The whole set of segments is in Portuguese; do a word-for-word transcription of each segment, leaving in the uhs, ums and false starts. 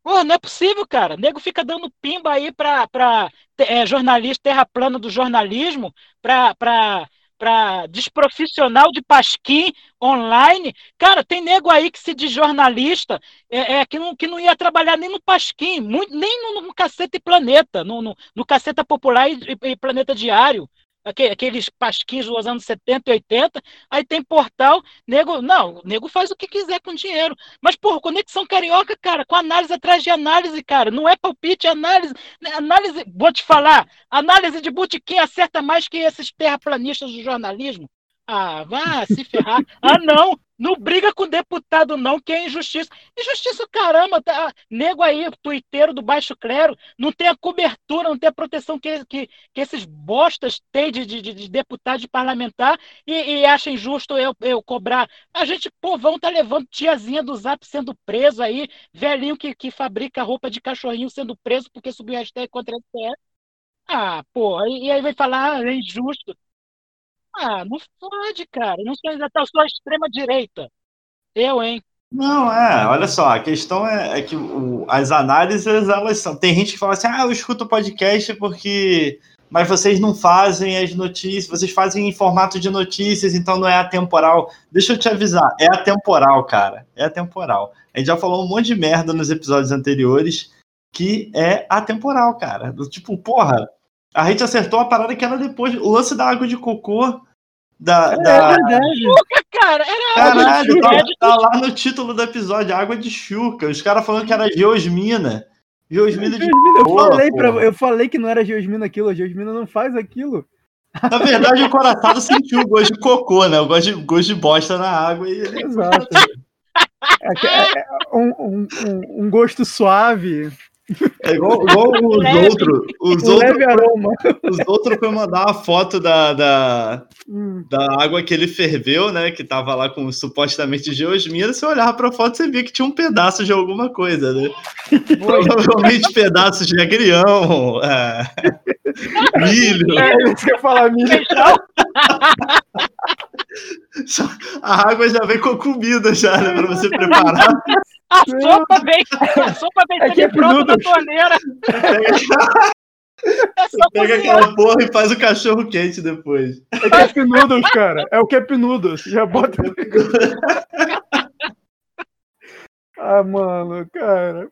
Pô, não é possível, cara. O nego fica dando pimba aí pra, pra é, jornalista, terra plana do jornalismo, pra, pra, pra desprofissional de pasquim online. Cara, tem nego aí que se diz jornalista, é, é, que, não, que não ia trabalhar nem no pasquim, muito, nem no, no Caceta e Planeta, no, no, no Caceta Popular e, e, e Planeta Diário. Aqueles pasquins dos anos setenta e oitenta, aí tem portal, nego, não, o nego faz o que quiser com dinheiro. Mas, porra, Conexão Carioca, cara, com análise atrás de análise, cara, não é palpite, é análise. Análise, vou te falar, análise de botequim acerta mais que esses terraplanistas do jornalismo. Ah, vá se ferrar. Ah, não, não briga com deputado, não, que é injustiça. Injustiça, caramba, tá? Nego aí, tuiteiro do baixo clero, não tem a cobertura, não tem a proteção que, que, que esses bostas têm de, de, de deputado, de parlamentar, e, e acha injusto eu, eu cobrar. A gente, povão, tá levando tiazinha do Zap sendo preso aí, velhinho que, que fabrica roupa de cachorrinho sendo preso porque subiu a hashtag contra a S T F. Ah, pô, e aí vai falar, ah, é injusto. Ah, não pode, cara. Não sei, ainda tá só a extrema-direita. Eu, hein? Não, é, olha só, a questão é, é que o, as análises, elas são. Tem gente que fala assim, ah, eu escuto o podcast porque. Mas vocês não fazem as notícias, vocês fazem em formato de notícias, então não é atemporal. Deixa eu te avisar, é atemporal, cara. É atemporal. A gente já falou um monte de merda nos episódios anteriores que é atemporal, cara. Tipo, porra, a gente acertou a parada que era depois. O lance da água de cocô. Da, é, da... verdade. Chuca, cara, era Caralho, tá, tá lá no título do episódio, água de chuca. Os caras falando que era geosmina. Geosmina de eu, falei pra, eu falei que não era geosmina aquilo, a geosmina não faz aquilo. Na verdade, o Coraçado sentiu o gosto de cocô, né? O gosto de, gosto de bosta na água. E ele... Exato. É, é, é um, um, um gosto suave. É igual, igual os leve. outros. Os um outros leve aroma. Os outros foi mandar uma foto da, da, hum. da água que ele ferveu, né? Que tava lá com supostamente geosmina. Se você olhava pra foto, você via que tinha um pedaço de alguma coisa, né? Provavelmente pedaços de agrião, é, milho. É isso que eu ia falar, milho. A água já vem com comida já, né? Pra você preparar. A sopa vem, a sopa vem É sempre pronta na torneira. Você pega aquela porra e faz o cachorro quente depois. É Cup Noodles, cara. É o Cup Noodles. Já bota. Ah, mano, cara.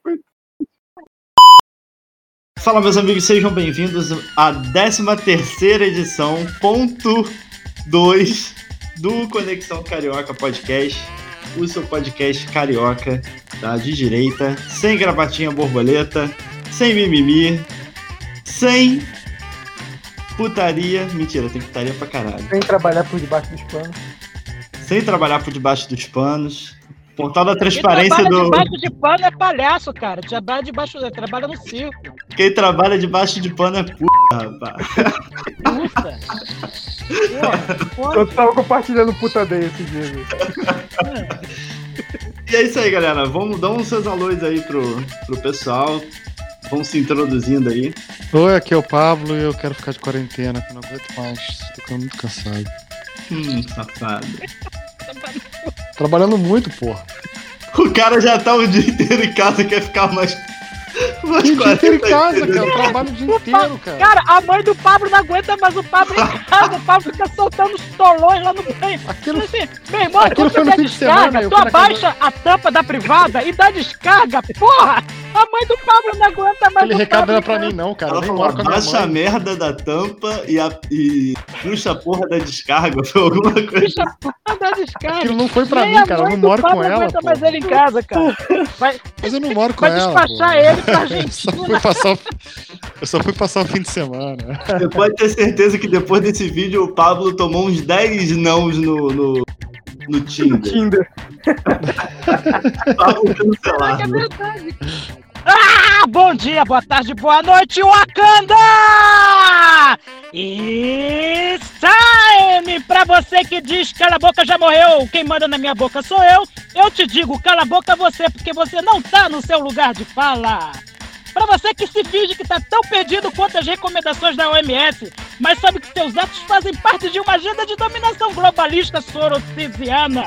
Fala, meus amigos, sejam bem-vindos à décima terceira edição, ponto dois do Conexão Carioca Podcast. O seu podcast carioca, tá? De direita, sem gravatinha borboleta, sem mimimi, sem putaria. Mentira, tem putaria pra caralho. Sem trabalhar por debaixo dos panos. Sem trabalhar por debaixo dos panos. Portal da transparência Quem do. trabalha debaixo de pano é palhaço, cara. Trabalha debaixo, trabalha no circo. Quem trabalha debaixo de pano é puta, rapaz. Puta. Pô, Eu tava compartilhando puta dele esse dia. E é isso aí, galera. Vamos dar uns seus alôs aí pro, pro pessoal. Vamos se introduzindo aí. Oi, aqui é o Pablo e eu quero ficar de quarentena, que eu não aguento mais. Tô ficando muito cansado. Hum, safado. Trabalhando muito, porra. O cara já tá o dia inteiro em casa e quer ficar mais. mais O dia inteiro em casa, dias. cara. Eu trabalho o dia O inteiro, Pa- cara. Cara, a mãe do Pablo não aguenta mais o Pablo em casa. O Pablo fica soltando os tolões lá no banho. Aquilo, Assim, meu irmão, Aquilo quando foi tu no der fim de descarga, semana, eu tu fui na casa- abaixa a tampa da privada e dá descarga, porra! A mãe do Pablo não aguenta mais aquele o recado Pablo não é em pra casa. mim, não, cara. Eu Ela nem falou, moro com a minha abaixa a mãe. merda da tampa e, a, e puxa a porra da descarga. Foi alguma coisa. Bicha, porra, dá descarga. Aquilo não foi pra Nem mim, a cara. Eu mãe não do moro Pablo com ela, aguenta pô. mais ele em casa, cara. Vai, Mas eu não moro com vai ela, despachar pô. ele pra Eu só Argentina. fui passar o... Eu só fui passar o fim de semana. Você pode ter certeza que depois desse vídeo o Pablo tomou uns dez nãos no, no, no Tinder. Tinder. Pablo É cancelado. verdade. Ah, bom dia, boa tarde, boa noite, Wakanda! E time pra você que diz cala a boca já morreu, quem manda na minha boca sou eu. Eu te digo cala a boca você, porque você não tá no seu lugar de fala. Pra você que se finge que tá tão perdido quanto as recomendações da O M S, mas sabe que seus atos fazem parte de uma agenda de dominação globalista sorocisiana.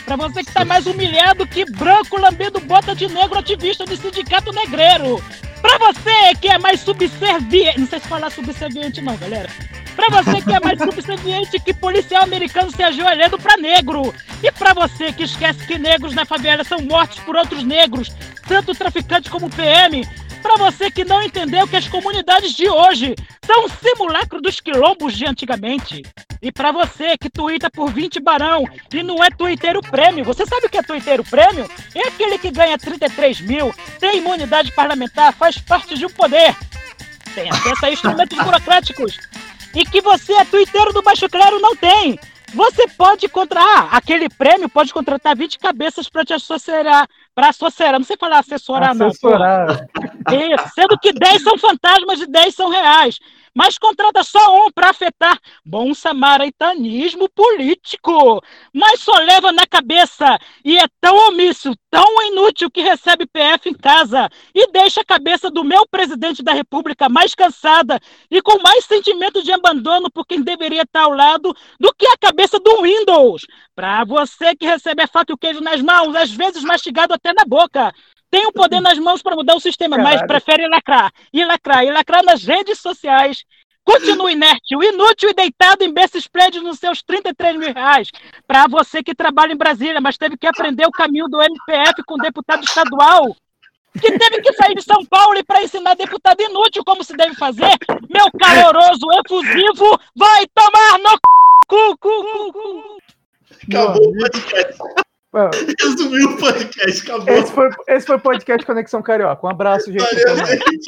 Pra você que tá mais humilhado que branco lambendo bota de negro ativista de sindicato negreiro. Pra você que é mais subserviente... Não sei se falar subserviente não, galera. Pra você que é mais subserviente que policial americano se ajoelhando pra negro. E pra você que esquece que negros na favela são mortos por outros negros, tanto traficante como P M. Pra você que não entendeu que as comunidades de hoje são um simulacro dos quilombos de antigamente. E pra você que tuita por vinte barão e não é tuiteiro prêmio. Você sabe o que é tuiteiro prêmio? É aquele que ganha trinta e três mil, tem imunidade parlamentar, faz parte de um poder, tem acesso a instrumentos burocráticos. E que você é tuiteiro do baixo clero não tem. Você pode contratar, ah, aquele prêmio pode contratar vinte cabeças pra te assessorar, pra assessorar, não sei falar assessorar, Assessorar. não. Isso, sendo que dez são fantasmas e dez são reais. Mas contrata só um pra afetar bom samaritanismo político. Mas só leva na cabeça e é tão omisso, tão inútil que recebe P F em casa e deixa a cabeça do meu presidente da república mais cansada e com mais sentimento de abandono por quem deveria estar ao lado do que a cabeça do Windows. Pra você que recebe a faca e o queijo nas mãos, às vezes mastigado até na boca. Tem o poder nas mãos para mudar o sistema, Caralho. mas prefere lacrar, e lacrar, e lacrar nas redes sociais. Continua inerte, inútil e deitado em berço esplêndido nos seus trinta e três mil reais. Para você que trabalha em Brasília, mas teve que aprender o caminho do M P F com deputado estadual, que teve que sair de São Paulo e para ensinar deputado inútil como se deve fazer, meu caloroso efusivo vai tomar no cu, cu, cu, cu. Acabou o podcast. Mano, Resumiu o podcast, acabou. esse foi esse foi o podcast Conexão Carioca. Um abraço, gente. Valeu, gente.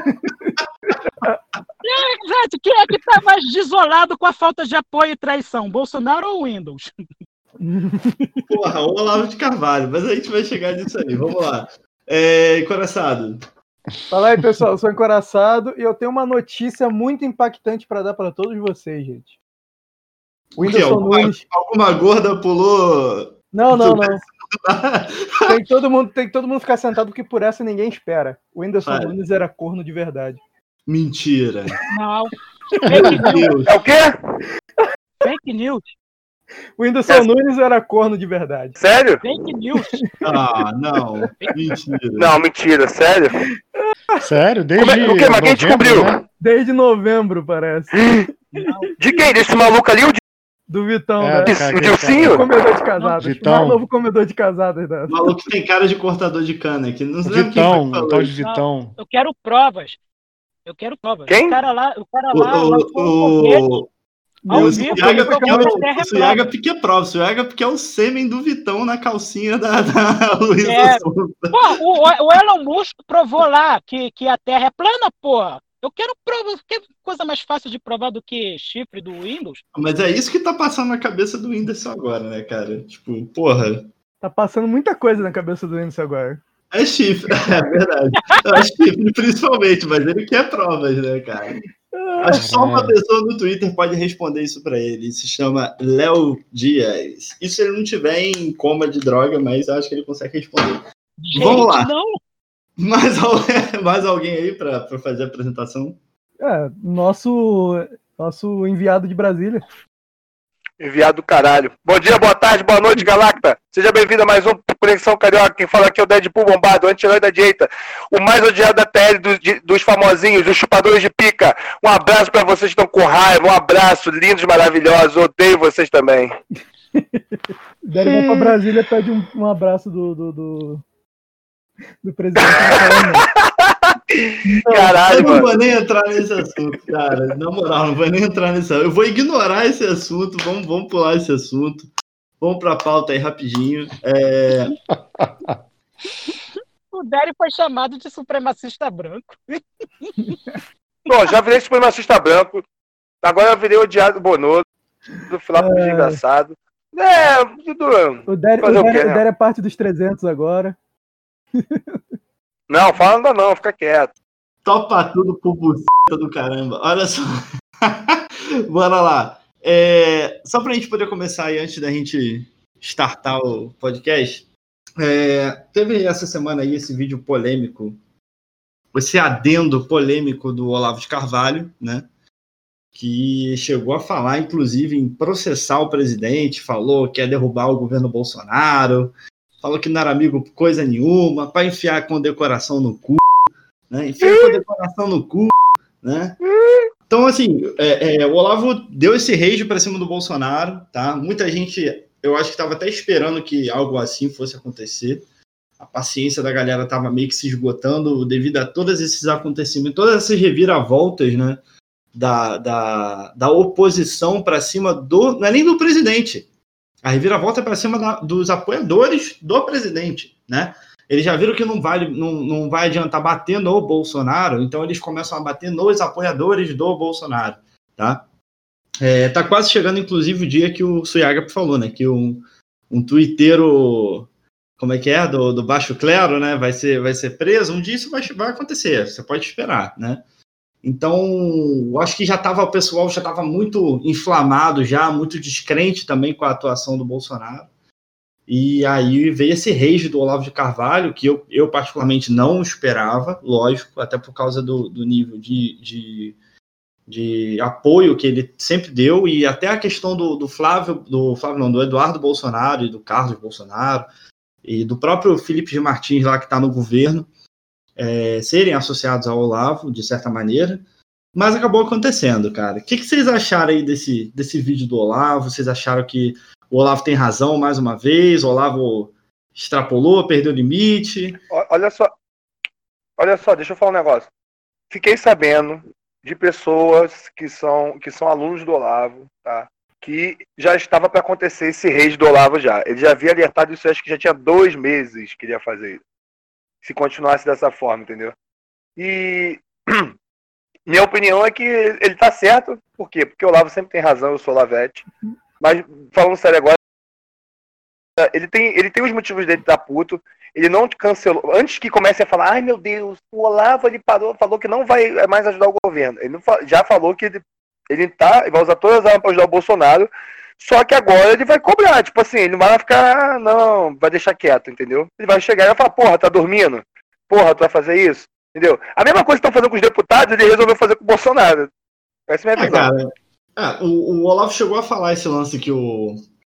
É, gente, quem é que tá mais desolado com a falta de apoio e traição? Bolsonaro ou Windows? Porra, o Olavo de Carvalho, mas a gente vai chegar nisso aí. Vamos lá. É, encoraçado. Fala aí, pessoal. Eu sou encoraçado e eu tenho uma notícia muito impactante para dar para todos vocês, gente. O O quê? Whindersson Alguma, Nunes. alguma gorda pulou. Não, não, não. Tem que todo mundo, tem que todo mundo ficar sentado porque por essa ninguém espera. O Whindersson Vai. Nunes era corno de verdade. Mentira. Não. Fake Meu news. Deus. É o quê? Fake news. O Whindersson É. Nunes era corno de verdade. Sério? Fake news. Ah, não. Mentira. Não, mentira, sério? Sério? Desde Como é- o quê? Mas quem novembro, descobriu? né? Desde novembro, parece. De quem? Desse maluco ali? O de- Do Vitão, É, né? cara, o Dilcinho? O comedor de casadas. Vitão. O mais novo comedor de casadas. Né? O maluco tem cara de cortador de cana aqui. Não O sei quem Vitão, foi que o falou tal isso. de Vitão. Eu quero provas. Eu quero provas. Quem? O cara lá, o cara O, lá lançou um foguete o, o, ao o vivo, Suiaga ele porque é provou que a o, Terra o é Suiaga plana. porque é prova. O Suiaga porque é o sêmen do Vitão na calcinha da, da Luísa É. Souza. Pô, o, o Elon Musk provou lá que, que a Terra é plana, porra. Eu quero prova. Que coisa mais fácil de provar do que chifre do Windows? Mas é isso que tá passando na cabeça do Whindersson agora, né, cara? Tipo, porra. Tá passando muita coisa na cabeça do Whindersson agora. É chifre, é verdade. É chifre principalmente, mas ele quer provas, né, cara? Acho que só uma pessoa no Twitter pode responder isso pra ele. Ele se chama Léo Dias. E se ele não tiver em coma de droga, mas eu acho que ele consegue responder. Gente, Vamos lá. não. Mais, al- mais alguém aí pra, pra fazer a apresentação? É, nosso, nosso enviado de Brasília. Enviado do caralho. Bom dia, boa tarde, boa noite, Galacta. Seja bem-vindo a mais um Conexão Carioca. Quem fala aqui é o Deadpool bombado, o anti-herói da direita. O mais odiado da T L dos, de- dos famosinhos, os chupadores de pica. Um abraço pra vocês que estão com raiva. Um abraço, lindos, maravilhosos. Odeio vocês também. Daí vai pra Brasília e pede um, um abraço do, do, do, do presidente. Não, Caralho, Eu não mano. vou nem entrar nesse assunto, cara. Na moral, não vou nem entrar nesse assunto. Eu vou ignorar esse assunto. Vamos, vamos pular esse assunto. Vamos pra pauta aí rapidinho. É, O Derry foi chamado de supremacista branco. Bom, já virei supremacista branco. Agora eu virei odiado bonoso. Fui lá pro É. engraçado. É, tudo. o Derry o Fazer o Derry- quê, né? o Derry é parte dos trezentos agora. Não, fala ainda não, fica quieto. topa tudo por buceta do caramba. Olha só. Bora lá. É, só pra gente poder começar aí, antes da gente startar o podcast, é, teve essa semana aí esse vídeo polêmico, esse adendo polêmico do Olavo de Carvalho, né? que chegou a falar, inclusive, em processar o presidente, falou que ia derrubar o governo Bolsonaro, falou que não era amigo coisa nenhuma, para enfiar a condecoração no cu, né? Enfiar a condecoração no cu, né? Então, assim, é, é, o Olavo deu esse rage para cima do Bolsonaro, tá? Muita gente, eu acho que estava até esperando que algo assim fosse acontecer. A paciência da galera estava meio que se esgotando devido a todos esses acontecimentos, todas essas reviravoltas, né? Da, da, da oposição para cima do... Não é nem do presidente. A reviravolta é para cima da, dos apoiadores do presidente, né? Eles já viram que não, vale, não, não vai adiantar bater no Bolsonaro, então eles começam a bater nos apoiadores do Bolsonaro, tá? É, tá quase chegando, inclusive, o dia que o Suiaga falou, né? Que um, um tuiteiro... Como é que é? Do, do baixo clero, né? Vai ser, vai ser preso. Um dia isso vai, vai acontecer, você pode esperar, né? Então, eu acho que já estava, o pessoal já estava muito inflamado, já muito descrente também com a atuação do Bolsonaro. E aí veio esse rage do Olavo de Carvalho, que eu, eu particularmente não esperava, lógico, até por causa do, do nível de, de, de apoio que ele sempre deu, e até a questão do, do Flávio, do Flávio não, do Eduardo Bolsonaro e do Carlos Bolsonaro, e do próprio Felipe de Martins lá que está no governo, É, serem associados ao Olavo, de certa maneira, mas acabou acontecendo, cara. O que, que vocês acharam aí desse, desse vídeo do Olavo? Vocês acharam que o Olavo tem razão mais uma vez? O Olavo extrapolou, perdeu o limite? Olha só, olha só, deixa eu falar um negócio. Fiquei sabendo de pessoas que são, que são alunos do Olavo, tá? Que já estava para acontecer esse rage do Olavo já. Ele já havia alertado isso, acho que já tinha dois meses que ele ia fazer isso. Se continuasse dessa forma, entendeu? E minha opinião é que ele tá certo. Por quê? Porque o Olavo sempre tem razão, eu sou Olavete. Mas, falando sério agora, ele tem, ele tem os motivos dele estar puto. Ele não cancelou. Antes que comece a falar, ai meu Deus, o Olavo ele parou, falou que não vai mais ajudar o governo. Ele não, já falou que ele, ele tá, vai usar todas as armas para ajudar o Bolsonaro. Só que agora ele vai cobrar, tipo assim, ele não vai ficar, não, vai deixar quieto, entendeu? Ele vai chegar e vai falar, porra, tá dormindo? Porra, tu vai fazer isso? Entendeu? A mesma coisa que estão fazendo com os deputados, ele resolveu fazer com o Bolsonaro. Essa é a minha visão. Ah, cara, ah, o, o Olavo chegou a falar esse lance que o,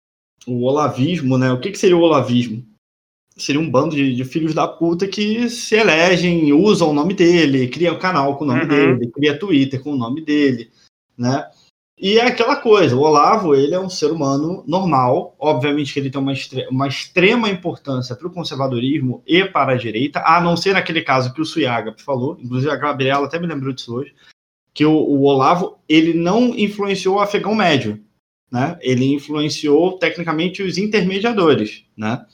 o olavismo, né? O que, que seria o olavismo? Seria um bando de, de filhos da puta que se elegem, usam o nome dele, cria um canal com o nome uhum. dele, cria Twitter com o nome dele, né? E é aquela coisa, o Olavo, ele é um ser humano normal, obviamente que ele tem uma, extre- uma extrema importância para o conservadorismo e para a direita, a não ser naquele caso que o Suiaga falou, inclusive a Gabriela até me lembrou disso hoje, que o, o Olavo, ele não influenciou o afegão médio, né? Ele influenciou, tecnicamente, os intermediadores, né?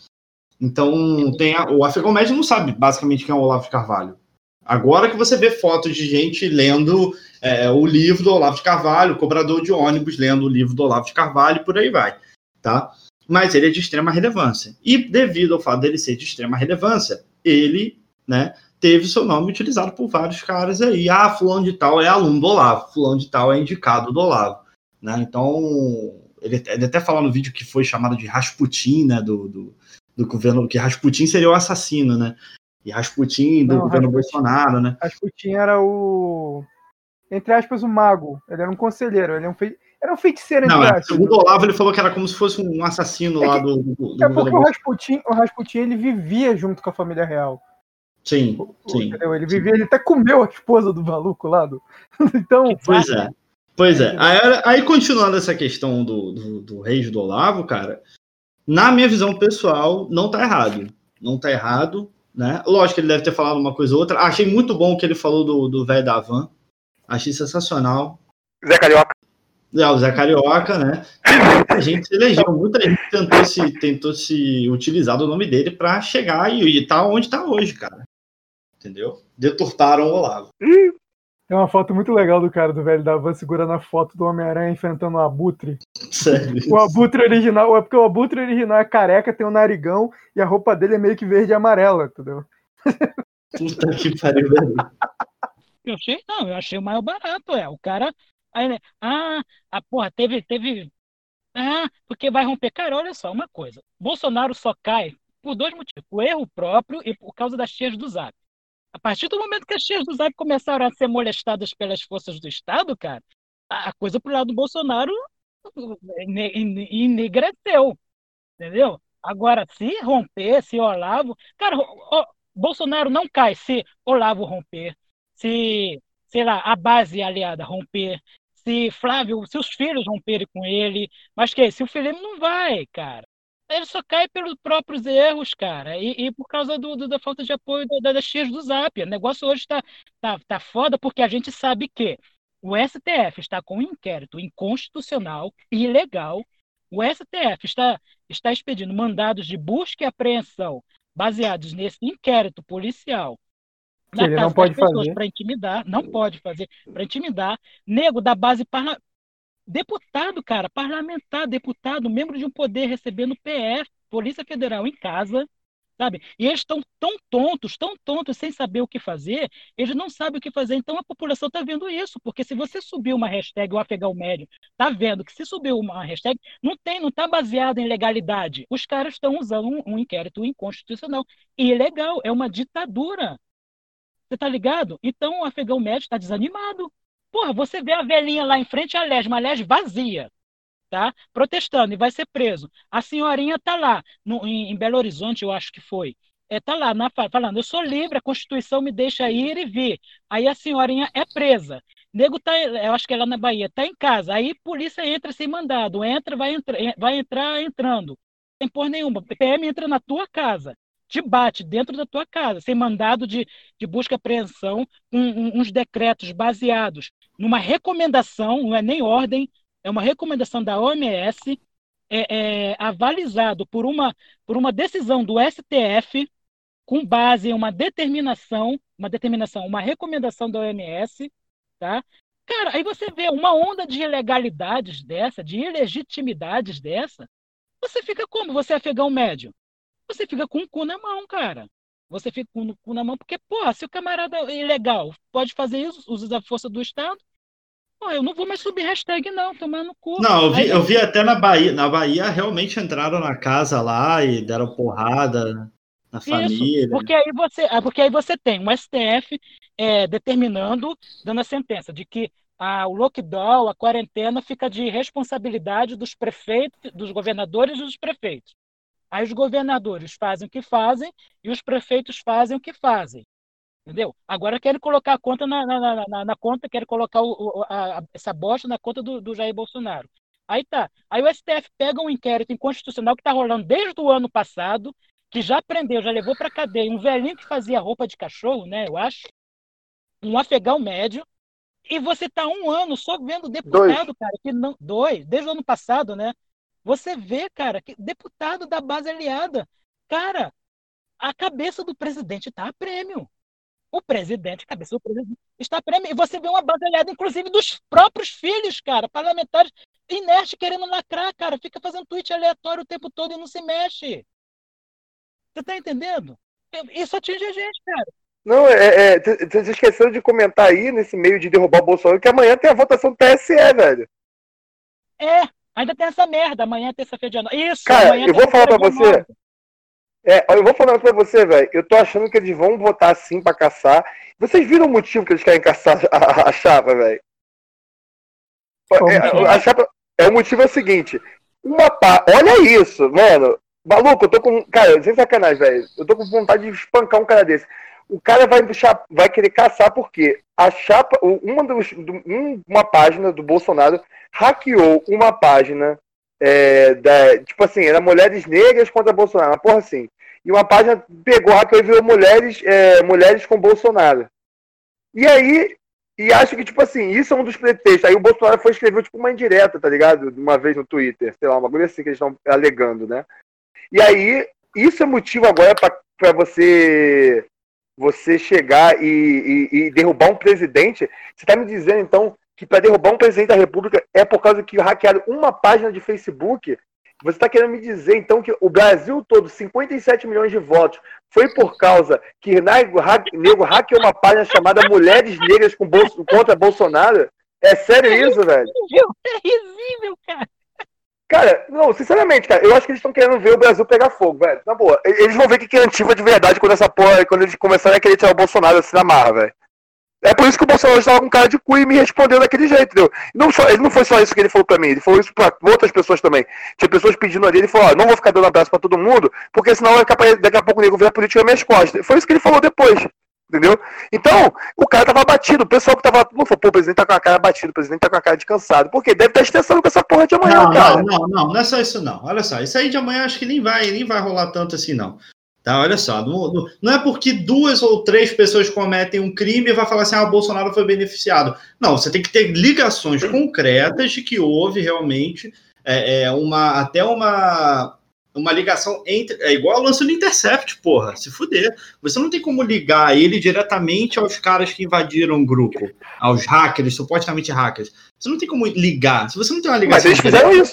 Então, tem a, o afegão médio não sabe, basicamente, quem é o Olavo de Carvalho. Agora que você vê fotos de gente lendo é, o livro do Olavo de Carvalho, o cobrador de ônibus lendo o livro do Olavo de Carvalho e por aí vai, tá? Mas ele é de extrema relevância. E devido ao fato dele ser de extrema relevância, ele, né, teve seu nome utilizado por vários caras aí. Ah, fulano de tal é aluno do Olavo, fulano de tal é indicado do Olavo, né? Então, ele, ele até falou no vídeo que foi chamado de Rasputin, né, do, do, do governo, que Rasputin seria o assassino, né? E Rasputin do Não, governo Rasputin, Bolsonaro, né? Rasputin era o, entre aspas, o mago. Ele era um conselheiro, ele era um, fei... era um feiticeiro, entre Não, aspas. Segundo o Olavo, ele falou que era como se fosse um assassino é lá que, do, do, do É porque o Rasputin, o Rasputin, ele vivia junto com a família real. Sim, sim. Entendeu? Ele vivia, ele até comeu a esposa do maluco lá. Do... Então, pois é. Pois é. Aí, aí continuando essa questão do, do, do rei do Olavo, cara, na minha visão pessoal, não tá errado. Não tá errado. Né? Lógico que ele deve ter falado uma coisa ou outra. Achei muito bom o que ele falou do, do velho da van. Achei sensacional. Zé Carioca. É, o Zé Carioca, né? Muita gente se elegeu, muita gente tentou se, tentou se utilizar do nome dele para chegar e estar tá onde está hoje, cara. Entendeu? Deturparam o Olavo. Tem uma foto muito legal do cara do velho da van segurando a foto do Homem-Aranha enfrentando o Abutre. Sério? O Abutre original, é porque o Abutre original é careca, tem um narigão e a roupa dele é meio que verde e amarela, entendeu? Puta que pariu, velho. Eu achei, não, eu achei o mais barato, é. O cara. Aí, né, ah, a porra, teve, teve. Ah, porque vai romper. Cara, olha só, uma coisa. Bolsonaro só cai por dois motivos: o erro próprio e por causa das tias do Zap. A partir do momento que as tias do Zap começaram a ser molestadas pelas forças do Estado, cara, a coisa pro lado do Bolsonaro enegreceu, entendeu? Agora, se romper, se Olavo... Cara, o, o, Bolsonaro não cai se Olavo romper, se, sei lá, a base aliada romper, se Flávio, se os filhos romperem com ele, mas que se o Felipe não vai, cara. Ele só cai pelos próprios erros, cara, e, e por causa do, do, da falta de apoio da, das tias do Zap. O negócio hoje tá, tá, tá foda porque a gente sabe que o S T F está com um inquérito inconstitucional e ilegal. O S T F está, está expedindo mandados de busca e apreensão baseados nesse inquérito policial na Ele casa não pode das pessoas fazer. para intimidar, não pode fazer, para intimidar, nego da base parlamentar, deputado, cara, parlamentar, deputado, membro de um poder recebendo P F, Polícia Federal em casa, sabe? E eles estão tão tontos, tão tontos, sem saber o que fazer, eles não sabem o que fazer. Então a população está vendo isso, porque se você subir uma hashtag, o afegão médio está vendo que se subir uma hashtag, não tem, não está baseado em legalidade. Os caras estão usando um, um inquérito inconstitucional e ilegal, é uma ditadura. Você tá ligado? Então o afegão médio está desanimado. Porra, você vê a velhinha lá em frente à L E S, uma L E S vazia, tá? Protestando e vai ser preso. A senhorinha tá lá, no, em, em Belo Horizonte, eu acho que foi. É, tá lá, na, falando, eu sou livre, a Constituição me deixa ir e vir. Aí a senhorinha é presa. Nego tá, eu acho que é lá na Bahia, tá em casa. Aí polícia entra sem mandado, entra, vai, entra, vai entrar entrando. Sem porra nenhuma. P M entra na tua casa, te bate dentro da tua casa, sem mandado de, de busca e apreensão, com um, uns decretos baseados numa recomendação, não é nem ordem, é uma recomendação da O M S, é, é, avalizado por uma, por uma decisão do S T F, com base em uma determinação, uma determinação, uma recomendação da O M S, tá? Cara, aí você vê uma onda de ilegalidades dessa, de ilegitimidades dessa, você fica como? Você é afegão médio? Você fica com o cu na mão, cara. Você fica com o cu na mão porque, porra, se o camarada é ilegal pode fazer isso, usa a força do Estado, pô, eu não vou mais subir hashtag não, tomar no cu. Não, eu vi, Aí, eu vi até na Bahia. Na Bahia realmente entraram na casa lá e deram porrada na família. Isso, porque aí você, porque aí você tem um S T F é, determinando, dando a sentença de que a, o lockdown, a quarentena, fica de responsabilidade dos prefeitos, dos governadores e dos prefeitos. Aí os governadores fazem o que fazem e os prefeitos fazem o que fazem. Entendeu? Agora querem colocar a conta na, na, na, na conta, querem colocar o, a, essa bosta na conta do, do Jair Bolsonaro. Aí tá. Aí o S T F pega um inquérito inconstitucional que está rolando desde o ano passado, que já prendeu, já levou para cadeia um velhinho que fazia roupa de cachorro, né? Eu acho. Um afegão médio. E você tá um ano só vendo deputado, dois. cara, que não. Dois, desde o ano passado, né? Você vê, cara, que deputado da base aliada. Cara, a cabeça do presidente está a prêmio. O presidente, a cabeça do presidente, está a prêmio. E você vê uma base aliada, inclusive, dos próprios filhos, cara, parlamentares, inerte, querendo lacrar, cara. Fica fazendo tweet aleatório o tempo todo e não se mexe. Você tá entendendo? Isso atinge a gente, cara. Não, é, é, vocês esqueceram de comentar aí, nesse meio de derrubar o Bolsonaro, que amanhã tem a votação do T S E, velho. É, ainda tem essa merda. Amanhã é terça-feira de noite. Isso, cara, amanhã eu vou falar pra você. É, eu vou falar pra você, velho. Eu tô achando que eles vão votar assim pra caçar. Vocês viram o motivo que eles querem caçar a, a chapa, velho? É, a chapa. É, o motivo é o seguinte. Uma pá. Olha isso, mano. Maluco, eu tô com. Cara, sem sacanagem, velho. Eu tô com vontade de espancar um cara desse. O cara vai, vai querer caçar porque a chapa, uma, dos, uma página do Bolsonaro hackeou uma página, é, da, tipo assim, era mulheres negras contra Bolsonaro, uma porra assim. E uma página pegou, hackeou e virou mulheres, é, mulheres com Bolsonaro. E aí, e acho que, tipo assim, isso é um dos pretextos. Aí o Bolsonaro foi escrever, tipo, uma indireta, tá ligado? Uma vez no Twitter, sei lá, uma coisa assim que eles estão alegando, né? E aí, isso é motivo agora pra, pra você... você chegar e, e, e derrubar um presidente. Você está me dizendo, então, que para derrubar um presidente da República é por causa que hackearam uma página de Facebook? Você está querendo me dizer, então, que o Brasil todo, cinquenta e sete milhões de votos, foi por causa que nego hackeou uma página chamada Mulheres Negras com Bolso, contra Bolsonaro? É sério isso, velho? É risível, cara. Cara, não, sinceramente, cara, eu acho que eles estão querendo ver o Brasil pegar fogo, velho. Na boa, eles vão ver o que é antifa de verdade quando essa porra, quando eles começarem a querer tirar o Bolsonaro assim na marra, velho. É por isso que o Bolsonaro estava com cara de cu e me respondeu daquele jeito, entendeu? Não só, ele não foi só isso que ele falou pra mim, ele falou isso pra outras pessoas também. Tinha pessoas pedindo ali, ele falou, ó, não vou ficar dando abraço pra todo mundo, porque senão vai ficar, daqui a pouco o nego vira política nas minhas costas. Foi isso que ele falou depois, entendeu? Então, o cara tava abatido, o pessoal que tava, não falou, pô, o presidente tá com a cara abatida, o presidente tá com a cara de cansado. Por quê? Deve estar estressando com essa porra de amanhã, não, cara. Não, não, não, não é só isso não. Olha só, isso aí de amanhã acho que nem vai, nem vai rolar tanto assim não. Tá, olha só, não, não, não é porque duas ou três pessoas cometem um crime e vai falar assim, ah, o Bolsonaro foi beneficiado. Não, você tem que ter ligações concretas de que houve realmente é, é, uma, até uma, uma ligação entre... É igual ao lance do Intercept, porra, se fuder. Você não tem como ligar ele diretamente aos caras que invadiram o grupo, aos hackers, supostamente hackers. Você não tem como ligar. Se você não tem uma ligação... Mas eles fizeram isso.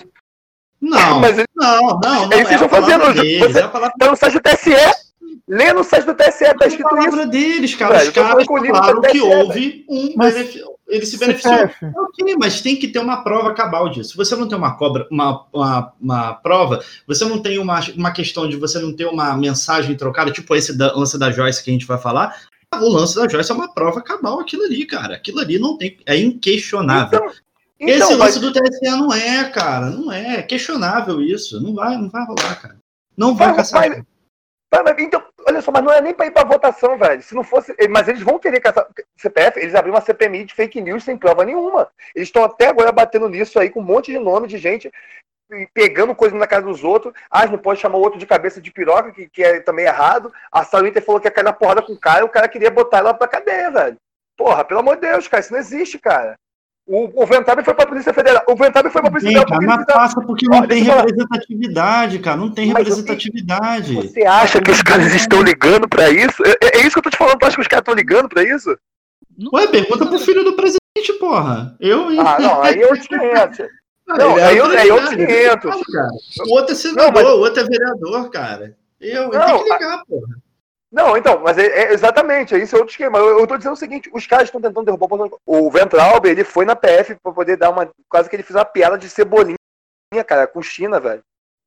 Não, mas eles, não, não, não. Eles é estão fazendo. deles, Você, é a palavra... no site do T S E. Lê no site do T S E, tá escrito é a palavra isso. deles, cara. Velho, Os caras falaram que T S E, houve um mas, benefício. Ele se beneficiou. Ok, mas tem que ter uma prova cabal disso. Se você não tem uma, cobra, uma, uma, uma prova, você não tem uma, uma questão de você não ter uma mensagem trocada, tipo esse da, lance da Joyce que a gente vai falar. O lance da Joyce é uma prova cabal, aquilo ali, cara. Aquilo ali não tem. É inquestionável. Então, Então, Esse lance mas... do T S E não é, cara, não é, é questionável isso, não vai, não vai rolar, cara, não vai mas, caçar. Mas, mas, então, olha só, mas não é nem para ir para votação, velho, se não fosse, mas eles vão querer caçar, C P F, eles abriram uma C P M I de fake news sem prova nenhuma, eles estão até agora batendo nisso aí com um monte de nome de gente, pegando coisa na casa dos outros, ah, não pode chamar o outro de cabeça de piroca, que, que é também errado, a Sarah Winter falou que ia cair na porrada com o cara, o cara queria botar ela pra cadeia, velho, porra, pelo amor de Deus, cara, isso não existe, cara. O, o Ventabe foi para a Polícia Federal. O Ventabe foi para a Polícia Federal. Federal. Mas passa porque não Olha, tem representatividade, cara. Não tem mas representatividade. Você acha que os caras estão ligando para isso? É, é isso que eu tô te falando. Tu acha que os caras estão ligando para isso? Ué, pergunta pro filho do presidente, porra. Eu, hein? Ah, não. Aí é outros quinhentos. Não, aí é outros quinhentos. O outro é senador, não, mas... o outro é vereador, cara. Eu, eu tenho que ligar, porra. Não, então, mas é, é exatamente, é isso é outro esquema. Eu, eu tô dizendo o seguinte, os caras estão tentando derrubar o o Weintraub, ele foi na P F pra poder dar uma, quase que ele fez uma piada de cebolinha, cara, com China, velho.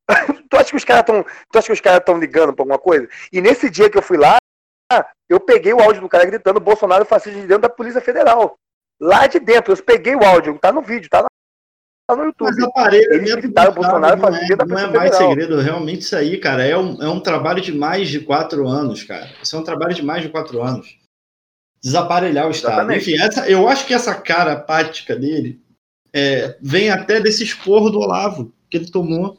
tu acha que os caras estão, tu acha que os caras estão ligando pra alguma coisa? E nesse dia que eu fui lá, eu peguei o áudio do cara gritando Bolsonaro fascista de dentro da Polícia Federal. Lá de dentro, eu peguei o áudio, tá no vídeo, tá no YouTube. Mas aparelho eles gritaram Bolsonaro não fascista é, da não é Polícia mais Federal. segredo, realmente isso aí, cara, é um, é um trabalho de mais de quatro anos, cara. Isso é um trabalho de mais de quatro anos. Desaparelhar o Estado. Exatamente. Enfim, essa, eu acho que essa cara apática dele é, vem até desse esporro do Olavo que ele tomou,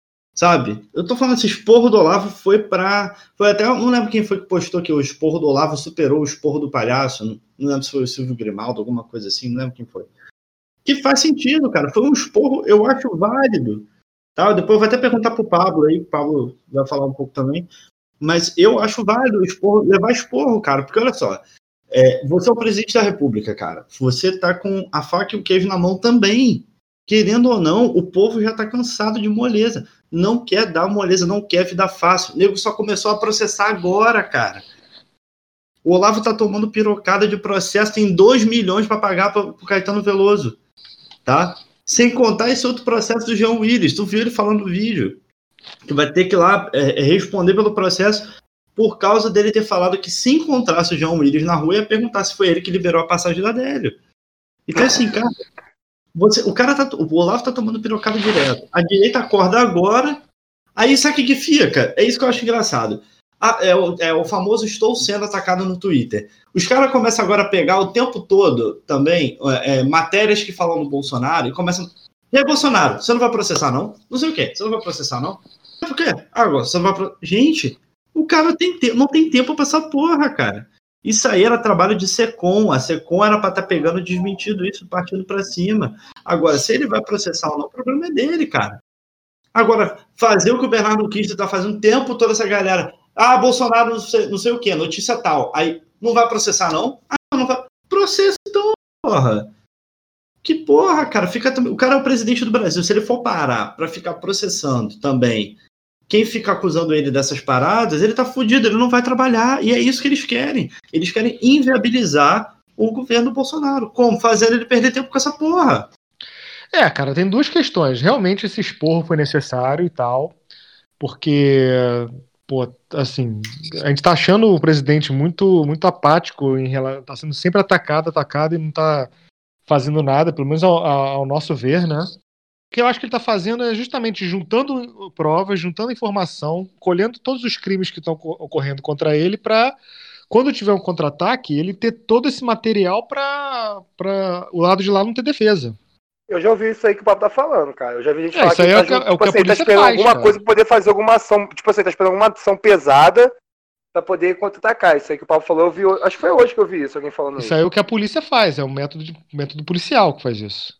sabe? Eu tô falando, esse esporro do Olavo foi pra... Foi até, não lembro quem foi que postou que o esporro do Olavo superou o esporro do palhaço, não, não lembro se foi o Silvio Grimaldo, alguma coisa assim, não lembro quem foi. Que faz sentido, cara. Foi um esporro, eu acho válido. Tá? Depois eu vou até perguntar pro Pablo aí, o Pablo vai falar um pouco também. Mas eu acho válido o esporro, levar esporro, cara. Porque olha só, é, você é o presidente da República, cara. Você tá com a faca e o queijo na mão também. Querendo ou não, o povo já tá cansado de moleza. Não quer dar moleza, não quer vida fácil. O nego só começou a processar agora, cara. O Olavo tá tomando pirocada de processo, tem dois milhões para pagar pro Caetano Veloso. Tá? Sem contar esse outro processo do Jean Willis, tu viu ele falando no vídeo, que vai ter que ir lá é, responder pelo processo por causa dele ter falado que se encontrasse o Jean Willis na rua ia perguntar se foi ele que liberou a passagem da Adélio. Então assim, cara, você, o cara tá, o Olavo tá tomando pirocada direto, a direita acorda agora, aí sabe o que que fica? É isso que eu acho engraçado. Ah, é, o, é o famoso estou sendo atacado no Twitter. Os caras começam agora a pegar o tempo todo também é, matérias que falam do Bolsonaro e começam... E aí, Bolsonaro, você não vai processar, não? Não sei o quê. Você não vai processar, não? Por quê? Ah, agora, você não vai... Pro... Gente, o cara tem te... não tem tempo pra essa porra, cara. Isso aí era trabalho de SECOM. A SECOM era pra estar tá pegando desmentido isso, partindo pra cima. Agora, se ele vai processar ou não, o problema é dele, cara. Agora, fazer o que o Bernardo Kister tá fazendo o tempo todo, essa galera... Ah, Bolsonaro não sei, não sei o que, notícia tal. Aí, não vai processar, não? Ah, não vai. Processo, então, porra. Que porra, cara. Fica, o cara é o presidente do Brasil. Se ele for parar pra ficar processando também quem fica acusando ele dessas paradas, ele tá fudido, ele não vai trabalhar. E é isso que eles querem. Eles querem inviabilizar o governo Bolsonaro. Como? Fazendo ele perder tempo com essa porra. É, cara, tem duas questões. Realmente esse esporro foi necessário e tal, porque... pô, assim, a gente tá achando o presidente muito, muito apático, em relação, tá sendo sempre atacado, atacado e não tá fazendo nada, pelo menos ao, ao nosso ver, né? O que eu acho que ele tá fazendo é justamente juntando provas, juntando informação, colhendo todos os crimes que estão ocorrendo contra ele para, quando tiver um contra-ataque, ele ter todo esse material para o lado de lá não ter defesa. Eu já ouvi isso aí que o papo tá falando, cara. Eu já vi gente É, falar isso que aí ele é tá, o que- junto, é o tipo que a assim, ele tá polícia esperando faz, alguma cara. coisa pra poder fazer alguma ação. Tipo assim, tá esperando alguma ação pesada pra poder contra-atacar. Isso aí que o Pablo falou, eu vi. Acho que foi hoje que eu vi isso, alguém falando isso. Isso aí é o que a polícia faz, é o método, de- método policial que faz isso.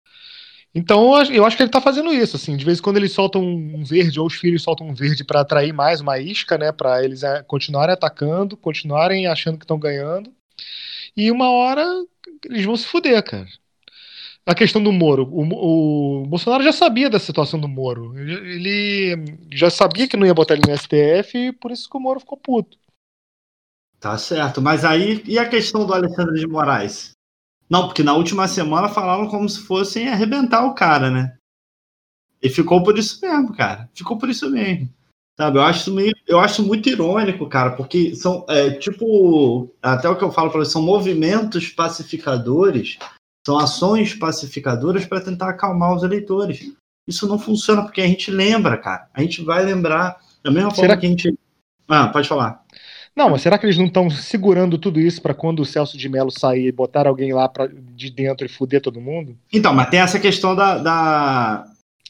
Então eu acho- eu acho que ele tá fazendo isso, assim, de vez em quando eles soltam um verde, ou os filhos soltam um verde pra atrair mais uma isca, né, pra eles é, continuarem atacando, continuarem achando que estão ganhando, e uma hora eles vão se fuder, cara. A questão do Moro, o, Mo- o Bolsonaro já sabia da situação do Moro, ele, ele já sabia que não ia botar ele no S T F, e por isso que o Moro ficou puto. Tá certo. Mas aí, e a questão do Alexandre de Moraes? Não, porque na última semana falaram como se fossem arrebentar o cara, né? E ficou por isso mesmo, cara. Ficou por isso mesmo. Sabe, eu acho meio, eu acho muito irônico, cara, porque são, é, tipo, até o que eu falo para vocês, são movimentos pacificadores, são ações pacificadoras para tentar acalmar os eleitores. Isso não funciona porque a gente lembra, cara. A gente vai lembrar da mesma forma Será que a gente... Ah, pode falar. Não, mas será que eles não estão segurando tudo isso pra quando o Celso de Mello sair e botar alguém lá pra, de dentro e fuder todo mundo? Então, mas tem essa questão da, da,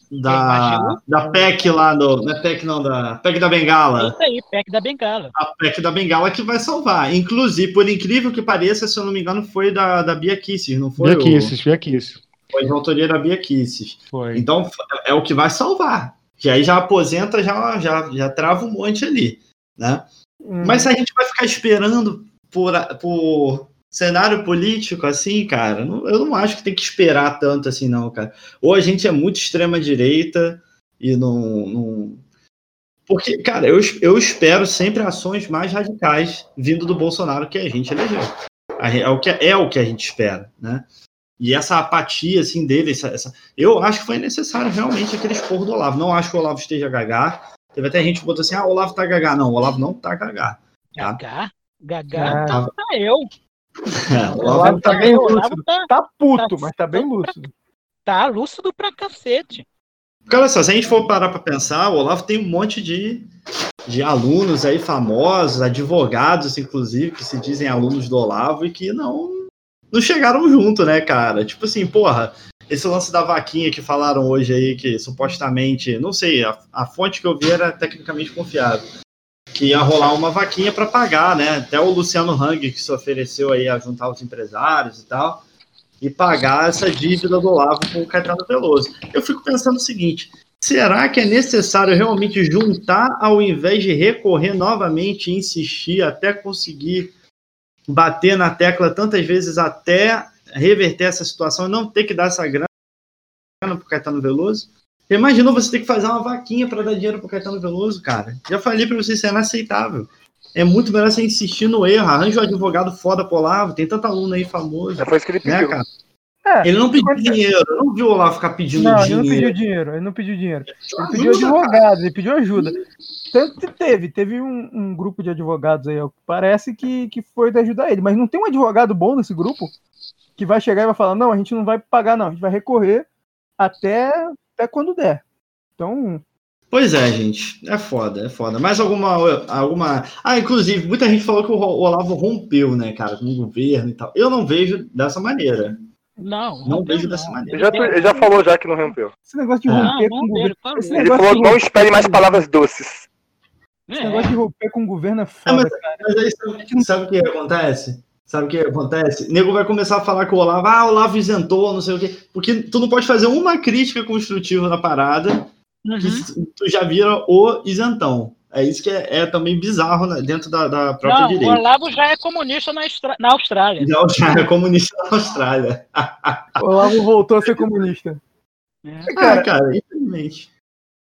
da, imagino. da P E C lá, do, não é P E C não, da P E C da É Bengala. isso aí, P E C da Bengala. A P E C da Bengala que vai salvar. Inclusive, por incrível que pareça, se eu não me engano, foi da, da Bia Kicis, não foi? Bia Kicis, Bia Kicis. Foi de autoria da Bia Kicis. Foi. Então, é o que vai salvar. Que aí já aposenta, já, já, já trava um monte ali, né? Uhum. Mas se a gente vai ficar esperando por, por cenário político, assim, cara, não- eu não acho que tem que esperar tanto assim, não, cara. Ou a gente é muito extrema-direita e não, não... Porque, cara, eu, es- eu espero sempre ações mais radicais vindo do Bolsonaro que a gente elegeu. A gen- É o que, é o que a gente espera, né? E essa apatia, assim, dele, essa, essa- eu acho que foi necessário realmente aquele esporro do Olavo. Não acho que o Olavo esteja gagá. Teve até gente que botou assim, ah, o Olavo tá gagá. Não, o Olavo não tá gagá. Tá? Gagá? Gagá Ah. tá, tá eu. É, o O Olavo Olavo tá bem eu, o Olavo lúcido. tá, Tá puto, tá- mas tá bem lúcido. tá lúcido pra cacete. Porque olha só, se a gente for parar para pensar, o Olavo tem um monte de, de alunos aí famosos, advogados, inclusive, que se dizem alunos do Olavo e que não, não chegaram junto, né, cara? Tipo assim, porra, esse lance da vaquinha que falaram hoje aí, que supostamente, não sei, a, a fonte que eu vi era tecnicamente confiável, que ia rolar uma vaquinha para pagar, né? Até o Luciano Hang que se ofereceu aí a juntar os empresários e tal, e pagar essa dívida do Olavo com o Caetano Veloso. Eu fico pensando o seguinte, será que é necessário realmente juntar ao invés de recorrer novamente e insistir até conseguir bater na tecla tantas vezes até reverter essa situação e não ter que dar essa grana pro Caetano Veloso? Imaginou você ter que fazer uma vaquinha para dar dinheiro pro Caetano Veloso, cara? Já falei para você, isso é inaceitável. É muito melhor você insistir no erro, arranja um advogado foda pro Olavo, tem tanto aluno aí famoso, É, foi isso que ele né, pediu. cara? É, Ele não pediu dinheiro, eu não vi o Olavo ficar pedindo não, ele dinheiro. não pediu dinheiro, ele não pediu dinheiro. Ele Ajuda, pediu cara. advogado, ele pediu ajuda. Tanto que teve, teve um, um grupo de advogados aí, ó, que parece que, que foi de ajudar ele, mas não tem um advogado bom nesse grupo que vai chegar e vai falar, não, a gente não vai pagar não, a gente vai recorrer até, até quando der. Então, Pois é, gente, é foda, é foda. Mais alguma, alguma... Ah, inclusive, muita gente falou que o Olavo rompeu, né, cara, com o governo e tal. Eu não vejo dessa maneira. Não, Não rompeu vejo dessa maneira. Ele já, ele já falou já que não rompeu. esse negócio de É. romper Não, com não, o governo... ele falou. Esse Ele negócio falou, de não romper espere mais com- palavras doces. Esse É. negócio de romper com o governo é Ah, foda, mas, cara. mas aí sabe, sabe o que acontece? Sabe o que acontece? O nego vai começar a falar que o Olavo, ah, o Olavo isentou, não sei o quê. Porque tu não pode fazer uma crítica construtiva na parada que Uhum. tu já vira o isentão. É isso que é, é também bizarro, né, dentro da, da própria Não, o direita. Olavo já é comunista na, Austra- na Austrália. Já, já é comunista na Austrália. O Olavo voltou a ser comunista. É. Cara, Ah, cara, infelizmente.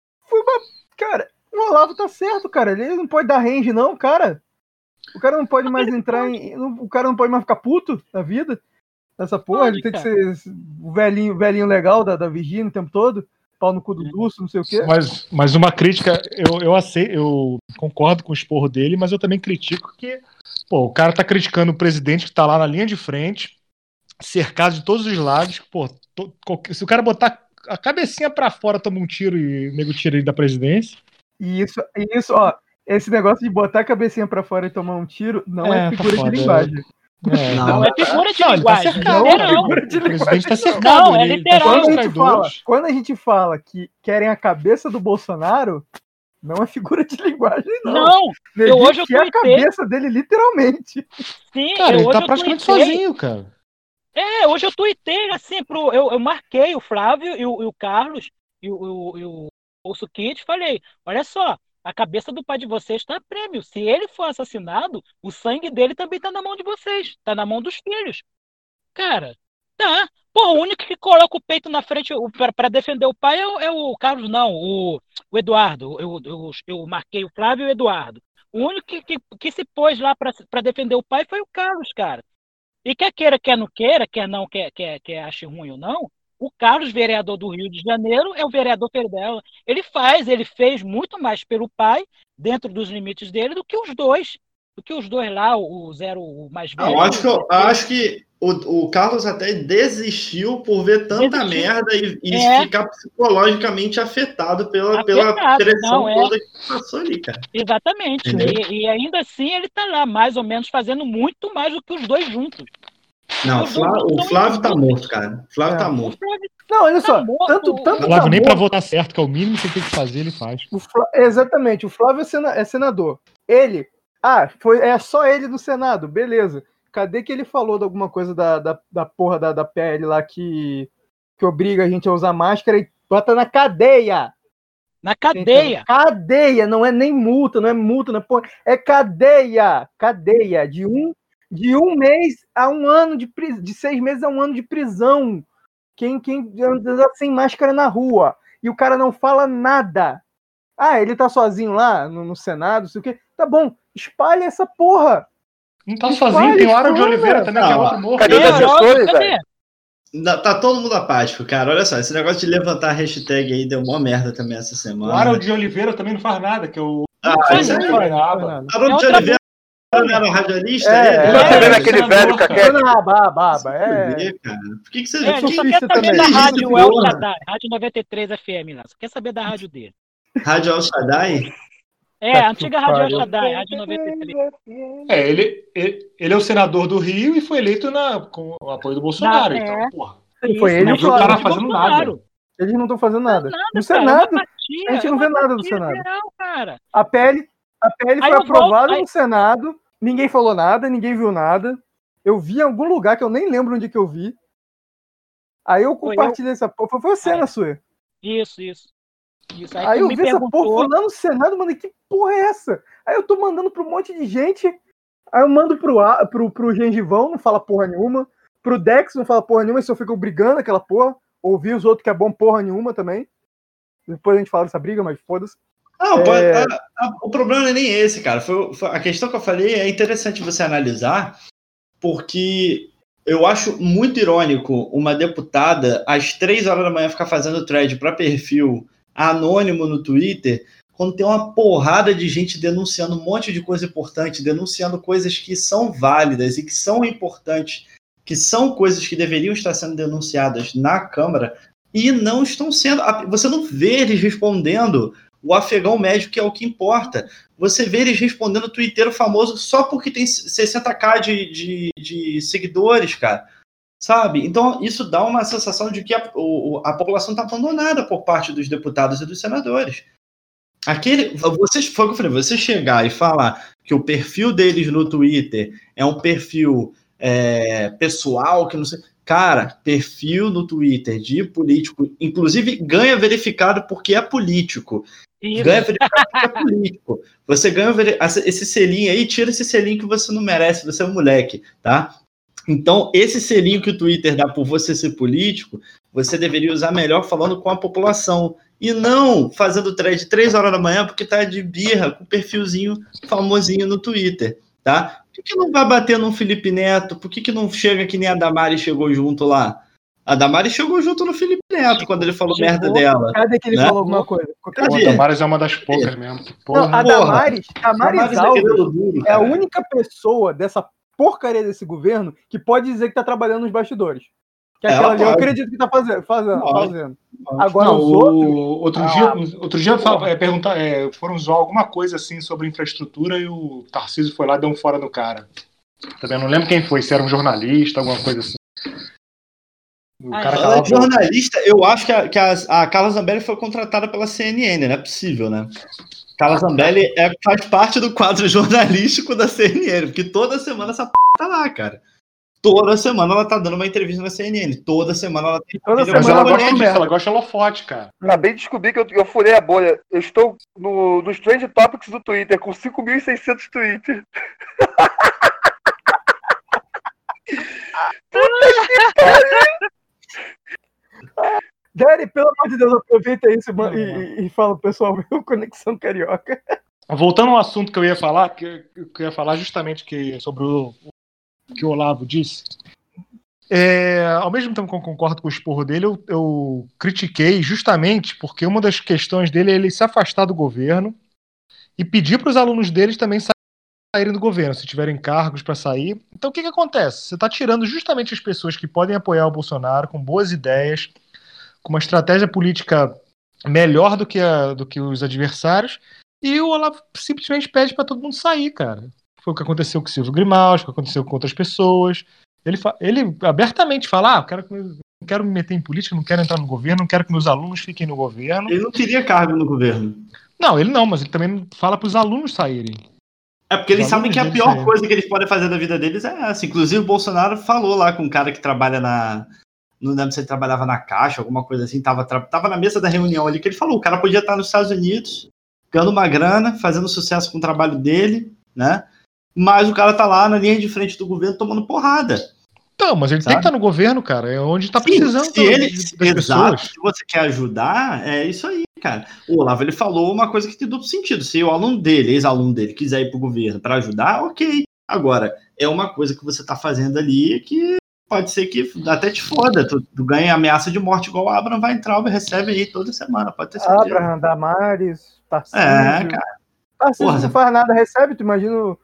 Cara, o Olavo tá certo, cara. Ele não pode dar range, não, cara. O cara não pode mais entrar em. não- O cara não pode mais ficar puto na vida. Nessa porra. Pode, Ele tem que cara. ser o velhinho, velhinho legal da, da Virgínia o tempo todo. pau no cu do Dulce, não sei o quê. Mas, mas uma crítica, eu, eu, aceito, eu concordo com o esporro dele, mas eu também critico que pô, o cara tá criticando o presidente que tá lá na linha de frente, cercado de todos os lados. Pô, to, se o cara botar a cabecinha pra fora, toma um tiro e o nego tira ele da presidência. E isso, isso, ó, esse negócio de botar a cabecinha pra fora e tomar um tiro não é, é figura tá foda, de linguagem. É. Não, não é figura de não, linguagem. Tá cercado, não é figura de o presidente tá cercado. Não, é literal. Quando a, gente fala, quando a gente fala que querem a cabeça do Bolsonaro, não é figura de linguagem, não. Não, eu hoje eu tuitei. a cabeça dele, literalmente. Sim, cara, eu, ele hoje tá eu praticamente tuitei. sozinho, cara. É, hoje eu tuitei, assim, pro, eu, eu marquei o Flávio e o, e o Carlos e o, o, e o Bolso Kit, falei, olha só, a cabeça do pai de vocês está a prêmio. Se ele for assassinado, o sangue dele também está na mão de vocês. Está na mão dos filhos. Cara, tá. Pô, o único que coloca o peito na frente para defender o pai é o, é o Carlos, não. O, o Eduardo. Eu, eu, eu marquei o Flávio e o Eduardo. O único que, que, que se pôs lá para defender o pai foi o Carlos, cara. E quer queira, quer não queira, quer não, quer, quer, quer ache ruim ou não, o Carlos, vereador do Rio de Janeiro, é o vereador dela. Ele faz, ele fez muito mais pelo pai, dentro dos limites dele, do que os dois. Do que os dois lá, o zero o mais velho. Não, acho que, eu, acho que o, o Carlos até desistiu por ver tanta desistiu. merda e, e é. ficar psicologicamente afetado pela, afetado, pela pressão não, toda é. que passou ali, cara. Exatamente. E, e ainda assim ele tá lá, mais ou menos, fazendo muito mais do que os dois juntos. Não, o Flávio, o Flávio tá morto, cara. O Flávio é. tá morto. Não, olha só, tá morto, tanto, tanto o Flávio tá nem morto. pra votar certo, que é o mínimo que ele tem que fazer, ele faz. O Flá... Exatamente, o Flávio é, sena... é senador. Ele, ah, foi... é só ele no Senado, beleza. Cadê que ele falou de alguma coisa da, da, da porra da, da P L lá que... que obriga a gente a usar máscara e bota na cadeia? Na cadeia. Cadeia, não é nem multa, não é multa, não é, porra, é cadeia. Cadeia, de um, de um mês a um ano de prisão, de seis meses a um ano de prisão. Quem, quem anda sem máscara na rua. E o cara não fala nada. Ah, ele tá sozinho lá no, no Senado, não sei o quê. Tá bom, espalha essa porra. Não tá espalha, sozinho, tem o Aro de Oliveira também, que é outro morto. Cadê os assessores, velho? Tá todo mundo apático, cara. Olha só, esse negócio de levantar a hashtag aí deu uma merda também essa semana. O Harold de Oliveira também não faz nada, que eu. Ah, isso aí. Harold de Oliveira não era radialista? É, ele? é, tá vendo aquele velho caquete? Baba, baba, é. Cara. Por que, que você... É, Por que só que quer você saber também? da rádio El Shaddai, rádio noventa e três F M lá. Só quer saber da rádio dele. Rádio El Shaddai? É, a antiga rádio El Shaddai, rádio noventa e três. É, ele, ele, ele é o senador do Rio e foi eleito na, com o apoio do Bolsonaro. Na, então, é. porra. Isso, foi ele não viu o cara fazendo nada. Eles não estão fazendo nada. nada. No cara, Senado, apatia, a gente não vê nada do Senado. Geral, cara. A P L, a P L Aí foi eu aprovada volto, no Senado, ninguém falou nada, ninguém viu nada. Eu vi em algum lugar que eu nem lembro onde que eu vi. Aí eu compartilhei essa porra. Foi você, Aí. né, Sue? Isso, isso. isso. Aí, Aí eu vi essa porra foi lá no Senado, mano, que porra é essa? Aí eu tô mandando pra um monte de gente. Aí eu mando pro, pro, pro Gengivão, não fala porra nenhuma. Pro Dex não fala porra nenhuma, e só ficam brigando aquela porra. Ouvir os outros que é bom porra nenhuma também. Depois a gente fala dessa briga, mas foda-se. Não, é... a, a, o problema não é nem esse, cara. Foi, foi, a questão que eu falei é interessante você analisar, porque eu acho muito irônico uma deputada às três horas da manhã ficar fazendo thread para perfil anônimo no Twitter, quando tem uma porrada de gente denunciando um monte de coisa importante, denunciando coisas que são válidas e que são importantes, que são coisas que deveriam estar sendo denunciadas na Câmara e não estão sendo. Você não vê eles respondendo o afegão médio, que é o que importa. Você vê eles respondendo o twitteiro famoso só porque tem sessenta mil de, de, de seguidores, cara. Sabe? Então, isso dá uma sensação de que a, a população está abandonada por parte dos deputados e dos senadores. Aquele, você, foi o que eu falei, você chegar e falar que o perfil deles no Twitter é um perfil é, pessoal, que não sei... Cara, perfil no Twitter de político, inclusive ganha verificado porque é político. Isso. Ganha verificado porque é político. Você ganha esse selinho aí, tira esse selinho que você não merece, você é um moleque, tá? Então, esse selinho que o Twitter dá por você ser político, você deveria usar melhor falando com a população. E não fazendo thread três horas da manhã porque tá de birra com o perfilzinho famosinho no Twitter, tá? Por que, que não vai bater num Felipe Neto? Por que, que não chega que nem a Damares chegou junto lá? A Damares chegou junto no Felipe Neto quando ele falou Chegou, merda dela. Cadê que ele né? falou alguma coisa? Cadê? Pô, a Damares é uma das poucas mesmo. que Não, Porra. a Damares, Damares Damares é Alves cabelo duro, é a cara. única pessoa dessa porcaria desse governo que pode dizer que tá trabalhando nos bastidores. Que Ela aquela ali eu pode. acredito que tá fazendo. fazendo, Pode. fazendo. Agora Não, os o- outros. outro Ah, dia, outro dia porra. fala- é, perguntar, é, foram zoar alguma coisa assim sobre infraestrutura e o Tarcísio foi lá e deu um fora no cara. Também não lembro quem foi, se era um jornalista, alguma coisa assim. O Ah, cara é. Ela é calava- jornalista, eu acho que, a, que a, a Carla Zambelli foi contratada pela C N N, não é possível, né? Carla Zambelli é, faz parte do quadro jornalístico da C N N, porque toda semana essa p tá lá, cara. Toda semana ela tá dando uma entrevista na C N N. Toda semana ela tem. Toda Mas semana ela ela gosta gosta disso, merda. ela gosta de holofote, cara. Acabei de descobrir que eu, eu furei a bolha. Eu estou no, nos Trend Topics do Twitter com cinco mil e seiscentos tweets. Gary, pelo amor de Deus, aproveita isso mano, e, e, e fala, pessoal, meu Conexão Carioca. Voltando ao assunto que eu ia falar, que que eu ia falar justamente que, sobre o, o que o Olavo disse. É, ao mesmo tempo que eu concordo com o esporro dele, eu, eu critiquei justamente porque uma das questões dele é ele se afastar do governo e pedir para os alunos deles também saírem do governo, se tiverem cargos para sair. Então o que, que acontece? Você está tirando justamente as pessoas que podem apoiar o Bolsonaro com boas ideias, com uma estratégia política melhor do que, a, do que os adversários, e o Olavo simplesmente pede para todo mundo sair, cara. Foi o que aconteceu com o Silvio Grimaldi, foi o que aconteceu com outras pessoas. Ele, fa- ele abertamente fala, ah, eu quero, não quero me meter em política, não quero entrar no governo, não quero que meus alunos fiquem no governo. Ele não queria cargo no governo. Não, ele não, mas ele também fala para os alunos saírem. É porque eles Os sabem que a alunos pior deles, coisa que eles podem fazer da vida deles é essa. Inclusive, o Bolsonaro falou lá com um cara que trabalha na. Não lembro se ele trabalhava na Caixa, alguma coisa assim, tava, tra- tava na mesa da reunião ali, que ele falou: o cara podia estar nos Estados Unidos, ganhando uma grana, fazendo sucesso com o trabalho dele, né? Mas o cara tá lá na linha de frente do governo tomando porrada. Então, mas ele Sabe? tem que estar no governo, cara. É onde está Sim, precisando se ele, das exato, pessoas. se você quer ajudar, é isso aí, cara. O Olavo, ele falou uma coisa que tem duplo sentido. Se o aluno dele, ex-aluno dele, quiser ir pro governo para ajudar, ok. Agora, é uma coisa que você tá fazendo ali que pode ser que até te foda. Tu, tu ganha ameaça de morte igual o Abraham vai entrar, recebe aí toda semana, pode ter certeza. Abraham, Damares, Tarcísio. É, cara. Tarcísio Porra, não você- faz nada, recebe, tu imagina. o-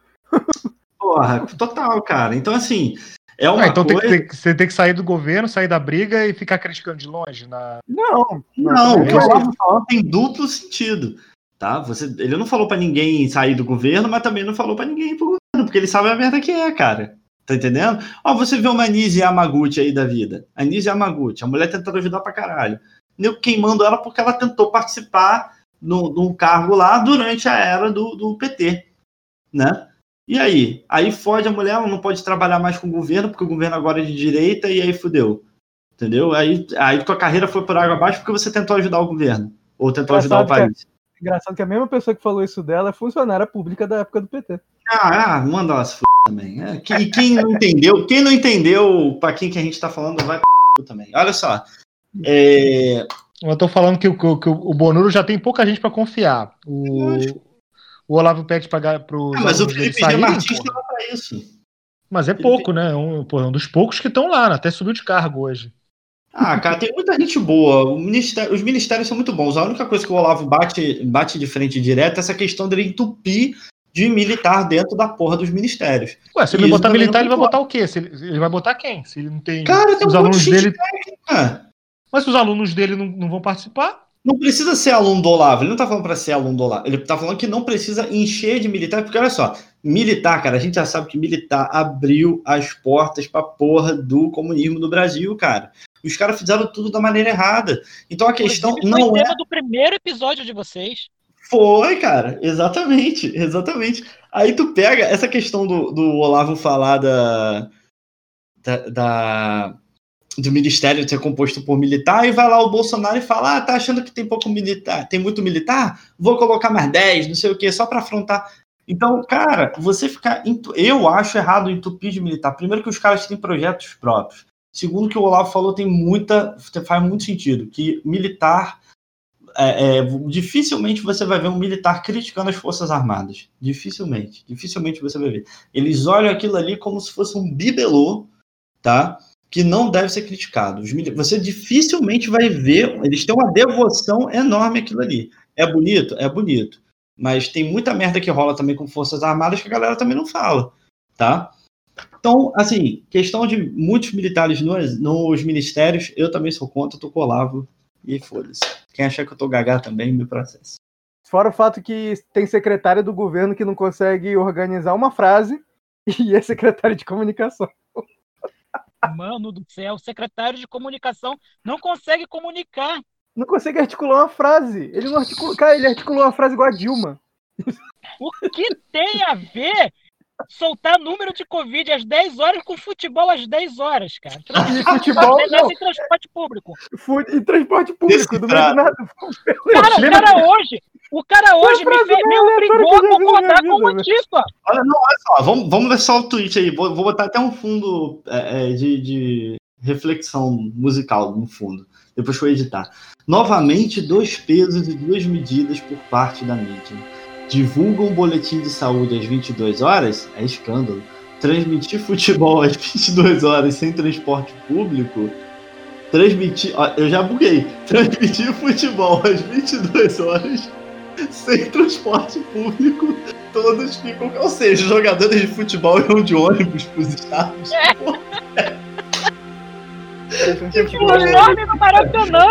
Porra, total, cara. Então, assim, é uma Ah, então tem que, coisa... tem que- você tem que sair do governo, sair da briga e ficar criticando de longe. Na... Não, Não, o que o também Olavo falou tem duplo sentido, tá? Você, ele não falou pra ninguém sair do governo, mas também não falou pra ninguém ir pro governo, porque ele sabe a merda que é, cara. Tá entendendo? Ó, você vê uma Nise Yamaguchi aí da vida. A Nise Yamaguchi, a mulher tentando ajudar pra caralho. Eu queimando ela porque ela tentou participar no- num cargo lá durante a era do, do P T, né? E aí? Aí fode a mulher, ela não pode trabalhar mais com o governo, porque o governo agora é de direita, e aí fudeu. Entendeu? Aí, aí tua carreira foi por água abaixo porque você tentou ajudar o governo. Ou tentou ajudar o Engraçado país. Engraçado que a mesma pessoa que falou isso dela é funcionária pública da época do P T. Ah, ah, manda ela se f*** também. É, que- e quem não entendeu, quem não entendeu pra quem que a gente tá falando, vai p*** também. Olha só. É, Eu tô falando que, o- que o- que o Bonuro já tem pouca gente pra confiar. O, o Olavo pede para os ah, mas o alunos dele Felipe G. saírem, Martins porra. não pra isso. Mas é pouco, né? É um, pô, é um dos poucos que estão lá, né? Até subiu de cargo hoje. Ah, cara, tem muita gente boa. O ministério, os ministérios são muito bons. A única coisa que o Olavo bate, bate de frente direto é essa questão dele entupir de militar dentro da porra dos ministérios. Ué, se ele não Isso botar também militar, não ele vai concordo. botar o quê? Se ele, ele vai botar quem? Se ele não tem. Cara, se tem os um monte alunos de gente dele. técnica. Mas se os alunos dele não, não vão participar? Não precisa ser aluno do Olavo. Ele não tá falando para ser aluno do Olavo. Ele tá falando que não precisa encher de militar. Porque olha só, militar, cara, a gente já sabe que militar abriu as portas pra porra do comunismo no Brasil, cara. Os caras fizeram tudo da maneira errada. Então a questão Inclusive, não foi é... tema do primeiro episódio de vocês. Foi, cara, exatamente, exatamente. Aí tu pega essa questão do, do Olavo falar da, da, da- do ministério ser composto por militar, e vai lá o Bolsonaro e fala, ah, tá achando que tem pouco militar, tem muito militar? Vou colocar mais dez, não sei o quê, só pra afrontar. Então, cara, você ficar... entu- Eu acho errado entupir de militar. Primeiro que os caras têm projetos próprios. Segundo que o Olavo falou, tem muita... faz muito sentido, que militar... É, é, dificilmente você vai ver um militar criticando as Forças Armadas. Dificilmente. Dificilmente você vai ver. Eles olham aquilo ali como se fosse um bibelô, tá? que não deve ser criticado. Os mili- Você dificilmente vai ver, eles têm uma devoção enorme àquilo ali. É bonito? É bonito. Mas tem muita merda que rola também com Forças Armadas que a galera também não fala, tá? Então, assim, questão de muitos militares nos, nos ministérios, eu também sou contra, tô colavo e foda-se. Quem achar que eu tô gagá também, me processa. Fora o fato que tem secretária do governo que não consegue organizar uma frase e é secretária de comunicação. Mano do céu, o secretário de comunicação não consegue comunicar. Não consegue articular uma frase. Ele não articula. Cara, ele articulou uma frase igual a Dilma. O que tem a ver soltar número de Covid às dez horas com futebol às dez horas, cara? E futebol, não. Em transporte público. Fu- E transporte público, do meio do nada. Cara, o cara hoje, o cara hoje me, fez, me obrigou a concordar com o Antifa. Olha, não, olha só, vamos, vamos ver só o tweet aí. Vou, vou botar até um fundo é, é, de, de reflexão musical no fundo, depois que eu editar. Novamente, dois pesos e duas medidas por parte da mídia. Divulgam um boletim de saúde às vinte e duas horas? É escândalo. Transmitir futebol às vinte e duas horas sem transporte público? Transmitir... Ó, eu já buguei. Transmitir futebol às vinte e duas horas sem transporte público. Todos ficam... Ou seja, jogadores de futebol iam de ônibus pros estados. É. Tipo, o nome do Maracanã.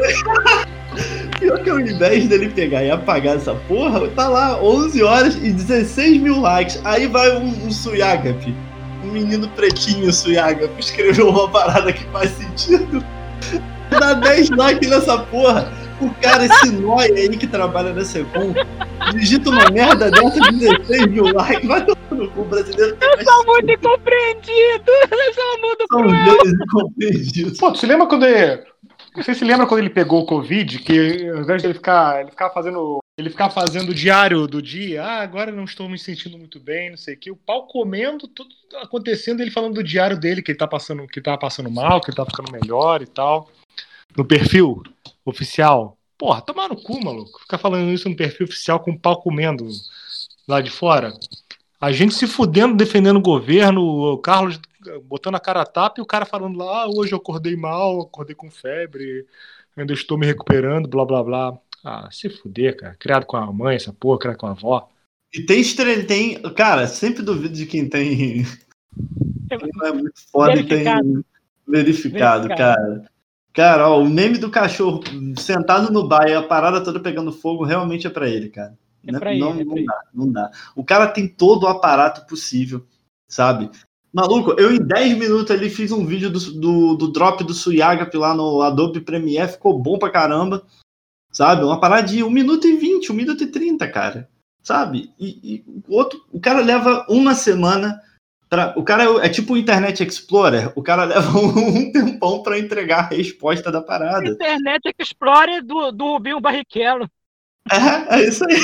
Pior que ao invés dele pegar e apagar essa porra, tá lá onze horas e dezesseis mil likes. Aí vai um, um Suyagap, um menino pretinho Suyagap, escreveu uma parada que faz sentido. Dá dez likes nessa porra. O cara, esse nóia aí que trabalha na Secom, digita uma merda dessa, dezesseis mil likes, vai no cu brasileiro. Eu sou muito incompreendido. Eu sou muito São cruel. dois incompreendidos. Pô, você lembra quando ele... Você se lembra quando ele pegou o Covid, que ao invés de ele ficar, ele ficar fazendo, ele ficar fazendo o diário do dia, ah, agora não estou me sentindo muito bem, não sei o que, o pau comendo, tudo acontecendo, ele falando do diário dele, que ele tá passando, que tá passando mal, que ele tá ficando melhor e tal, no perfil oficial. Porra, tomar no cu, maluco, ficar falando isso no perfil oficial com o pau comendo lá de fora. A gente se fudendo, defendendo o governo, o Carlos botando a cara a tapa e o cara falando lá, ah, hoje eu acordei mal, acordei com febre, ainda estou me recuperando, blá, blá, blá. Ah, se fuder, cara. Criado com a mãe, essa porra, criado com a avó. E tem estrela, tem... Cara, sempre duvido de quem tem... Quem não é muito foda e tem verificado, verificado. cara. Cara, ó, o meme do cachorro sentado no bar e a parada toda pegando fogo realmente é pra ele, cara. É não, pra ele, não, é não pra dá, não dá. O cara tem todo o aparato possível, sabe? Maluco, eu em dez minutos ali fiz um vídeo do, do, do drop do Suyagap lá no Adobe Premiere, ficou bom pra caramba, sabe? Uma parada de um minuto e vinte, um minuto e trinta, cara, sabe? E, e o outro, o cara leva uma semana pra, o cara é, é tipo o Internet Explorer, o cara leva um, um tempão pra entregar a resposta da parada. Internet Explorer do, do Rubinho Barrichello. É, é isso aí.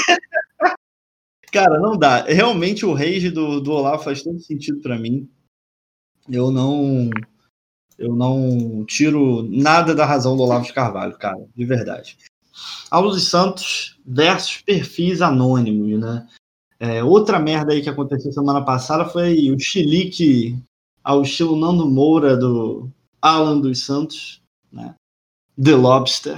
Cara, não dá. Realmente o rage do, do Olavo faz todo sentido pra mim. Eu não eu não tiro nada da razão do Olavo de Carvalho, cara, de verdade. Aula dos Santos versus perfis anônimos, né? É, outra merda aí que aconteceu semana passada foi o chilique ao estilo Nando Moura do Alan dos Santos, né? The Lobster.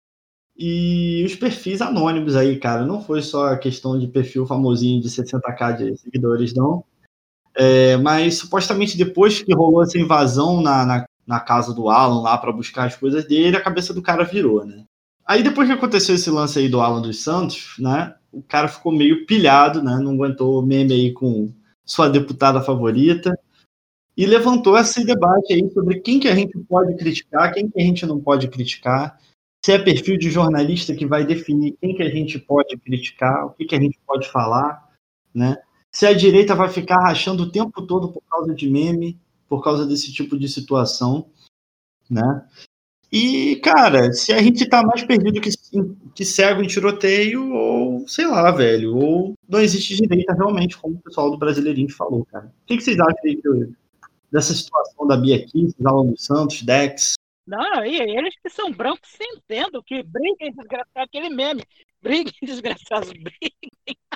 E os perfis anônimos aí, cara, não foi só a questão de perfil famosinho de sessenta k de seguidores, não. É, mas supostamente depois que rolou essa invasão na, na, na casa do Alan lá para buscar as coisas dele, a cabeça do cara virou, né? Aí depois que aconteceu esse lance aí do Alan dos Santos, né? O cara ficou meio pilhado, né? Não aguentou meme aí com sua deputada favorita e levantou esse debate aí sobre quem que a gente pode criticar, quem que a gente não pode criticar. Se é perfil de jornalista que vai definir quem que a gente pode criticar, o que que a gente pode falar, né? Se a direita vai ficar rachando o tempo todo por causa de meme, por causa desse tipo de situação, né? E, cara, se a gente tá mais perdido que, que cego em tiroteio, ou, sei lá, velho, ou não existe direita realmente, como o pessoal do Brasileirinho falou, cara. O que, que vocês acham aí dessa situação da Bia Kicis, Alan dos Santos, Dex? Não, e eles que são brancos se entendam, que briguem, desgraçado, aquele meme. Briguem, desgraçados, briguem.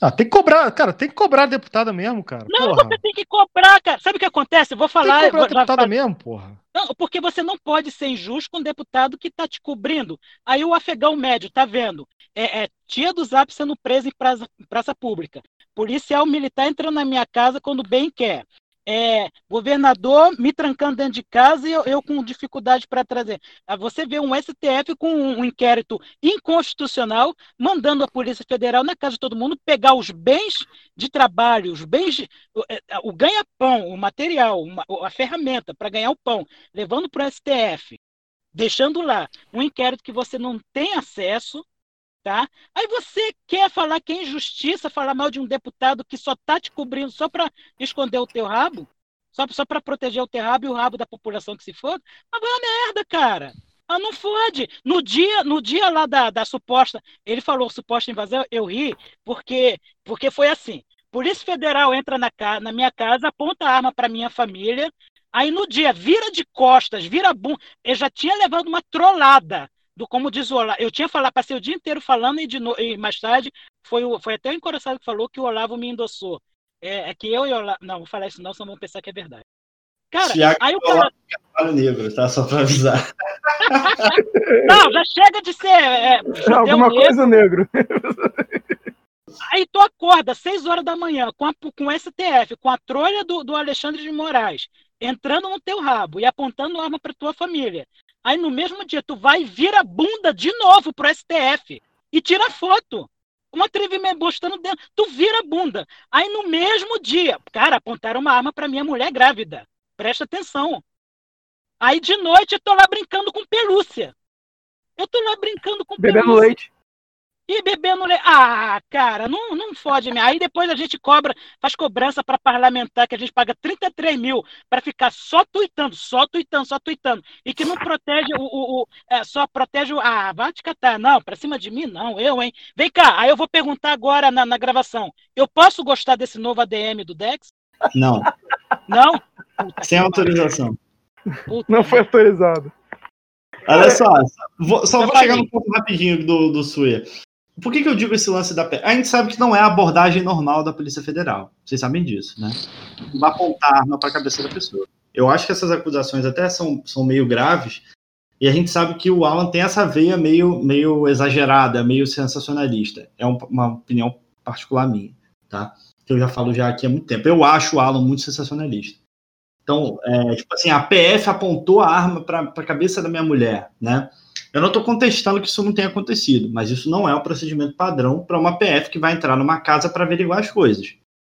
Ah, tem que cobrar, cara, tem que cobrar a deputada mesmo, cara. Não, porra. você tem que cobrar, cara. Sabe o que acontece? Eu vou falar. Tem que cobrar a vou- deputada vou- mesmo, porra. Não, porque você não pode ser injusto com um deputado que está te cobrindo. Aí o afegão médio, tá vendo? É, é tia do Zap sendo preso em praça, praça pública. Policial militar entrando na minha casa quando bem quer. É, governador me trancando dentro de casa e eu, eu com dificuldade para trazer. Aí você vê um S T F com um, um inquérito inconstitucional mandando a Polícia Federal na casa de todo mundo pegar os bens de trabalho, os bens, de, o, é, o ganha-pão, o material, uma, a ferramenta para ganhar o pão, levando para o S T F, deixando lá um inquérito que você não tem acesso, tá? Aí você quer falar que é injustiça, falar mal de um deputado que só está te cobrindo só para esconder o teu rabo, só, só para proteger o teu rabo e o rabo da população que se foda? Mas vai a merda, cara. Ah, não fode. No dia, no dia lá da, da suposta, ele falou suposta invasão, eu ri, porque, porque foi assim. Polícia Federal entra na, na minha casa, aponta a arma para minha família, aí no dia vira de costas, vira bum. Eu já tinha levado uma trollada do como diz o Olavo. Eu tinha falado, passei o dia inteiro falando e, de no... e mais tarde foi, o... foi até o encoraçado que falou que o Olavo me endossou. É, é que eu e o Olavo... Não, vou falar isso não, senão vão pensar que é verdade. Cara, Tiago, aí o cara... Olavo negro, tá? Só pra avisar. Não, já chega de ser é, alguma negro. coisa negro. Aí tu acorda seis horas da manhã com, a, com o S T F, com a trolha do, do Alexandre de Moraes, entrando no teu rabo e apontando arma pra tua família. Aí no mesmo dia tu vai e vira a bunda de novo pro S T F e tira foto. Um atrevimento mostrando dentro. Tu vira a bunda. Aí no mesmo dia, cara, apontaram uma arma pra minha mulher grávida. Presta atenção. Aí de noite eu tô lá brincando com pelúcia. Eu tô lá brincando com Bebendo pelúcia. leite. E bebendo leite. Ah, cara, não, não fode. Aí depois a gente cobra, faz cobrança para parlamentar, que a gente paga trinta e três mil para ficar só tuitando, só tuitando, só tuitando. E que não protege o. o, o é, só protege o. Ah, vai te catar. Não, para cima de mim, não. Eu, hein? Vem cá, aí eu vou perguntar agora na, na gravação. Eu posso gostar desse novo A D M do Dex? Não. Não? Puta Sem autorização. Puta Não foi autorizado. Olha só, vou, só Eu vou falei. chegar no ponto rapidinho do, do Suia. Por que, que eu digo esse lance da P F? A gente sabe que não é a abordagem normal da Polícia Federal. Vocês sabem disso, né? Não vai apontar arma para a cabeça da pessoa. Eu acho que essas acusações até são, são meio graves, e a gente sabe que o Alan tem essa veia meio, meio exagerada, meio sensacionalista. É um, uma opinião particular minha, tá? Que eu já falo já aqui há muito tempo. Eu acho o Alan muito sensacionalista. Então, é, tipo assim, a P F apontou a arma para a cabeça da minha mulher, né? Eu não estou contestando que isso não tenha acontecido, mas isso não é o procedimento padrão para uma P F que vai entrar numa casa para averiguar as coisas.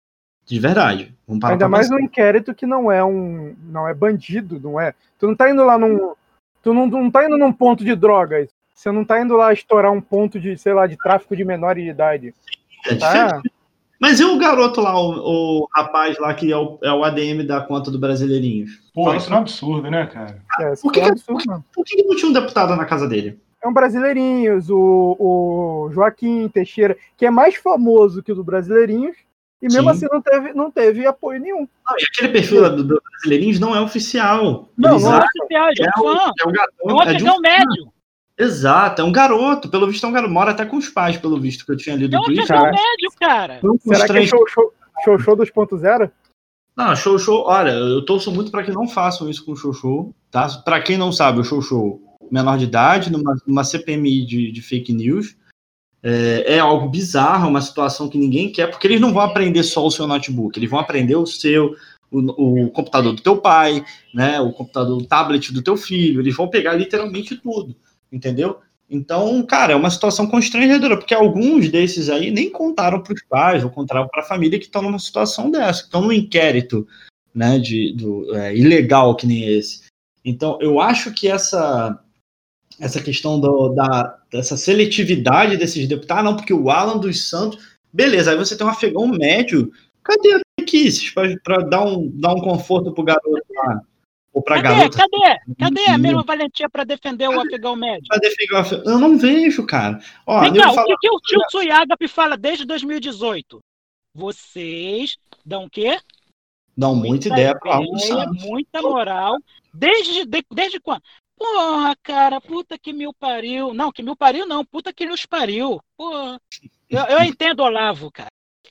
De verdade. Vamos parar Ainda pra mais pensar. no inquérito que não é um. Não é bandido, não é. Tu não tá indo lá num. Tu não, tu não tá indo num ponto de drogas. Você não tá indo lá estourar um ponto de, sei lá, de tráfico de menor de idade. É Tá? diferente. Mas e o garoto lá, o, o rapaz lá que é o, é o A D M da conta do Brasileirinhos? Pô, isso é um absurdo, né, cara? É, Por que, é um absurdo, por, mano. por que não tinha um deputado na casa dele? É um Brasileirinhos, o, o Joaquim Teixeira, que é mais famoso que o do Brasileirinhos, e mesmo Sim. assim não teve, não teve apoio nenhum. Não, e aquele perfil do, do Brasileirinhos não é oficial. Não, Eles não Não acham é oficial, é de que um é, um, fã. é um garoto. É um é de um afegão fã. médio. Exato, é um garoto. Pelo visto é um garoto. Mora até com os pais, pelo visto que eu tinha lido É no um Twitter. afegão cara. médio, cara. Não, com Será os que é três- show, show, show, show dois ponto zero? Não, show show. Olha, eu torço muito para que não façam isso com o show show, tá? Para quem não sabe, o show show menor de idade, numa, numa C P M I de, de fake news, é, é algo bizarro, uma situação que ninguém quer, porque eles não vão aprender só o seu notebook, eles vão aprender o seu, o, o computador do teu pai, né? O computador, o tablet do teu filho, eles vão pegar literalmente tudo, entendeu? Então, cara, é uma situação constrangedora, porque alguns desses aí nem contaram para os pais, ou contaram para a família que estão numa situação dessa, que estão num inquérito, né, de, do, é, ilegal que nem esse. Então, eu acho que essa, essa questão do, da, dessa seletividade desses deputados, ah, não, porque o Alan dos Santos, beleza, aí você tem um afegão médio, cadê a requisitos para dar um, dar um conforto pro garoto lá? Ou pra Cadê? garota? Cadê? Cadê a mesma valentia para defender o afegão médio? Pra defender o afegão? Eu não vejo, cara. Ó, Vem nego cá, o fala- que, que o tio Tsuyagape fala desde dois mil e dezoito? Vocês dão o quê? dão muita ideia pro Alan dos ideia, Santos. muita moral. Desde, de- desde quando? Porra, cara, puta que mil pariu. Não, que mil pariu não, puta que nos pariu. Porra. Eu, eu entendo, Olavo, cara.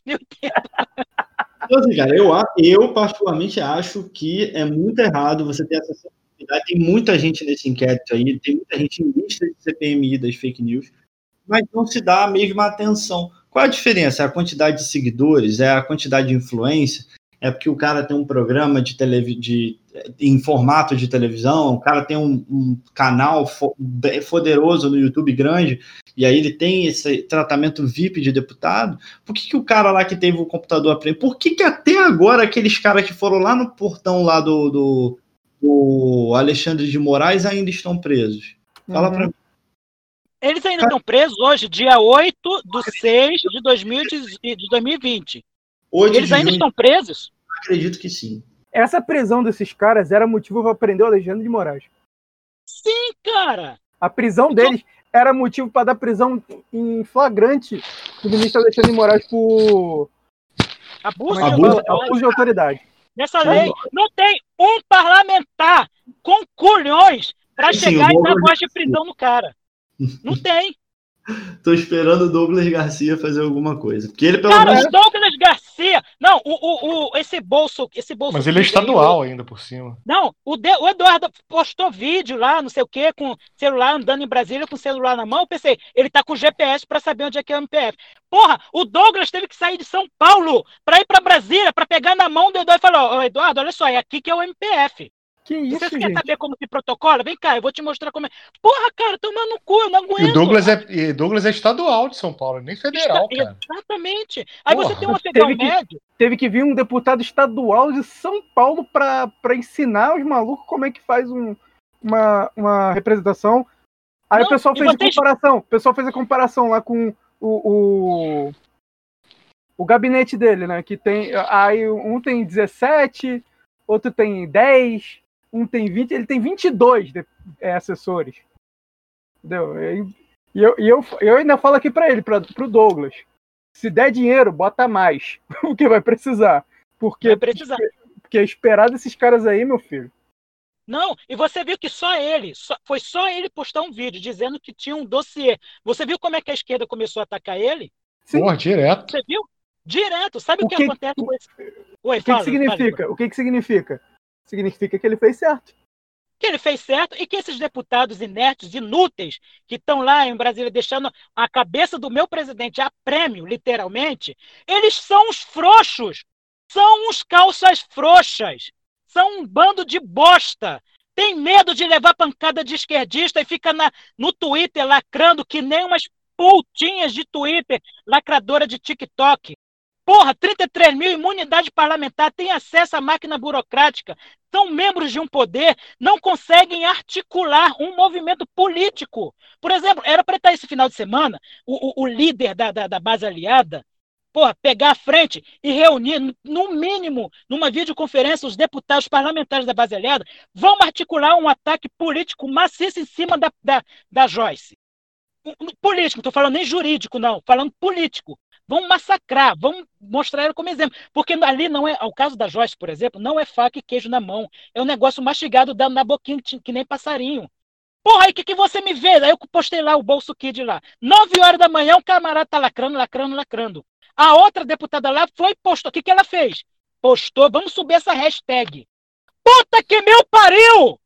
Meu Deus. Então, assim, cara, eu, eu particularmente acho que é muito errado você ter essa sensibilidade. Tem muita gente nesse inquérito aí, tem muita gente em lista de C P M I das fake news, mas não se dá a mesma atenção. Qual a diferença? É a quantidade de seguidores? É a quantidade de influência? É porque o cara tem um programa de televi- de, em formato de televisão, o cara tem um, um canal fo- poderoso no YouTube grande, e aí ele tem esse tratamento V I P de deputado. Por que, que o cara lá que teve o computador apreendido, por que, que até agora aqueles caras que foram lá no portão lá do, do, do Alexandre de Moraes ainda estão presos? Fala Uhum. pra mim. Eles ainda estão presos hoje, dia oito de seis de dois mil e vinte. oito Eles de ainda junho, estão presos? acredito que sim. Essa prisão desses caras era motivo para prender o Alexandre de Moraes. Sim, cara. A prisão deles era motivo para dar prisão em flagrante do ministro Alexandre de Moraes por Abuso como é de que fala? autoridade. Abuso de autoridade. Nessa lei, não tem um parlamentar com culhões para Sim, chegar o e dar Douglas- voz de prisão no cara. Não tem. Tô esperando o Douglas Garcia fazer alguma coisa. Porque ele, pelo Cara, menos. o Douglas Garcia. Não, o, o, o, esse bolso. Esse bolso Mas ele é Kid aí, estadual ainda por cima. Não, o, de, o Eduardo postou vídeo lá, não sei o quê, com celular andando em Brasília com celular na mão. Eu pensei, ele tá com G P S para saber onde é que é o M P F. Porra, o Douglas teve que sair de São Paulo para ir para Brasília, para pegar na mão do Eduardo e falar: Ô, Eduardo, olha só, é aqui que é o M P F. Que isso, Você quer gente? saber como se protocola? Vem cá, eu vou te mostrar como é. Porra, cara, toma no cu, eu não aguento. E o Douglas é, e Douglas é estadual de São Paulo, nem federal, Está- cara. Exatamente. Aí Porra. você tem um afegão Teve que- médio. Teve que vir um deputado estadual de São Paulo para ensinar os malucos como é que faz um, uma, uma representação. Aí Não, o pessoal e fez vocês- a comparação. O pessoal fez a comparação lá com o, o, o gabinete dele, né? Que tem. Aí um tem dezessete, outro tem dez, um tem vinte, ele tem vinte e dois de, é, assessores. Entendeu? E, e eu, e eu, eu ainda falo aqui para ele, para o Douglas. Se der dinheiro, bota mais. O que vai precisar. Porque, Vai precisar. porque esperar desses caras aí, meu filho. Não, e você viu que só ele, só- foi só ele postar um vídeo dizendo que tinha um dossiê. Você viu como é que a esquerda começou a atacar ele? Sim. Porra, direto. Você viu? Direto. Sabe o, O que, que- acontece com esse... Oi, O que, fala, que significa? fala. O que, que significa? Significa que ele fez certo. Que ele fez certo e que esses deputados inertes, inúteis, que estão lá em Brasília deixando a cabeça do meu presidente a prêmio, literalmente, eles são os frouxos. São uns calças frouxas. São um bando de bosta. Tem medo de levar pancada de esquerdista e fica na, no Twitter lacrando que nem umas putinhas de Twitter, lacradora de TikTok. Porra, trinta e três mil, imunidade parlamentar, tem acesso à máquina burocrática, são membros de um poder, não conseguem articular um movimento político. Por exemplo, era para estar esse final de semana, o, o, o líder da, da, da base aliada, porra, pegar a frente e reunir, no mínimo, numa videoconferência, os deputados parlamentares da base aliada, vão articular um ataque político maciço em cima da, da, da Joyce. Político, não estou falando nem jurídico, não, falando político. Vão massacrar, vão mostrar ela como exemplo. Porque ali não é, o caso da Joyce, por exemplo, não é faca e queijo na mão. É um negócio mastigado dando na boquinha que nem passarinho. Porra, aí o que, que você me vê? Aí eu postei lá o Bolso Kid lá. Nove horas da manhã, um camarada tá lacrando, lacrando, lacrando. A outra deputada lá foi e postou. O que, que ela fez? Postou, vamos subir essa hashtag. Puta que meu pariu!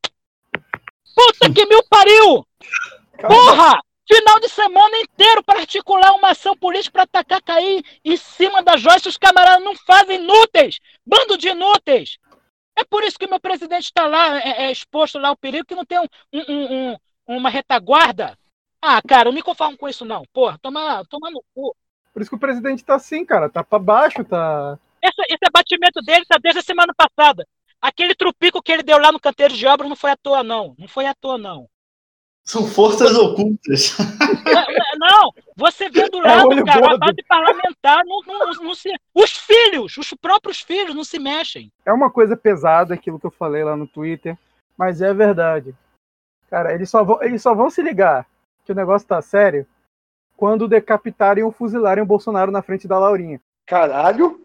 Puta que meu pariu! Porra! Final de semana inteiro para articular uma ação política para atacar, cair em cima da Joyce, os camaradas não fazem, inúteis! Bando de inúteis! É por isso que meu presidente está lá, é, é, exposto lá ao perigo, que não tem um, um, um, uma retaguarda. Ah, cara, eu me conformo com isso não. Porra, toma, toma no cu. Por isso que o presidente tá assim, cara. Tá pra baixo, tá... Esse, esse abatimento dele tá desde a semana passada. Aquele trupico que ele deu lá no canteiro de obra não foi à toa, não. Não foi à toa, não. São forças ocultas. Não, você vê do lado, é cara, a base parlamentar, não, não, não se... os filhos, os próprios filhos não se mexem. É uma coisa pesada aquilo que eu falei lá no Twitter, mas é verdade. Cara, eles só vão, eles só vão se ligar que o negócio tá sério quando decapitarem ou fuzilarem o Bolsonaro na frente da Laurinha. Caralho!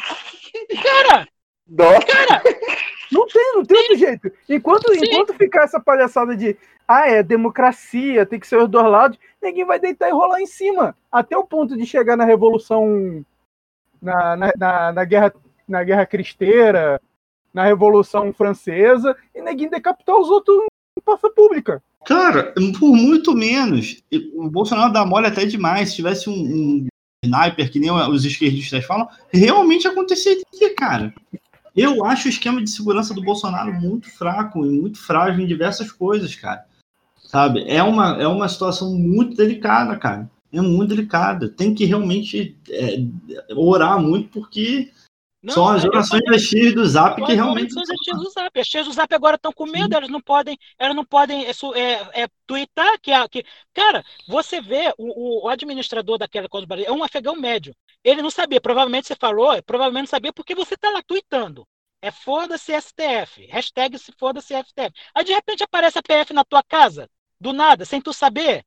Cara! Nossa. Cara! Não tem, não tem outro jeito. Enquanto, enquanto ficar essa palhaçada de ah, é democracia, tem que ser os dois lados, ninguém vai deitar e rolar em cima. Até o ponto de chegar na Revolução na, na, na, na, guerra, na Guerra Cristeira, na Revolução Francesa, e neguinho decapitou os outros em praça pública. Cara, por muito menos. O Bolsonaro dá mole até demais. Se tivesse um, um sniper, que nem os esquerdistas falam, realmente aconteceria, cara. Eu acho o esquema de segurança do Bolsonaro muito fraco e muito frágil em diversas coisas, cara. Sabe? É uma, é uma situação muito delicada, cara. É muito delicada. Tem que realmente é, orar muito, porque não, são as orações das tias do Zap que realmente... São as tias do Zap. As tias do Zap agora estão com medo, elas não podem, elas não podem é, é, é, twittar. Que, que... Cara, você vê o, o administrador daquela coisa, é um afegão médio. Ele não sabia, provavelmente você falou, provavelmente não sabia porque você está lá tweetando. É foda-se S T F. Hashtag se foda-se S T F. Aí de repente aparece a P F na tua casa, do nada, sem tu saber.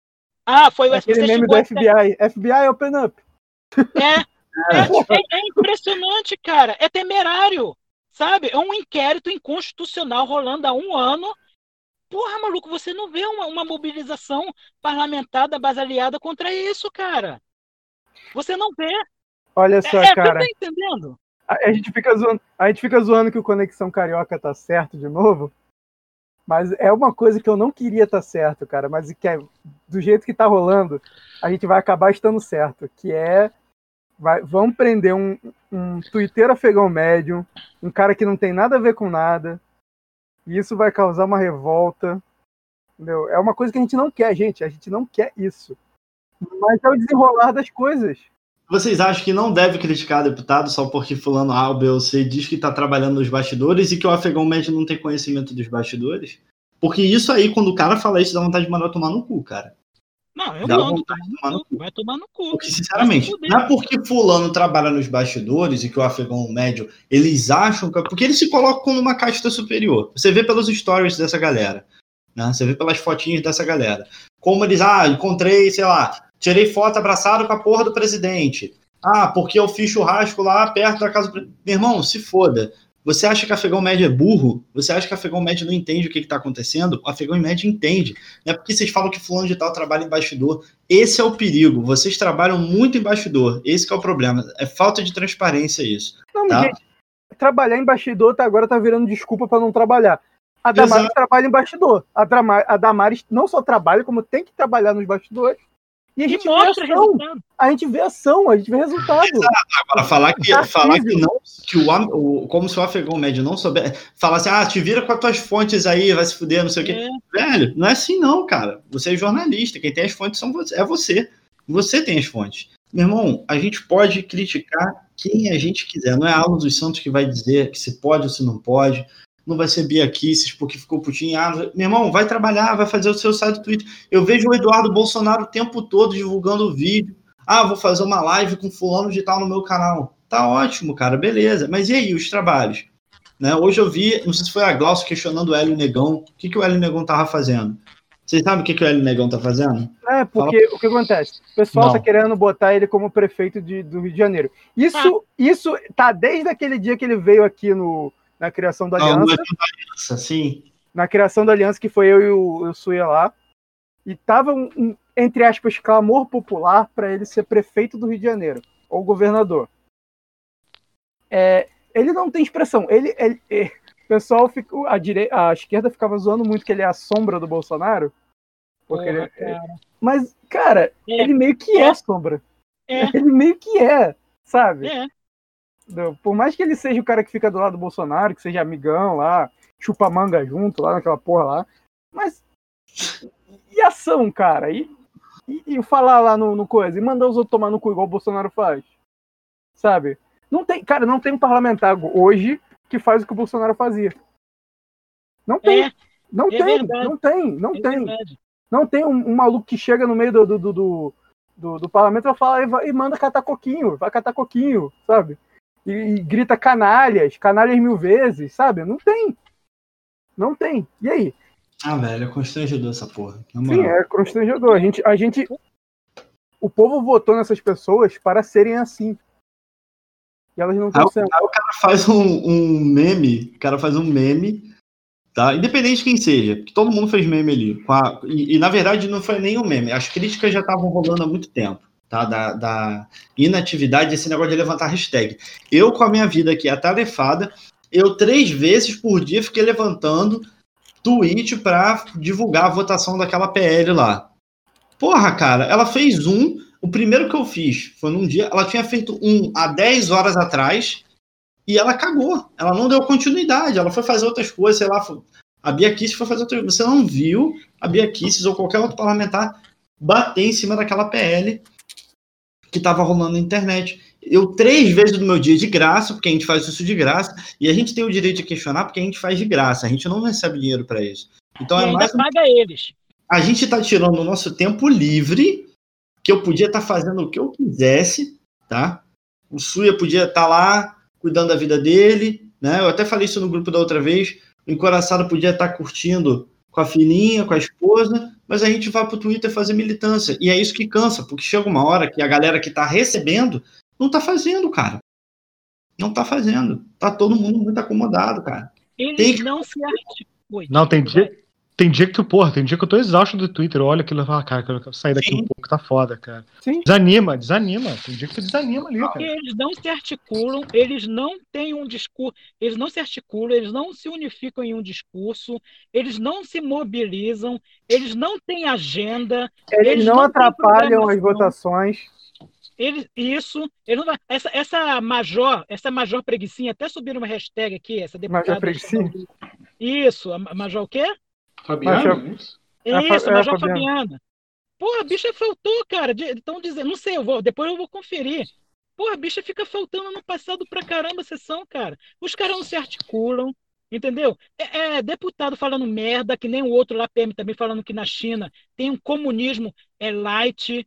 Ah, foi o aquele meme do F B I. F B I Open Up. É, é, é, é impressionante, cara. É temerário, sabe? É um inquérito inconstitucional rolando há um ano. Porra, maluco, você não vê uma, uma mobilização parlamentar da base aliada contra isso, cara. Você não vê. Olha só, é, cara. Você tá entendendo? A, a, gente fica zoando, a gente fica zoando que o Conexão Carioca tá certo de novo. Mas é uma coisa que eu não queria estar certo, cara. Mas que é, do jeito que tá rolando, a gente vai acabar estando certo. Que é... Vai, vão prender um, um twitteiro afegão médium, um cara que não tem nada a ver com nada. E isso vai causar uma revolta. Entendeu? É uma coisa que a gente não quer, gente. A gente não quer isso. Mas é o desenrolar das coisas. Vocês acham que não deve criticar deputado só porque fulano A, B ou C diz que está trabalhando nos bastidores e que o afegão médio não tem conhecimento dos bastidores? Porque isso aí, quando o cara fala isso, dá vontade de mandar tomar no cu, cara. Não, eu dá mando vontade de tomar no cu. Vai tomar no cu. Porque, sinceramente, não é porque fulano trabalha nos bastidores e que o afegão médio, eles acham que... Porque eles se colocam numa casta superior. Você vê pelos stories dessa galera, né? Você vê pelas fotinhas dessa galera. Como eles, ah, encontrei, sei lá... Tirei foto abraçado com a porra do presidente. Ah, porque eu fiz churrasco lá perto da casa do presidente. Meu irmão, se foda. Você acha que afegão médio é burro? Você acha que afegão médio não entende o que está acontecendo? O afegão médio entende. Não é porque vocês falam que fulano de tal trabalha em bastidor. Esse é o perigo. Vocês trabalham muito em bastidor. Esse que é o problema. É falta de transparência isso. Não, tá? Gente, trabalhar em bastidor tá, agora tá virando desculpa para não trabalhar. A Damares Exato. trabalha em bastidor. A, Drama, a Damares não só trabalha, como tem que trabalhar nos bastidores. E a gente, e vê ação, a gente vê ação, a gente vê resultado. Exato. Agora, falar que, tá falar que não, que o, o, como se o afegão médio não souber, falar assim, ah, te vira com as tuas fontes aí, vai se fuder, não sei é. o quê. Velho, não é assim não, cara. Você é jornalista, quem tem as fontes são você, é você. Você tem as fontes. Meu irmão, a gente pode criticar quem a gente quiser. Não é a Aula dos Santos que vai dizer que se pode ou se não pode. Não vai ser Bia Kicis porque ficou putinho. Ah, meu irmão, vai trabalhar, vai fazer o seu site do Twitter. Eu vejo o Eduardo Bolsonaro o tempo todo divulgando o vídeo. Ah, vou fazer uma live com fulano de tal no meu canal. Tá ótimo, cara, beleza. Mas e aí, os trabalhos? Né? Hoje eu vi, não sei se foi a Glaucio questionando o Hélio Negão. O que, que o Hélio Negão tava fazendo? Vocês sabem o que, que o Hélio Negão tá fazendo? É, porque Fala. O que acontece? O pessoal não. tá querendo botar ele como prefeito de, do Rio de Janeiro. Isso, ah. isso tá desde aquele dia que ele veio aqui no... na criação da Aliança. Não, aliança sim. Na criação da Aliança, que foi eu e o, o Suia lá. E tava, um, um, entre aspas, clamor popular para ele ser prefeito do Rio de Janeiro, ou governador. É, ele não tem expressão. Ele, ele, ele, o pessoal, fica, a, direi, a esquerda ficava zoando muito que ele é a sombra do Bolsonaro. Porque Porra, ele, cara. Mas, cara, é. ele meio que é, é sombra. É. Ele meio que é, sabe? É. Por mais que ele seja o cara que fica do lado do Bolsonaro, que seja amigão lá, chupa manga junto lá naquela porra lá, mas e ação, cara? E, e, e falar lá no, no coisa, e mandar os outros tomar no cu igual o Bolsonaro faz, sabe? Não tem, cara, não tem um parlamentar hoje que faz o que o Bolsonaro fazia. Não tem, é, não, é tem não tem, não é tem, verdade. Não tem um, um maluco que chega no meio do, do, do, do, do, do parlamento e vai falar, e, vai, e manda catar coquinho, vai catar coquinho, sabe? E, e grita canalhas, canalhas mil vezes, sabe? Não tem. Não tem. E aí? Ah, velho, é constrangedor essa porra. Sim, é constrangedor. A gente, a gente... O povo votou nessas pessoas para serem assim. E elas não estão sendo. Aí o cara faz um, um meme, o cara faz um meme, tá? Independente de quem seja, porque todo mundo fez meme ali. Com a, e, e, na verdade, não foi nem um meme. As críticas já estavam rolando há muito tempo. tá? Da, da inatividade, esse negócio de levantar hashtag. Eu, com a minha vida aqui atarefada, eu três vezes por dia fiquei levantando tweet para divulgar a votação daquela P L lá. Porra, cara, ela fez um, o primeiro que eu fiz foi num dia, ela tinha feito um há dez horas atrás e ela cagou, ela não deu continuidade, ela foi fazer outras coisas, sei lá, foi, a Bia Kicis foi fazer outras coisas, você não viu a Bia Kicis ou qualquer outro parlamentar bater em cima daquela P L que estava rolando na internet. Eu, três vezes do meu dia de graça, porque a gente faz isso de graça, e a gente tem o direito de questionar porque a gente faz de graça, a gente não recebe dinheiro para isso. Então e é ainda mais um... paga eles. A gente está tirando o nosso tempo livre, que eu podia estar tá fazendo o que eu quisesse, tá? O Suia podia estar tá lá, cuidando da vida dele, né? Eu até falei isso no grupo da outra vez, o Encoraçado podia estar tá curtindo com a filhinha, com a esposa, mas a gente vai pro Twitter fazer militância, e é isso que cansa, porque chega uma hora que a galera que está recebendo não tá fazendo, cara. Não tá fazendo. Tá todo mundo muito acomodado, cara. Eles tem que... não se articulam. Não, tem dia, tem dia que tu, porra, tem dia que eu tô exausto do Twitter. Eu olho aquilo e falo, cara, eu quero sair daqui Sim. um pouco, tá foda, cara. Sim. Desanima, desanima. Tem dia que tu desanima ali, Porque cara. eles não se articulam, eles não têm um discurso, eles não se articulam, eles não se unificam em um discurso, eles não se mobilizam, eles não têm agenda. Eles, eles não, não atrapalham as votações. Ele, isso, ele não vai, essa, essa major, essa major preguicinha, até subiram uma hashtag aqui, essa deputada. Major preguicinha? Isso, a major o quê? Fabiana? Major, isso, a major é, Fabiana. Fabiana. Porra, a bicha faltou, cara, estão dizendo, não sei, eu vou, depois eu vou conferir. Porra, a bicha fica faltando no passado pra caramba a sessão, cara. Os caras não se articulam, entendeu? É, é deputado falando merda, que nem o outro lá, P M, também falando que na China tem um comunismo é light.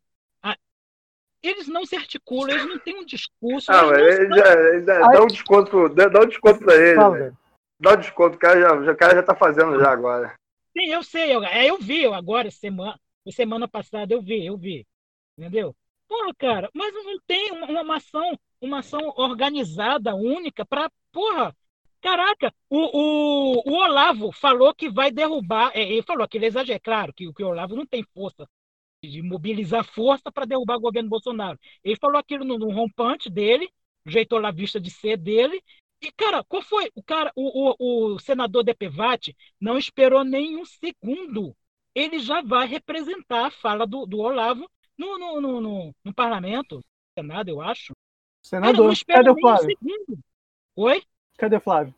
Eles não se articulam, eles não têm um discurso. Ah, mas ele estão... já, ele já dá um desconto, dá, dá um desconto pra ele. Fala, dá um desconto, o cara já, o cara já tá fazendo já agora. Sim, eu sei, eu, eu vi eu agora, semana, semana passada, eu vi, eu vi. Entendeu? Porra, cara, mas não tem uma, uma ação, uma ação organizada, única, pra, porra, caraca, o, o, o Olavo falou que vai derrubar, é, ele falou que ele exagera, é claro que, que o Olavo não tem força de mobilizar força para derrubar o governo Bolsonaro. Ele falou aquilo no, no rompante dele, jeito olavista de ser dele, e, cara, qual foi? O cara, o, o, o senador Depevati não esperou nem um segundo. Ele já vai representar a fala do, do Olavo no, no, no, no, no parlamento, no Senado, eu acho. Senador, cara, cadê o Flávio? Um Oi? Cadê o Flávio?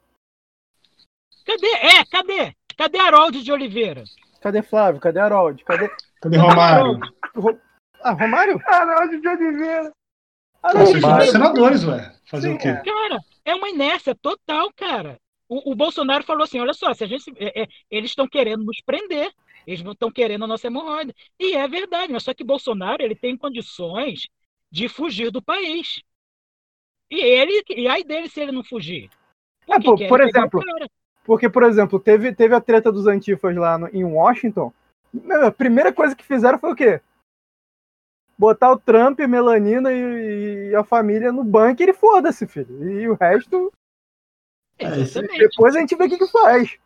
Cadê? É, cadê? Cadê Harold de Oliveira? Cadê Flávio? Cadê Harold? Cadê... Cadê Romário? Ah, Romário? Harold de Oliveira. Vocês são senadores, ué. Fazer Sim, o quê? É. Cara, é uma inércia total, cara. O, o Bolsonaro falou assim, olha só, se a gente, é, é, eles estão querendo nos prender, eles estão querendo a nossa hemorroida. E é verdade, mas só que Bolsonaro ele tem condições de fugir do país. E ele, e aí dele se ele não fugir? É, por, por exemplo, porque, por exemplo, teve, teve a treta dos antifas lá no, em Washington. A primeira coisa que fizeram foi o quê? Botar o Trump, a Melanina e, e a família no bunker e foda-se, filho. E o resto... Exatamente. Depois a gente vê o que que faz.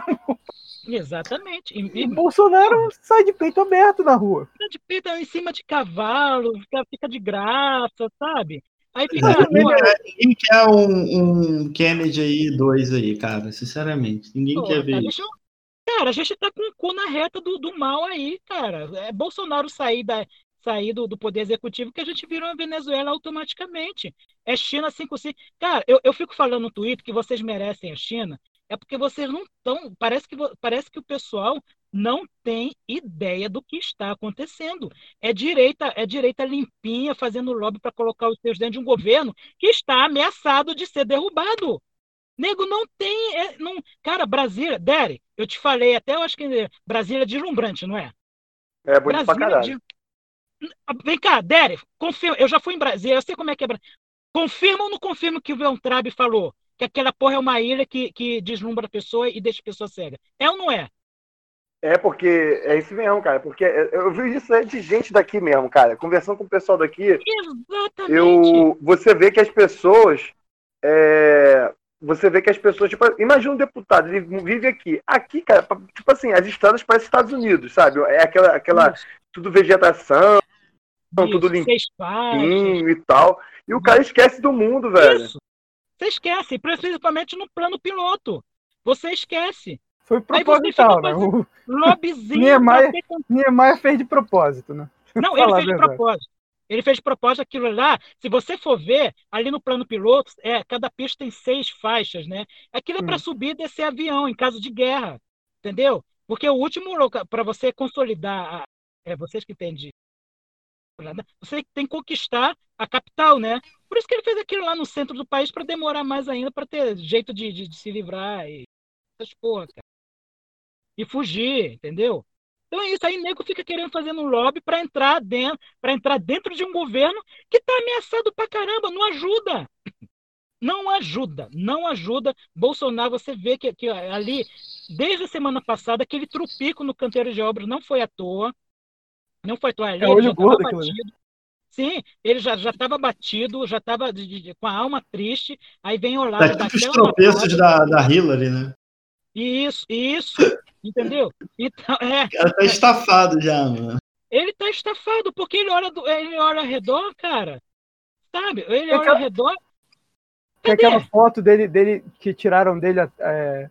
Exatamente. E, e o Bolsonaro sai de peito aberto na rua. Fica de peito em cima de cavalo, fica, fica de graça, sabe? Aí fica... Ninguém quer, ninguém quer um, um Kennedy aí, dois aí, cara. Sinceramente. Ninguém Pô, quer ver cara, isso. Cara, a gente tá com o cu na reta do, do mal aí, cara. É Bolsonaro sair, da, sair do, do poder executivo que a gente virou a Venezuela automaticamente. É China cinco cinco. Cara, eu, eu fico falando no Twitter que vocês merecem a China, é porque vocês não estão... Parece que, parece que o pessoal não tem ideia do que está acontecendo. É direita, é direita limpinha fazendo lobby para colocar os seus dentro de um governo que está ameaçado de ser derrubado. Nego não tem... É, não... Cara, Brasília... Derek, eu te falei até, eu acho que Brasília é deslumbrante, não é? É, bonito pra caralho. De... Vem cá, Derek, confirma. Eu já fui em Brasília, eu sei como é que é. Confirma ou não confirma que o Veltrabe falou que aquela porra é uma ilha que, que deslumbra a pessoa e deixa a pessoa cega? É ou não é? É porque... É isso mesmo, cara. Porque eu vi isso aí de gente daqui mesmo, cara. Conversando com o pessoal daqui... Exatamente. Eu, você vê que as pessoas... É, você vê que as pessoas... Tipo, imagina um deputado, ele vive aqui. Aqui, cara, tipo assim, as estradas parecem Estados Unidos, sabe? É aquela... aquela tudo vegetação. tudo seis limpinho e tal. E o cara esquece do mundo, velho. Isso. Você esquece, principalmente no plano piloto. Você esquece. Foi proposital, né? O lobbyzinho. Niemeyer, ter... Niemeyer fez de propósito, né? Não, ele fez de propósito. Ele fez de propósito aquilo lá. Se você for ver, ali no plano piloto, é, cada pista tem seis faixas, né? Aquilo é para subir e descer avião em caso de guerra. Entendeu? Porque o último local, para você consolidar, é, vocês que entendem, você tem que conquistar a capital, né? Por isso que ele fez aquilo lá no centro do país para demorar mais ainda, para ter jeito de, de, de se livrar e essas porra, cara. E fugir, entendeu? Então é isso aí, nego fica querendo fazer um lobby para entrar dentro, para entrar dentro de um governo que tá ameaçado pra caramba, não ajuda. Não ajuda, não ajuda. Bolsonaro, você vê que, que ali, desde a semana passada, aquele trupico no canteiro de obras não foi à toa. Não foi à toa ali, é ele já estava batido. né? Sim, ele já estava batido, já estava com a alma triste, aí vem o Olavo. Tá tipo os tropeços da, da Hillary, né? Isso, isso, entendeu? Então, é, o cara tá estafado já, mano. Ele tá estafado, porque ele olha, do, ele olha ao redor, cara. Sabe? Ele olha ao redor. Tem aquela foto dele, dele que tiraram dele é,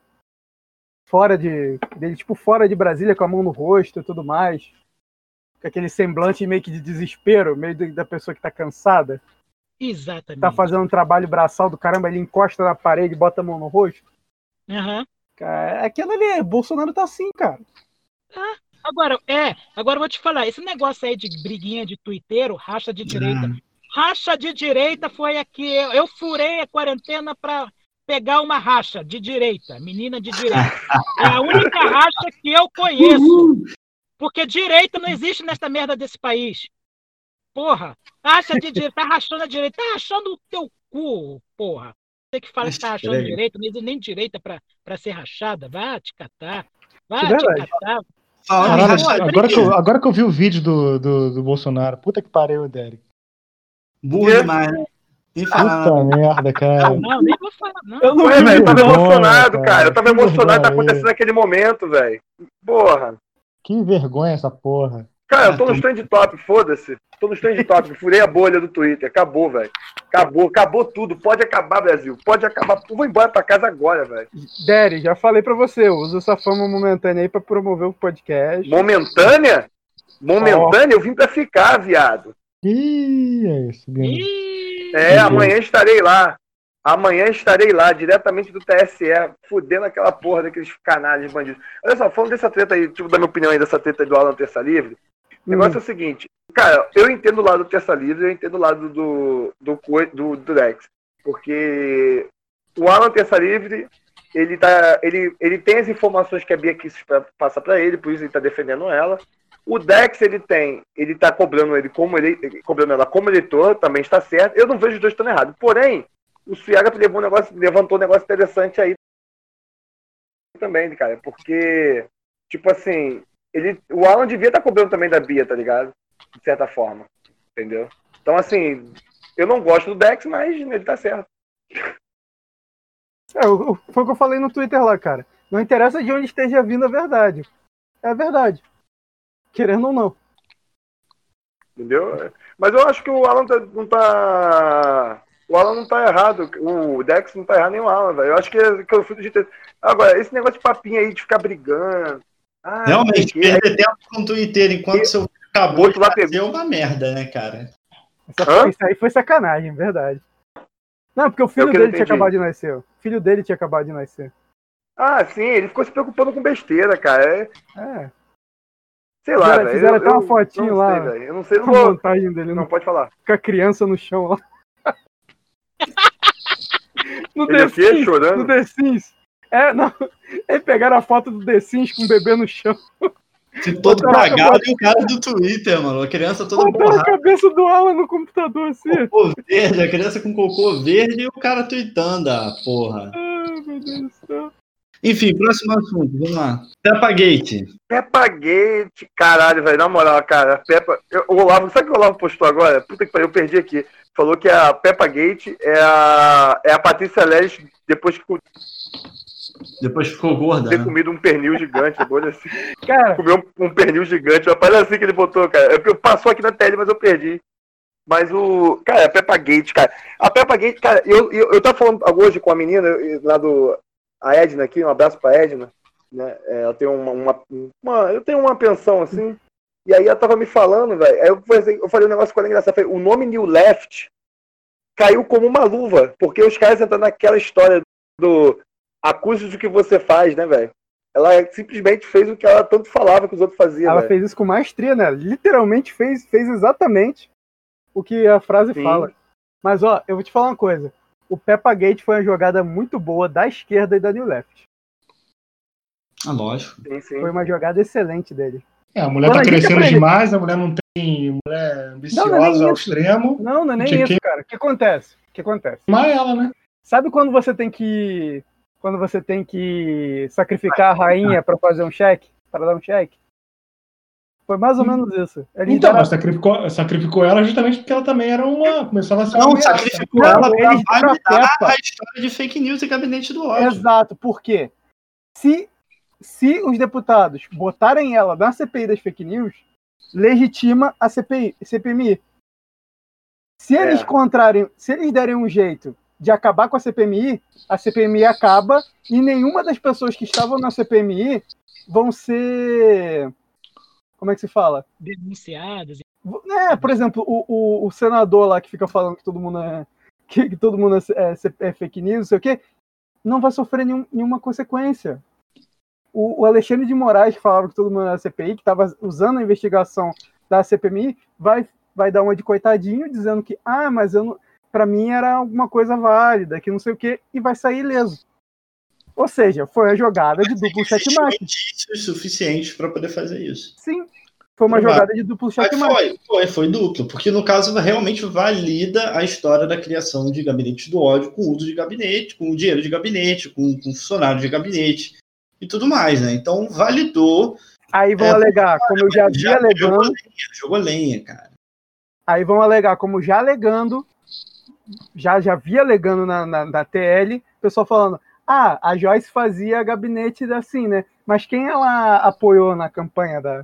fora de. dele, tipo, fora de Brasília, com a mão no rosto e tudo mais. Com aquele semblante meio que de desespero, meio de, da pessoa que tá cansada. Exatamente. Tá fazendo um trabalho braçal do caramba, ele encosta na parede e bota a mão no rosto. Aham. Uhum. Cara, aquilo ali, Bolsonaro tá assim, cara. Ah, agora, é, agora eu vou te falar, esse negócio aí de briguinha de tuiteiro, racha de direita. Uhum. Racha de direita foi aqui, eu, eu furei a quarentena pra pegar uma racha de direita, menina de direita. É a única racha que eu conheço. Uhum. Porque direita não existe nessa merda desse país. Porra, racha de direita, tá rachando a direita, tá rachando o teu cu, porra. Você que fala que tá rachando direita, não existe nem direita pra, pra ser rachada, vai te catar, vai te catar. Caralho, porra, agora, que eu, agora que eu vi o vídeo do, do, do Bolsonaro, puta que pariu, Derek. Burro demais, né? Puta merda, cara. Não, não, nem vou falar, não. Eu, não Ué, véio, eu tava emocionado, cara. cara. Eu tava emocionado, tá acontecendo naquele momento, velho. Porra. Que vergonha essa porra. Cara, eu tô no stand top, foda-se. Tô no stand top, furei a bolha do Twitter. Acabou, velho. Acabou, acabou tudo. Pode acabar, Brasil. Pode acabar. Eu vou embora pra casa agora, velho. Derry, já falei pra você, usa essa fama momentânea aí pra promover o podcast. Momentânea? Momentânea? Oh. Eu vim pra ficar, viado. Ih, é isso. Ih, é, amanhã estarei lá. Amanhã estarei lá, diretamente do T S E, fudendo aquela porra daqueles canalhas bandidos. Olha só, falando dessa treta aí, tipo, da minha opinião aí dessa treta do Alan Terça Livre, o negócio hum. é o seguinte, cara, eu entendo o lado do Terça Livre, eu entendo o lado do, do, do, do Dex, porque o Alan Terça Livre, ele, tá, ele, ele tem as informações que a Bia Kicis passa pra ele, por isso ele tá defendendo ela. O Dex, ele tem, ele tá cobrando ele como ele, cobrando ela como eleitor, também está certo, eu não vejo os dois estando errados, porém, o Suiaga levou um negócio, levantou um negócio interessante aí também, cara, porque, tipo assim, ele, o Alan devia estar cobrando também da Bia, tá ligado? De certa forma, entendeu? Então, assim, eu não gosto do Dex, mas ele tá certo. É, foi o que eu falei no Twitter lá, cara. Não interessa de onde esteja vindo a verdade. É a verdade. Querendo ou não. Entendeu? Mas eu acho que o Alan tá, não tá... O Alan não tá errado, o Dex não tá errado nem o Alan, velho. Eu acho que, é, que eu fui de ter... Agora, esse negócio de papinho aí, de ficar brigando... Ah, realmente, que... perder tempo com o Twitter enquanto e... seu acabou de lá fazer pegou... uma merda, né, cara? Essa, isso aí foi sacanagem, verdade. Não, porque o filho dele tinha acabado de nascer. O filho dele tinha acabado de nascer. Ah, sim, ele ficou se preocupando com besteira, cara. É... é. Sei lá, velho. Fizeram até uma fotinho lá. Sei, velho. Eu não sei, não a vou... montagem dele. Não, não pode falar. Com a criança no chão lá. No ele The Sims, chorando? No The Sims. É, não. Eles pegaram a foto do The Sims com o bebê no chão. Todo cagado e o cara do Twitter, mano. A criança toda borrada. A cabeça do Alan no computador, assim. Cocô verde, a criança com cocô verde e o cara tweetando, ah, porra. Ai, meu Deus do céu. Enfim, próximo assunto, vamos lá. Peppa Gate. Peppa Gate, caralho, velho, na moral, cara. Peppa... Eu, o Olavo, sabe o que o Olavo postou agora? Puta que pariu, eu perdi aqui. Falou que a Peppa Gate é a, é a Patrícia Leles depois que Depois ficou gorda, Ter né? comido um pernil gigante, olha assim. Cara, Comeu um, um pernil gigante, rapaz, olha assim que ele botou, cara. Eu, passou aqui na tele, mas eu perdi. Mas o. Cara, a Peppa Gate, cara. A Peppa Gate, cara, eu, eu, eu tava falando hoje com a menina lá do. A Edna aqui, um abraço pra Edna. Né? É, eu tenho uma, uma, uma. Eu tenho uma pensão assim. E aí ela tava me falando, velho. Aí eu falei, eu falei um negócio com ela engraçado. Falei, o nome New Left caiu como uma luva. Porque os caras entram naquela história do. Acuse do que você faz, né, velho? Ela simplesmente fez o que ela tanto falava que os outros faziam. ela véio. fez isso com maestria, né? Literalmente fez, fez exatamente o que a frase Sim. fala. Mas, ó, eu vou te falar uma coisa. O Peppa Gate foi uma jogada muito boa da esquerda e da New Left. Ah, lógico. Sim, sim. Foi uma jogada excelente dele. É, a mulher Quando tá a gente crescendo aprende- demais, a mulher não tem. Mulher Não, não é ambiciosa nem ao isso. extremo. Não, não é nem Tinha isso, que- cara. O que acontece? O que acontece? Mas ela, né? Sabe quando você tem que. Quando você tem que sacrificar a rainha pra fazer um cheque? Para dar um cheque? Foi mais ou menos isso. Eles Então, deram- mas sacrificou, sacrificou ela justamente porque ela também era uma. Começava a ser uma Não, ameaça. sacrificou Não, ela pra eles deram a validar Peppa. a história de fake news e gabinete do ódio. Exato, por quê? Se, se os deputados botarem ela na C P I das fake news, legitima a C P I, C P M I. Se eles É. encontrarem, se eles derem um jeito de acabar com a C P M I, a C P M I acaba e nenhuma das pessoas que estavam na C P M I vão ser. Como é que se fala? Denunciadas. É, por exemplo, o, o, o senador lá que fica falando que todo mundo é, que, que todo mundo é, é, é fake news, não sei o quê, não vai sofrer nenhum, nenhuma consequência. O, o Alexandre de Moraes, que falava que todo mundo era C P I, que estava usando a investigação da C P M I, vai, vai dar uma de coitadinho, dizendo que, ah, mas eu não, pra mim era alguma coisa válida, que não sei o quê, e vai sair ileso. Ou seja, foi a jogada de duplo checkmate. Indícios suficientes para poder fazer isso. Sim, foi uma Provável. jogada de duplo Mas checkmate. foi, foi, foi duplo, porque no caso realmente valida a história da criação de gabinetes do ódio com uso de gabinete, com dinheiro de gabinete, com, com funcionário de gabinete e tudo mais, né? Então validou. Aí vão É, alegar, como eu já vi já alegando, jogou lenha, jogou lenha, cara. aí vão alegar, como já alegando, já, já vi alegando na, na, na T L, o pessoal falando, ah, a Joyce fazia gabinete assim, né? Mas quem ela apoiou na campanha da,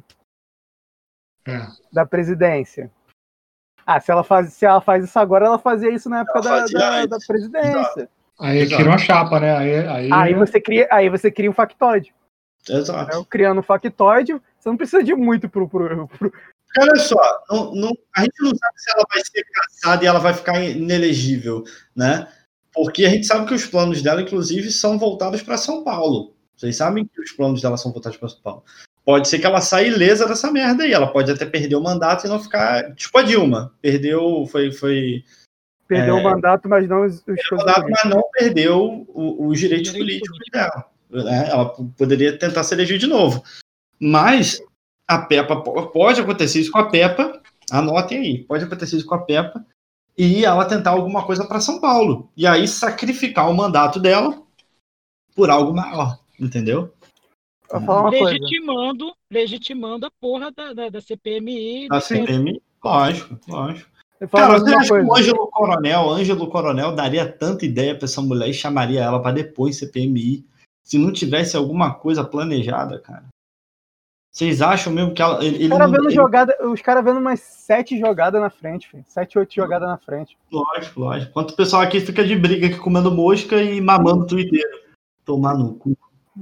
É. da presidência? Ah, se ela, faz, se ela faz isso agora, ela fazia isso na época Ela da, fazia da, isso. da presidência. Aí Exato. tira uma chapa, né? Aí, aí, Aí você cria, aí você cria um factoide. Exato. Né? Criando um factoide, você não precisa de muito pro, pro, pro... Olha só, não, não, a gente não sabe se ela vai ser caçada e ela vai ficar inelegível, né? Porque a gente sabe que os planos dela, inclusive, são voltados para São Paulo. Vocês sabem que os planos dela são voltados para São Paulo. Pode ser que ela saia ilesa dessa merda aí. Ela pode até perder o mandato e não ficar. Tipo a Dilma. Perdeu. Foi. foi Perdeu É. o mandato, mas não os, os perdeu o coisas mandato, políticos. mas não perdeu o- os direitos Direito políticos dela. Né? Ela p- poderia tentar se eleger de novo. Mas a Peppa. Pode acontecer isso com a Peppa. Anotem aí. Pode acontecer isso com a Peppa. E ela tentar alguma coisa para São Paulo. E aí sacrificar o mandato dela por algo maior. Entendeu? Vou falar uma coisa. Legitimando, legitimando a porra da, da, da C P M I. A C P M I, lógico, lógico. Eu vou falar Cara, mais você uma acha que o coisa. Ângelo Coronel, Ângelo Coronel daria tanta ideia para essa mulher e chamaria ela para depor em C P M I se não tivesse alguma coisa planejada, cara? Vocês acham mesmo que ela. Ele, Os ele caras não, vendo, ele- jogada, os cara vendo umas sete jogadas na frente, filho. Sete, oito jogadas na frente. Lógico, lógico. Enquanto o pessoal aqui fica de briga aqui comendo mosca e mamando o Twitter. Tomar no cu.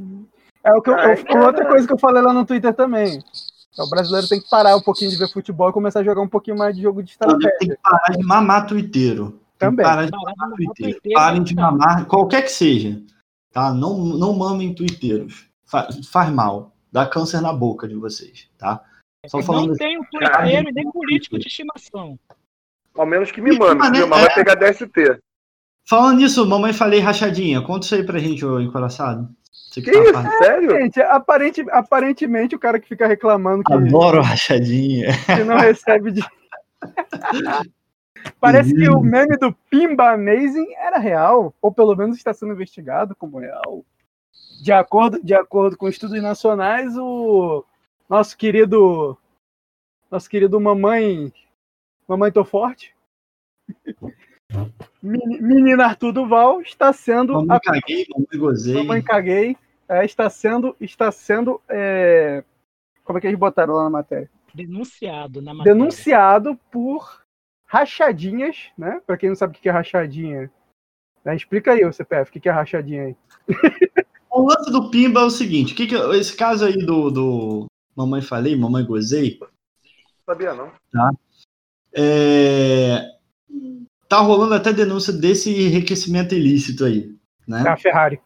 É o que eu, Ai, eu- cara. outra coisa que eu falei lá no Twitter também. É, o brasileiro tem que parar um pouquinho de ver futebol e começar a jogar um pouquinho mais de jogo de Tem estratégia. que parar de mamar twitteiro. Tem que Também. parar de Parar de mamar mamar twitteiro. twitteiro, Parem de cara. mamar, qualquer que seja. Tá? Não, não mamem twitteiros. Fa- faz mal. Dá câncer na boca de vocês. Tá? Só falando Não tem um twitteiro e nem político de estimação. Ao menos que me mame, Mas, que né, meu mano é. vai pegar D S T. Falando nisso, mamãe falei rachadinha. Conta isso aí pra gente, ô encoraçado. Você Que tá isso, falando. sério? Gente, aparente, aparentemente o cara que fica reclamando que, Adoro rachadinha. que não recebe de. Parece que o meme do Pimba Amazing era real, ou pelo menos está sendo investigado como real. De acordo, de acordo com estudos nacionais, o nosso querido. Nosso querido Mamãe. Mamãe Tô Forte. Menina Arthur Duval está sendo... Mamãe caguei, mamãe gozei. Mamãe caguei. É, está sendo... Está sendo é... Como é que eles botaram lá na matéria? Denunciado na matéria. Denunciado por rachadinhas, né? Para quem não sabe o que é rachadinha. Né? Explica aí, o C P F, o que é rachadinha aí. O lance do Pimba é o seguinte, que que, esse caso aí do, do Mamãe Falei, Mamãe Gozei... Sabia não. Tá? É... Tá rolando até denúncia desse enriquecimento ilícito aí, né? É a Ferrari.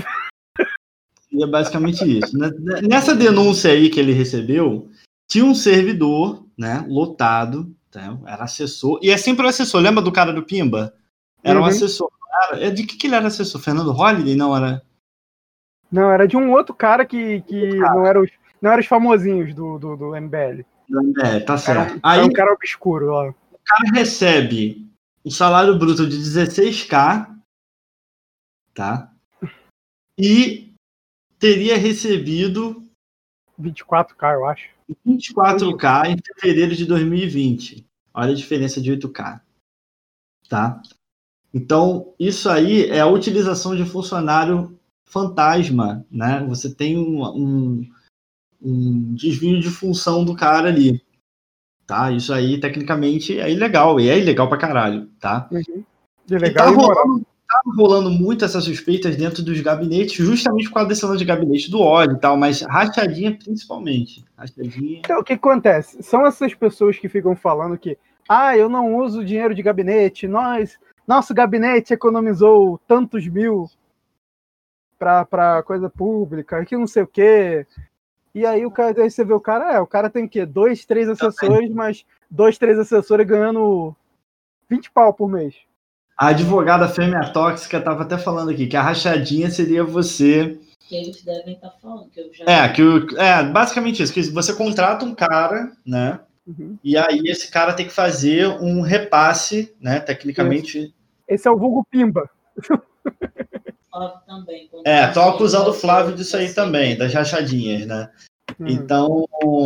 E é basicamente isso. Nessa denúncia aí que ele recebeu, tinha um servidor, né, lotado, tá? Era assessor, e é sempre o assessor, lembra do cara do Pimba? Era um uhum. assessor. Era, de que, que ele era assessor? Fernando Holliday? Não, era... Não, era de um outro cara que, que cara. Não, era os, não era os famosinhos do, do, do M B L. É, tá certo. Era um, aí, era um cara obscuro lá. O cara recebe um salário bruto de dezesseis mil, tá? E teria recebido vinte e quatro mil, eu acho. vinte e quatro mil em fevereiro de dois mil e vinte. Olha a diferença de oito mil. Tá? Então, isso aí é a utilização de funcionário fantasma, né? Você tem um, um, um desvio de função do cara ali. Tá? Isso aí, tecnicamente, é ilegal. E é ilegal pra caralho, tá? Uhum. Ilegal e tá e rolando, tá rolando muito essas suspeitas dentro dos gabinetes, justamente por causa desse lance de gabinete do óleo e tal, mas rachadinha principalmente. Rachadinha... Então, o que acontece? São essas pessoas que ficam falando que ah, eu não uso dinheiro de gabinete, nós, nosso gabinete economizou tantos mil pra, pra coisa pública, que não sei o quê. E aí, o cara, aí você vê o cara, é, o cara tem o quê? Dois, três assessores, mas dois, três assessores ganhando vinte pau por mês. A advogada fêmea tóxica estava até falando aqui que a rachadinha seria você... Que eles devem estar falando. Que eu já... É, que o... é, basicamente isso, que você contrata um cara, né? Uhum. E aí esse cara tem que fazer um repasse, né? Tecnicamente... Esse, esse é o vulgo Pimba. Flávio também. É, estão acusando o Flávio disso aí também, das rachadinhas, né? Uhum. Então,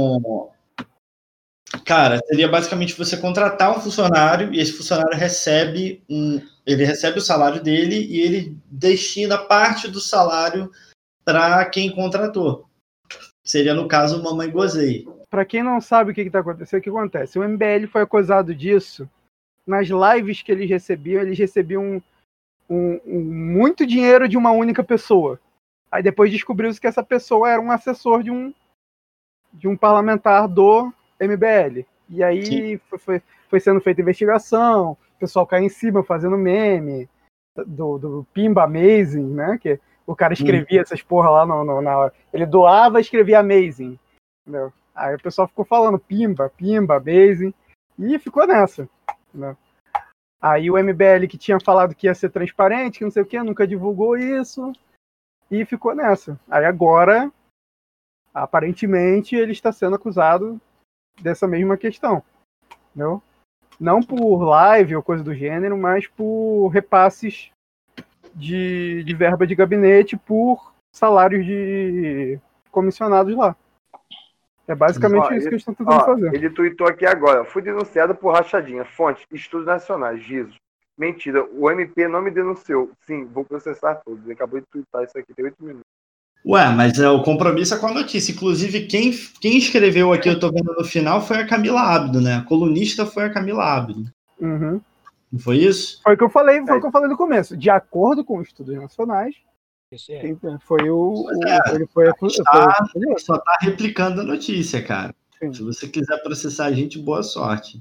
cara, seria basicamente você contratar um funcionário e esse funcionário recebe um, ele recebe o salário dele e ele destina parte do salário para quem contratou. Seria, no caso, Mamãe Gozei. Para quem não sabe o que está acontecendo, o que acontece? O M B L foi acusado disso nas lives que eles recebiam, eles recebiam Um, um, muito dinheiro de uma única pessoa. Aí depois descobriu-se que essa pessoa era um assessor de um, de um parlamentar do M B L. E aí foi, foi, foi sendo feita investigação, o pessoal caiu em cima fazendo meme do, do Pimba Amazing, né? Que o cara escrevia hum. essas porra lá no, no, na hora. Ele doava e escrevia Amazing. Entendeu? Aí o pessoal ficou falando Pimba, Pimba, Amazing. E ficou nessa. Entendeu? Aí o M B L, que tinha falado que ia ser transparente, que não sei o que, nunca divulgou isso, e ficou nessa. Aí agora, aparentemente, ele está sendo acusado dessa mesma questão. Entendeu? Não por live ou coisa do gênero, mas por repasses de, de verba de gabinete por salários de comissionados lá. É basicamente ó, isso que eles estão tentando ó, fazer. Ele tweetou aqui agora. Fui denunciado por rachadinha. Fonte, Estudos Nacionais, Giso. Mentira, o M P não me denunciou. Sim, vou processar todos. Ele acabou de tweetar isso aqui, tem oito minutos. Ué, mas é, o compromisso é com a notícia. Inclusive, quem, quem escreveu aqui, eu tô vendo no final, foi a Camila Abdo, né? A colunista foi a Camila Abdo. Uhum. Não foi isso? Foi o que eu falei, foi o que eu falei no começo. De acordo com os Estudos Nacionais, é. Foi o. É, ele foi, foi, tá, foi, só tá replicando a notícia, cara. Sim. Se você quiser processar a gente, boa sorte.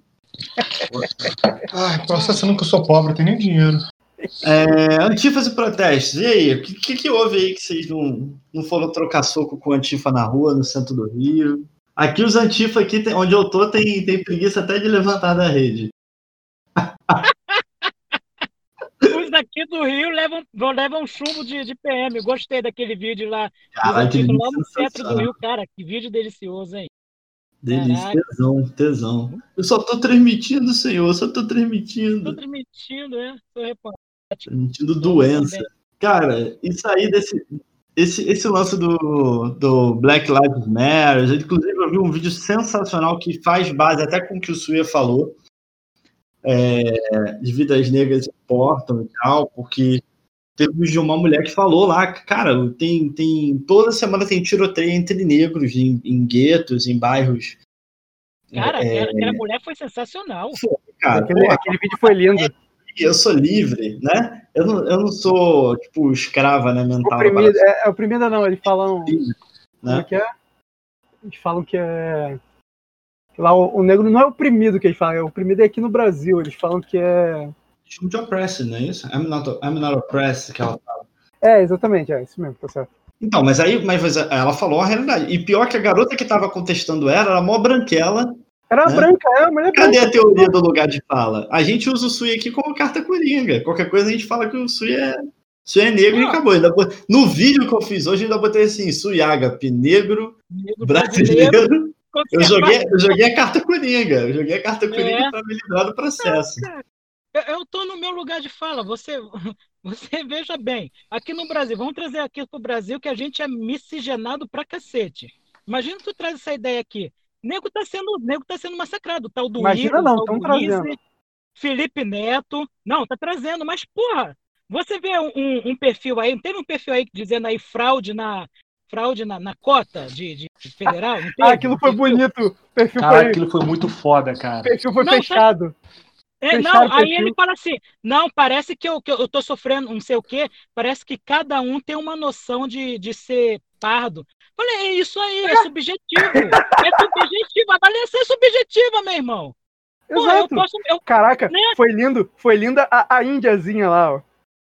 Ai, processando que eu sou pobre, não tenho nem dinheiro. É, Antifas e protestos. E aí, o que, que, que houve aí que vocês não, não foram trocar soco com Antifa na rua, no centro do Rio? Aqui os Antifa, aqui tem, onde eu tô, tem, tem preguiça até de levantar da rede. Os daqui do Rio levam, levam chumbo de, de P M. Gostei daquele vídeo lá. Cara, que lá no centro do Rio, cara. Que vídeo delicioso, hein? Delícia, Caraca. tesão, tesão. Eu só tô transmitindo, senhor. Eu só tô transmitindo. Tô transmitindo, é. Tô reparando. Transmitindo doença. Cara, isso aí desse... Esse, esse lance do, do Black Lives Matter, inclusive eu vi um vídeo sensacional que faz base até com o que o Suia falou. é, de vidas negras importam e tal, porque teve de uma mulher que falou lá, cara, tem, tem toda semana tem tiroteio entre negros em, em guetos, em bairros. Cara, é, aquela, aquela mulher foi sensacional. Foi, cara, aquele, porra, aquele vídeo foi lindo. eu sou livre, né? Eu não, eu não sou, tipo, escrava, né, mental. Oprimida, é, é oprimida não, eles falam... Livre, Como é né? que é? Eles falam que é... Lá o, o negro não é oprimido que eles falam, é oprimido é aqui no Brasil, eles falam que é... Chama de oppressed, não é isso? I'm not, I'm not oppressed, que ela fala. É, exatamente, é isso mesmo, tá certo. Então, mas aí mas ela falou a realidade. E pior que a garota que tava contestando ela, era mó branquela. Era né? branca, é, a mulher Cadê branca. a teoria do lugar de fala? A gente usa o Sui aqui como carta coringa. Qualquer coisa a gente fala que o Sui é, Sui é negro Não. e acabou. Ainda bot... No vídeo que eu fiz hoje, eu ainda botei assim, Sui ágape, negro, Negro brasileiro. Eu conservador. joguei, eu joguei a carta coringa. Eu joguei a carta coringa É. para me livrar do processo. Eu, eu tô no meu lugar de fala. Você, você veja bem. Aqui no Brasil, vamos trazer aqui pro Brasil que a gente é miscigenado pra cacete. Imagina tu traz essa ideia aqui. Nego tá sendo, nego tá sendo massacrado. Tal do Imagina Igor, não, tal tão do trazendo. Ise, Felipe Neto. Não, tá trazendo. Mas, porra, você vê um, um- um perfil aí, não teve um perfil aí dizendo aí fraude na, fraude na, na cota de, de federal? Não teve? Ah, aquilo foi Um perfil? bonito. O perfil Cara, foi, aquilo foi muito foda, cara. o perfil foi Não, tá- fechado. É, Fecharam não, o aí perfil. ele fala assim, não, parece que eu, que eu tô sofrendo não sei o quê, parece que cada um tem uma noção de, de ser pardo. Falei, é isso aí, é subjetivo. É subjetivo, a avaliação é subjetiva, meu irmão. Pô, eu Exato. posso... Eu, Caraca, né? foi lindo. Foi linda a, a índiazinha lá, ó.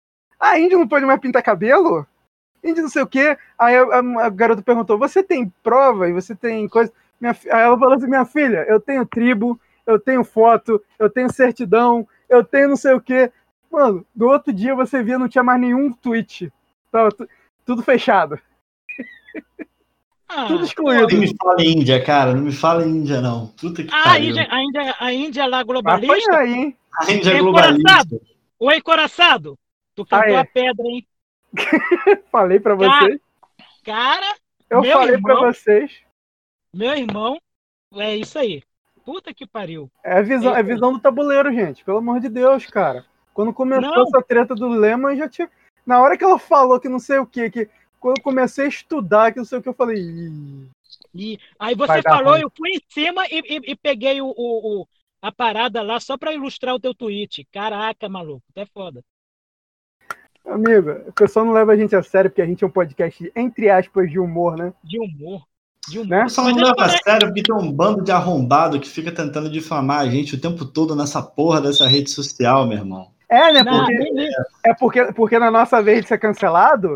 A índia não pode mais pintar cabelo? Índia não sei o quê. Aí a, a, a garota perguntou, você tem prova e você tem coisa? Minha, fi- aí ela falou assim, minha filha, eu tenho tribo, eu tenho foto, eu tenho certidão, eu tenho não sei o quê. Mano, do outro dia você via, não tinha mais nenhum tweet. Tava tu- tudo fechado. ah, Tudo excluído. Não me fala em Índia, cara. Não me fala em Índia, não. Puta que a pariu. Índia, a, Índia, a Índia lá Vai globalista, apanhar aí, hein? A Índia é encoraçado. globalista. Oi, encoraçado, tu cantou Ah, é. a pedra, hein? Falei pra Cara, vocês. Cara, Eu meu falei pra irmão, vocês. meu irmão, é isso aí. Puta que pariu. É a visão, É é a isso aí. visão do tabuleiro, gente. Pelo amor de Deus, cara. Quando começou Não. essa treta do Lehman, já tinha. Na hora que ela falou que não sei o quê, que quando eu comecei a estudar, que não sei o que, eu falei. "Ih, E aí você Vai dar falou, ruim." eu fui em cima e, e- e peguei o, o- o- a parada lá só pra ilustrar o teu tweet. Caraca, maluco, até foda. Amigo, o pessoal não leva a gente a sério porque a gente é um podcast, entre aspas, de humor, né? De humor. De humor. Né? Eu só Mas não deixa leva eu a falar- sério porque tem um bando de arrombado que fica tentando difamar a gente o tempo todo nessa porra dessa rede social, meu irmão. É, né? Não, Porque, nem- nem- é porque, porque na nossa vez de ser cancelado,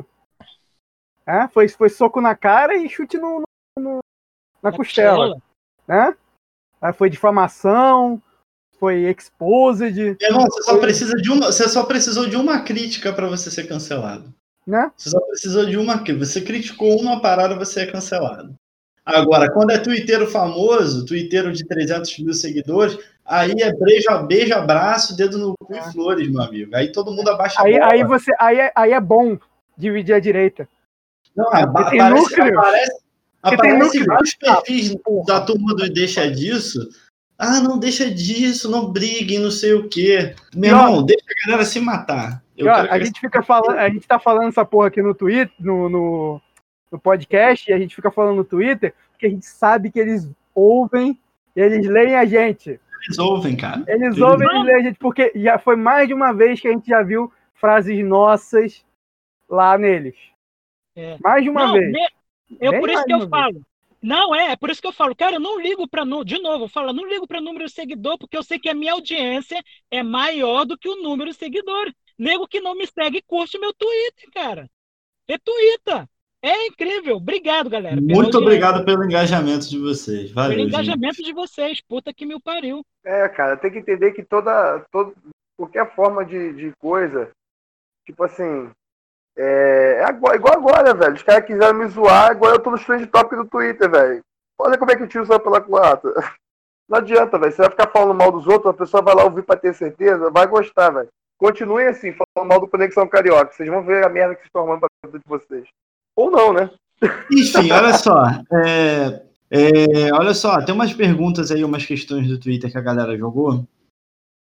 é, foi, foi soco na cara e chute no, no- no- na, na costela, né? Aí foi difamação, foi exposed, Meu irmão, você só, precisa de uma, você só precisou de uma crítica para você ser cancelado. né? Você só precisou de uma crítica. Você criticou uma parada, você é cancelado. Agora, quando é twitteiro famoso, twitteiro de trezentos mil seguidores, aí é beijo, beijo, abraço, dedo no cu e flores, meu amigo. Aí todo mundo abaixa Aí, a bola. aí, você, aí, é, aí é bom dividir a direita. Não, É, apa- tem aparece, núcleo. aparece, Porque tem aparece núcleo. vários perfis da turma do deixa disso. Ah, não deixa disso, não briguem, não sei o quê. Meu E, ó, irmão, deixa a galera se matar. Eu E, ó, quero que a eles- gente fica falando, a gente tá falando essa porra aqui no Twitter, no, no, no podcast, e a gente fica falando no Twitter, porque a gente sabe que eles ouvem, eles leem a gente. Eles ouvem, cara. Eles Eles ouvem, eles leem a gente, porque já foi mais de uma vez que a gente já viu frases nossas lá neles. É. Mais de uma Não, vez. ne- eu, Bem por isso mais que de eu uma falo. Não, é, é por isso que eu falo, cara, eu não ligo para número, de novo, eu falo, não ligo para número de seguidor, porque eu sei que a minha audiência é maior do que o número de seguidores. Nego que não me segue, curte meu Twitter, cara. Retuita. É incrível. Obrigado, galera. pela Muito audiência, obrigado pelo engajamento de vocês. Valeu, Pelo gente. engajamento de vocês. Puta que me pariu. É, cara, tem que entender que toda, toda qualquer forma de, de coisa, tipo assim, é, é agora- igual agora, velho. Os caras quiseram me zoar, agora eu tô no trend topic do Twitter, velho. Olha como é que o tio saiu pela culata. Não adianta, velho. Você vai ficar falando mal dos outros, a pessoa vai lá ouvir pra ter certeza, vai gostar, velho. Continuem assim, falando mal do Conexão Carioca. Vocês vão ver a merda que se estão arrumando pra dentro de vocês. Ou não, né? Enfim, olha só. é, é, olha só, tem umas perguntas aí, umas questões do Twitter que a galera jogou.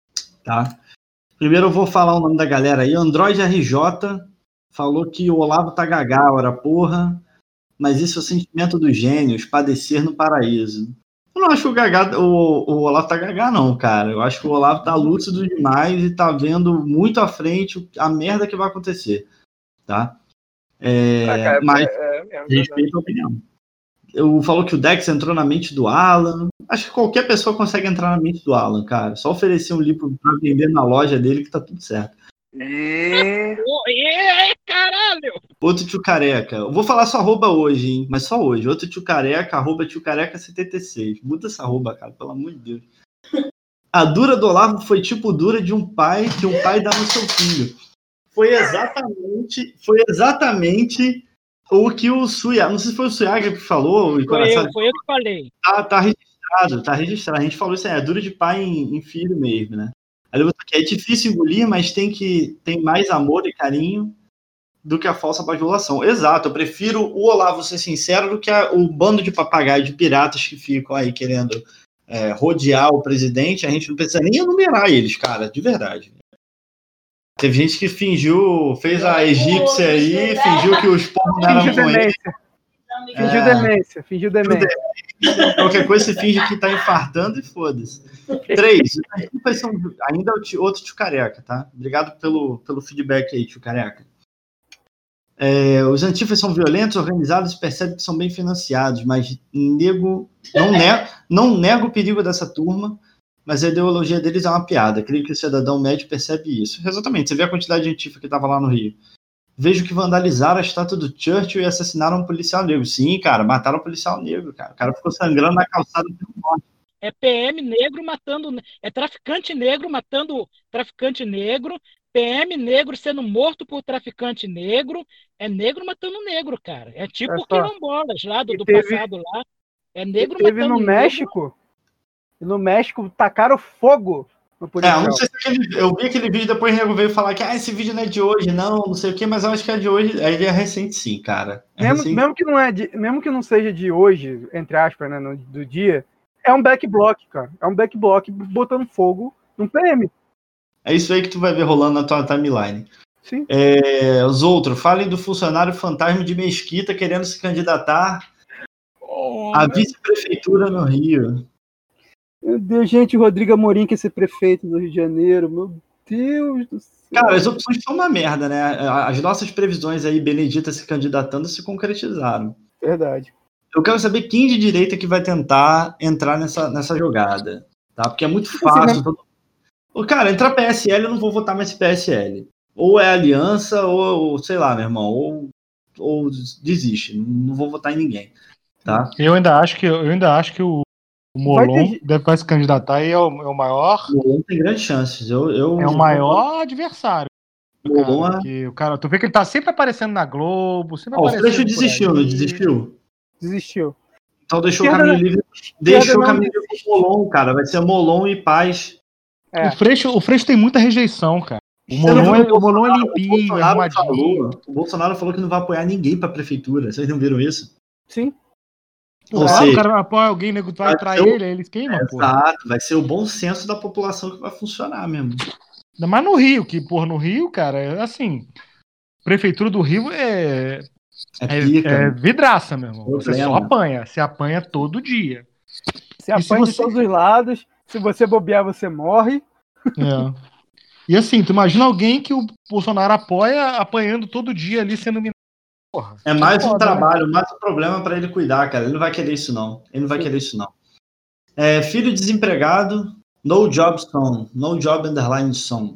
tá? Primeiro eu vou falar o nome da galera aí. Android R J falou que o Olavo tá gagá, ora porra, mas isso é o sentimento dos gênios, padecer no paraíso. Eu não acho que o, gagá, o, o Olavo tá gagá, não, cara. Eu acho que o Olavo tá lúcido demais e tá vendo muito à frente a merda que vai acontecer, tá? É, Ah, cara, mas é, é, é, respeito a opinião. Eu falou que o Dex entrou na mente do Alan. Acho que qualquer pessoa consegue entrar na mente do Alan, cara. Só oferecer um livro pra vender na loja dele que tá tudo certo. E... É, caralho! Outro tio careca. Eu vou falar sua arroba hoje, hein? Mas só hoje. Outro tio careca, arroba tio careca setenta e seis. Muda essa arroba, cara, pelo amor de Deus. A dura do Olavo foi tipo dura de um pai que um pai dá no seu filho. Foi exatamente, foi exatamente o que o Suyaga, não sei se foi o Suyaga que falou. O Foi eu, foi eu que falei. Tá, tá registrado, tá registrado. A gente falou isso aí, é dura de pai em, em filho mesmo, né? Aí ele botou aqui, é difícil engolir, mas tem que tem mais amor e carinho do que a falsa bajulação. Exato, eu prefiro o Olavo ser sincero do que a, o bando de papagaio, de piratas que ficam aí querendo é, rodear o presidente. A gente não precisa nem enumerar eles, cara, de verdade. Teve gente que fingiu, fez a egípcia aí, fingiu que os povos não eram Fingiu com ele. demência. Fingiu É. demência. Fingiu demência. Qualquer coisa você finge que tá infartando e foda-se. Três, ainda é o tio, outro tio careca, tá? Obrigado pelo, pelo feedback aí, tio careca. É, os antifas são violentos, organizados e percebem que são bem financiados, mas nego, não, nego, não nego o perigo dessa turma, mas a ideologia deles é uma piada. Creio que o cidadão médio percebe isso. Exatamente, você vê a quantidade de antifa que estava lá no Rio. Vejo que vandalizaram a estátua do Churchill e assassinaram um policial negro. Sim, cara, mataram um policial negro, cara. O cara ficou sangrando na calçada do morte. É P M negro matando. É traficante negro matando traficante negro. P M negro sendo morto por traficante negro. É negro matando negro, cara. É tipo Olha o só. quilombolas lá do, E do teve- passado lá. É E negro teve matando no negro. México. E no México tacaram fogo no É, eu policial. não sei se aquele, eu vi aquele vídeo, depois o nego veio falar que ah, esse vídeo não é de hoje, não, não sei o quê, mas eu acho que é de hoje. Ele é recente, sim, cara. É mesmo, recente. mesmo, que não é de, mesmo que não seja de hoje, entre aspas, né, no- do dia, é um backblock, cara. É um backblock botando fogo num P M. É isso aí que tu vai ver rolando na tua timeline. Sim. É, os outros, falem do funcionário fantasma de Mesquita querendo se candidatar à vice-prefeitura no Rio. Meu Deus, gente, o Rodrigo Amorim quer ser prefeito do Rio de Janeiro. Meu Deus do céu. Cara, as opções são uma merda, né? As nossas previsões aí, Benedita se candidatando, se concretizaram. Verdade. Eu quero saber quem de direita que vai tentar entrar nessa, nessa jogada, tá? Porque é muito Assim, fácil. Todo... Ô, cara, entrar P S L, eu não vou votar mais P S L. Ou é aliança, ou, ou sei lá, meu irmão, ou, ou desiste. Não vou votar em ninguém, tá? Eu ainda acho que, eu ainda acho que o, o Vai Molon ter- deve vai se candidatar e é o, é o maior, O Molon tem grandes chances. Eu, eu, é o maior adversário. O Molon Cara, é... que o cara, tu vê que ele tá sempre aparecendo na Globo, sempre Ó, o aparecendo. Freixo por desistiu, aí. não desistiu? Desistiu. Então deixou o Esquerda caminho não- livre. Deixou o não caminho livre pro Molon, cara. Vai ser Molon e Paz. É. O Freixo, o Freixo tem muita rejeição, cara. O Você não Molon, viu é, o Molon é O limpinho, Bolsonaro, arrumadinho. falou, o Bolsonaro falou que não vai apoiar ninguém pra prefeitura. Vocês não viram isso? Sim. Ou Claro, seja, o cara apoia alguém, nego vai vai trair ser o- ele, aí eles queimam, pô. exato, vai ser o bom senso da população que vai funcionar mesmo. Ainda mais no Rio, que, porra, no Rio, cara, é assim. Prefeitura do Rio é, É é, pica. é né? vidraça, meu irmão. Você Problema. só apanha. Você apanha todo dia. Se E se apanha de você- todos os lados. Se você bobear, você morre. É. E assim, tu imagina alguém que o Bolsonaro apoia apanhando todo dia ali sendo minado. Porra. É mais um foda, né? trabalho, mais um problema pra ele cuidar, cara. Ele não vai querer isso, não. Ele não vai querer isso, não. É, filho desempregado, no job song. No job underline song.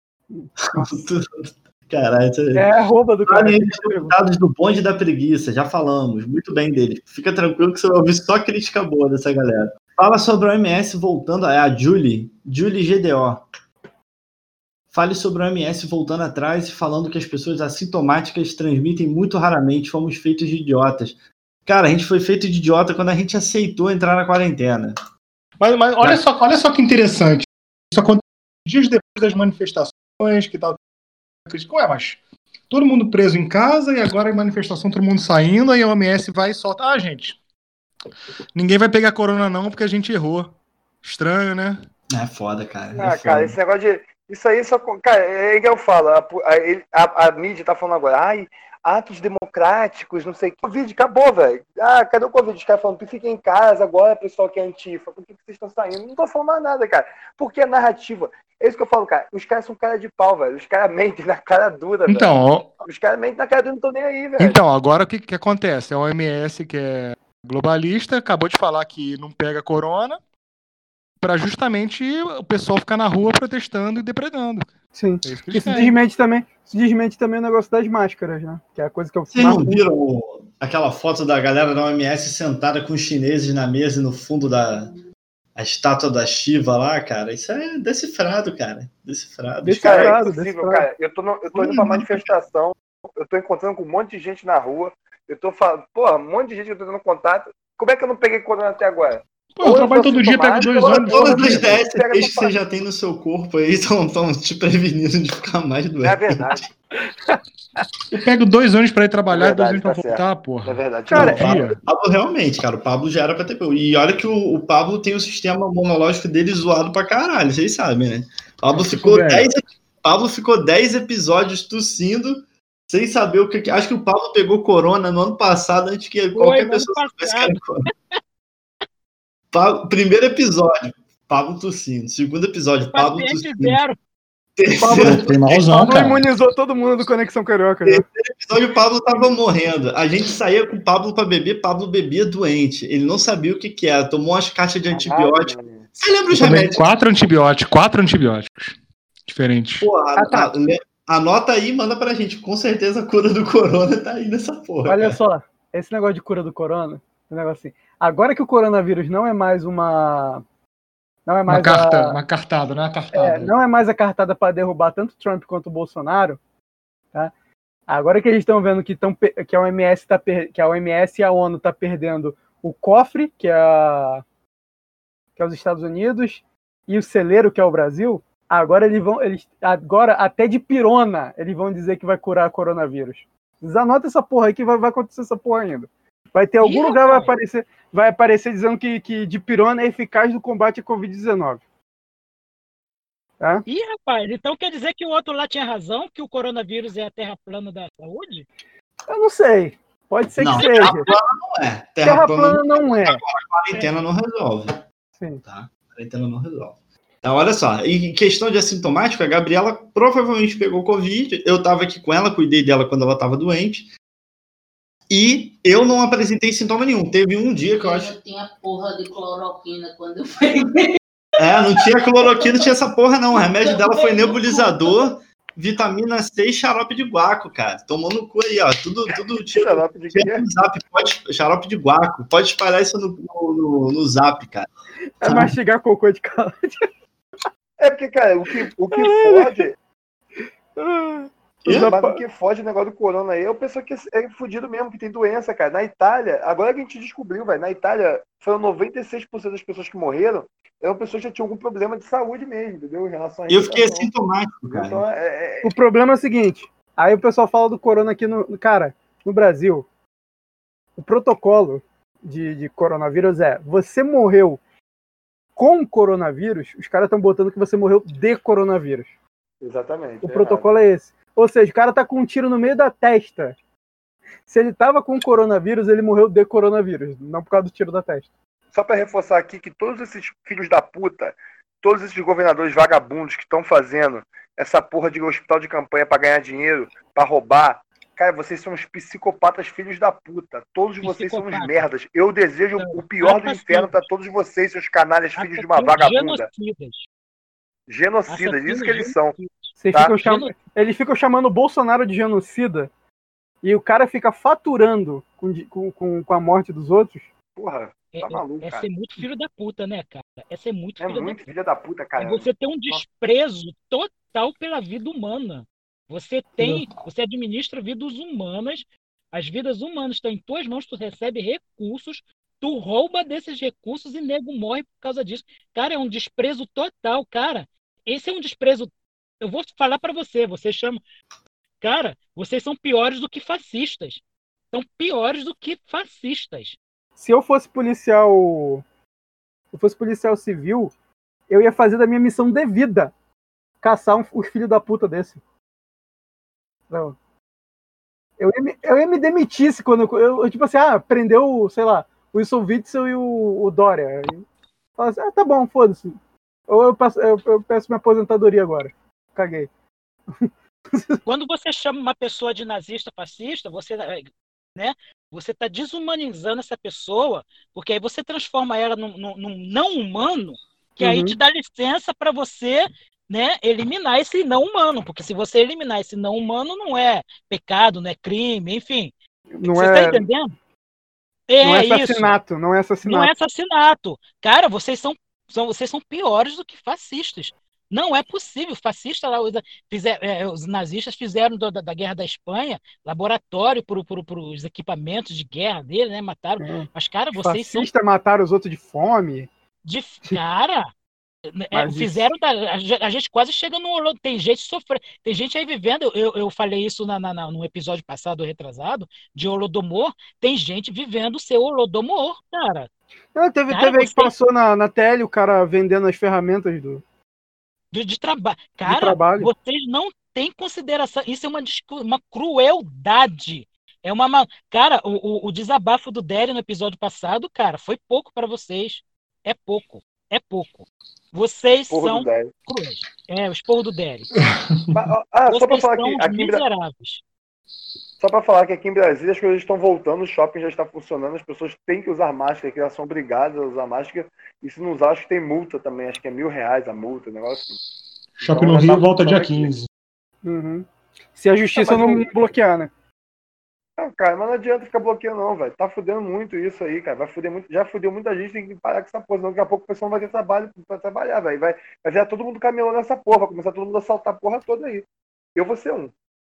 Caralho, isso aí. É arroba do cara. Falem aí dos deputados do bonde da preguiça, já falamos, muito bem dele. Fica tranquilo que você vai ouvir só crítica boa dessa galera. Fala sobre o O M S voltando, é a Julie, Julie G D O. Fale sobre o O M S voltando atrás e falando que as pessoas assintomáticas transmitem muito raramente, fomos feitos de idiotas. Cara, a gente foi feito de idiota quando a gente aceitou entrar na quarentena. Mas, mas olha, só, olha só que interessante. Isso aconteceu dias depois das manifestações, que tal. Ué, mas todo mundo preso em casa e agora a manifestação, todo mundo saindo, aí a O M S vai e solta. Ah, gente, ninguém vai pegar corona não porque a gente errou. Estranho, né? É foda, cara. É Ah, foda. cara, esse negócio de. Isso aí só. Cara, é que eu falo. A, a, a, a mídia tá falando agora. Ai, atos democráticos, não sei o que. Covid, acabou, velho. Ah, cadê o Covid? Os caras falando que fica em casa agora, pessoal que é antifa. Por que, que vocês estão saindo? Não tô falando mais nada, cara. Porque é narrativa. É isso que eu falo, cara. Os caras são cara de pau, velho. Os caras mentem na cara dura, velho. Então, Os caras mentem na cara dura, não estão nem aí, velho. então, agora o que, que acontece? A O M S, que é globalista, acabou de falar que não pega corona para justamente o pessoal ficar na rua protestando e depredando. Sim. É isso que eles Isso querem. desmente também, isso desmente também o negócio das máscaras, né? Que é a coisa que eu Vocês mais não viram aquela foto da galera da O M S sentada com os chineses na mesa e no fundo da a estátua da Shiva lá, cara? Isso é decifrado, cara. Decifrado. Os Cara, caras- é Decifrado, impossível, decifrado. cara. Eu tô, no- eu tô indo pra manifestação, eu tô encontrando com um monte de gente na rua, eu tô falando, porra, um monte de gente que eu tô tendo contato. Como é que eu não peguei corona até agora? Pô, eu Ou trabalho sou todo dia, pego dois sintomático, ônibus. ou eu Todas sou as D S pega Ts essa que você já tem no seu corpo aí estão te prevenindo de ficar mais doente. É verdade, Eu pego dois ônibus pra ir trabalhar É e dois verdade, ônibus pra tá voltar, é porra. verdade. Cara, Não, o Pablo, dia. o Pablo realmente, cara, o Pablo já era pra ter. E olha que o, o Pablo tem o sistema imunológico dele zoado pra caralho, vocês sabem, né? O Pablo É, ficou velho. dez Pablo ficou dez episódios tossindo, sem saber o que. que- Acho que o Pablo pegou corona no ano passado, antes que qualquer no pessoa ano soubesse que era passado. corona. Pablo- primeiro episódio, Pablo tossindo. Segundo episódio, Pablo Paciente tossindo. zero. Terceiro Foi malzão, Pablo cara. imunizou todo mundo do Conexão Carioca, né? episódio, o Pablo tava morrendo. A gente saía com o Pablo pra beber, Pablo bebia doente. Ele não sabia o que que era, tomou umas caixas de antibiótico. Caralho, Você lembra Eu os tomei remédios? quatro antibióticos, quatro antibióticos diferentes. Porra, Ah, tá. a- le- anota aí e manda pra gente. Com certeza a cura do corona tá aí nessa porra. Olha cara. só, esse negócio de cura do corona, um negócio assim. Agora que o coronavírus não é mais uma. Não é Uma mais carta, a, uma cartada, não é uma é, cartada. não é mais a cartada para derrubar tanto Trump quanto o Bolsonaro, tá? Agora que eles estão vendo que, tão, pe- que a O M S tá per- que a O M S e a ONU tá perdendo o cofre, que é, a, que é os Estados Unidos, e o celeiro, que é o Brasil, agora eles vão, eles, agora até de pirona eles vão dizer que vai curar coronavírus. Eles anotam essa porra aí que vai, vai acontecer essa porra ainda. Vai ter algum Ih, lugar vai rapaz. aparecer, vai aparecer dizendo que, que de pirona é eficaz no combate à covid dezenove. Tá? Ih, rapaz, então quer dizer que o outro lá tinha razão, que o coronavírus é a terra plana da saúde? Eu não sei. Pode ser Não, que seja. Não é. Terra, Terra plana, plana não é. quarentena não resolve. Sim. Tá? Quarentena não resolve. Então, olha só, em questão de assintomático, a Gabriela provavelmente pegou Covid. Eu estava aqui com ela, cuidei dela quando ela estava doente. E eu não apresentei sintoma nenhum. Teve um dia que eu acho. não tinha porra de cloroquina quando eu peguei. É, não tinha cloroquina, não tinha essa porra, não. O remédio dela foi nebulizador, vitamina C e xarope de guaco, cara. Tomou no cu aí, ó. Tudo, tudo tira, xarope de tira quê? no zap. Pode, xarope de guaco. Pode espalhar isso no, no, no, no zap, cara. É mastigar cocô de caldo. É porque, cara, o que, o que fode, E? mas o que fode o negócio do corona aí é o pessoal que é fudido mesmo, que tem doença, cara. Na Itália, agora que a gente descobriu, velho, na Itália, foram noventa e seis por cento das pessoas que morreram, eram pessoas que já tinham algum problema de saúde mesmo, entendeu? Em relação a Eu fiquei respiração. assintomático, cara. Então, é, é, O problema é o seguinte. Aí o pessoal fala do corona aqui no. Cara, no Brasil, o protocolo de, de coronavírus é: você morreu com coronavírus, os caras estão botando que você morreu de coronavírus. exatamente. O protocolo é esse. Ou seja, o cara tá com um tiro no meio da testa. Se ele tava com coronavírus, ele morreu de coronavírus, não por causa do tiro da testa. Só para reforçar aqui que todos esses filhos da puta, todos esses governadores vagabundos que estão fazendo essa porra de hospital de campanha para ganhar dinheiro, para roubar, cara, vocês são uns psicopatas filhos da puta. Todos vocês são uns Psicopata. merdas. Eu desejo Não, o pior do assassinos. inferno para todos vocês, seus canalhas filhos de uma Assassinos vagabunda. genocidas. Genocidas, Assassinos isso que eles são. genocidas. Vocês Tá. ficam cham... Eles ficam chamando o Bolsonaro de genocida e o cara fica faturando com, di- com, com, com a morte dos outros. Porra, É, tá é- maluco, é cara. ser muito filho da puta, né, cara? É ser muito É filho muito da puta. filha da puta, É cara. você ter um desprezo total pela vida humana. Você tem, você administra vidas humanas, as vidas humanas estão em tuas mãos, tu recebe recursos, tu rouba desses recursos e nego morre por causa disso. Cara, é um desprezo total, cara. Esse é um desprezo. Eu vou falar pra você, você chama. Cara, vocês são piores do que fascistas. São piores do que fascistas. Se eu fosse policial. Se eu fosse policial civil, eu ia fazer da minha missão de vida caçar um, os filhos da puta desse. Não. Eu ia, me, eu ia me demitir se quando eu, eu, tipo assim, ah, prendeu, sei lá, o Wilson Witzel e o, o Dória. Aí, fala assim, ah, tá bom, foda-se. Ou eu, passo, eu, eu peço minha aposentadoria agora. Caguei. Quando você chama uma pessoa de nazista, fascista, você, né, você está desumanizando essa pessoa, porque aí você transforma ela num, num, num não humano, que Uhum. aí te dá licença para você, né, eliminar esse não humano, porque se você eliminar esse não humano, não é pecado, não é crime, enfim. Não você é, está entendendo? É, não é isso. assassinato, não é assassinato. Não é assassinato. Cara, vocês são, são, vocês são piores do que fascistas. Não é possível. Fascista lá, os, fizer, é, os nazistas fizeram da, da Guerra da Espanha laboratório para os equipamentos de guerra dele, né? Mataram. É. Mas, cara, vocês são. Fascista mataram os outros de fome. De, cara, é, Mas fizeram. Da, a, a gente quase chega no Holodomor. Tem gente sofrendo. Tem gente aí vivendo. Eu, eu falei isso na, na, no episódio passado, retrasado, de Holodomor. Tem gente vivendo o seu Holodomor, cara. Não, teve, Cara, teve aí que vocês- passou na, na tele o cara vendendo as ferramentas do. De, de trabalho. Cara, trabalho. vocês não têm consideração. Isso é uma, discu- uma crueldade. É uma. ma- Cara, o, o, o desabafo do Derry no episódio passado, cara, foi pouco para vocês. É pouco. É pouco. Vocês Porra são do dez. cruéis. É, o esporro do Derry. Ah, só pra Vocês falar são que aqui em Bra- miseráveis. Só para falar que aqui em Brasília as coisas estão voltando, o shopping já está funcionando, as pessoas têm que usar máscara, que elas são obrigadas a usar máscara. E se não usar, acho que tem multa também, acho que é mil reais a multa, negócio assim. Shopping Então, no já Rio tá volta dia funcionando aqui. quinze. Uhum. Se a justiça Ah, mas não o- bloquear, né? Não, cara, mas não adianta ficar bloqueando não, velho. Tá fudendo muito isso aí, cara. Vai fuder muito, já fudeu muita gente, tem que parar com essa porra, senão daqui a pouco o pessoal não vai ter trabalho pra trabalhar, velho. Vai, vai virar todo mundo camelô nessa porra, vai começar todo mundo a assaltar a porra toda aí. Eu vou ser um.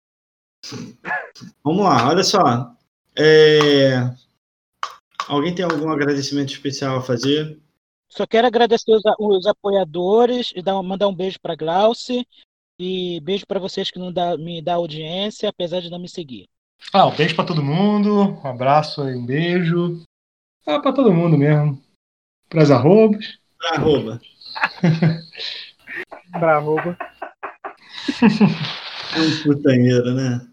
Vamos lá, olha só. É, Alguém tem algum agradecimento especial a fazer? Só quero agradecer os, a- os apoiadores e dar, um- mandar um beijo para Glauce. E beijo para vocês que não dá, me dá audiência, apesar de não me seguir. Ah, um beijo pra todo mundo. Um abraço aí, um beijo. Ah, pra todo mundo mesmo. Pras arrobas. Pra arroba. Pra arroba. É um putanheiro, né?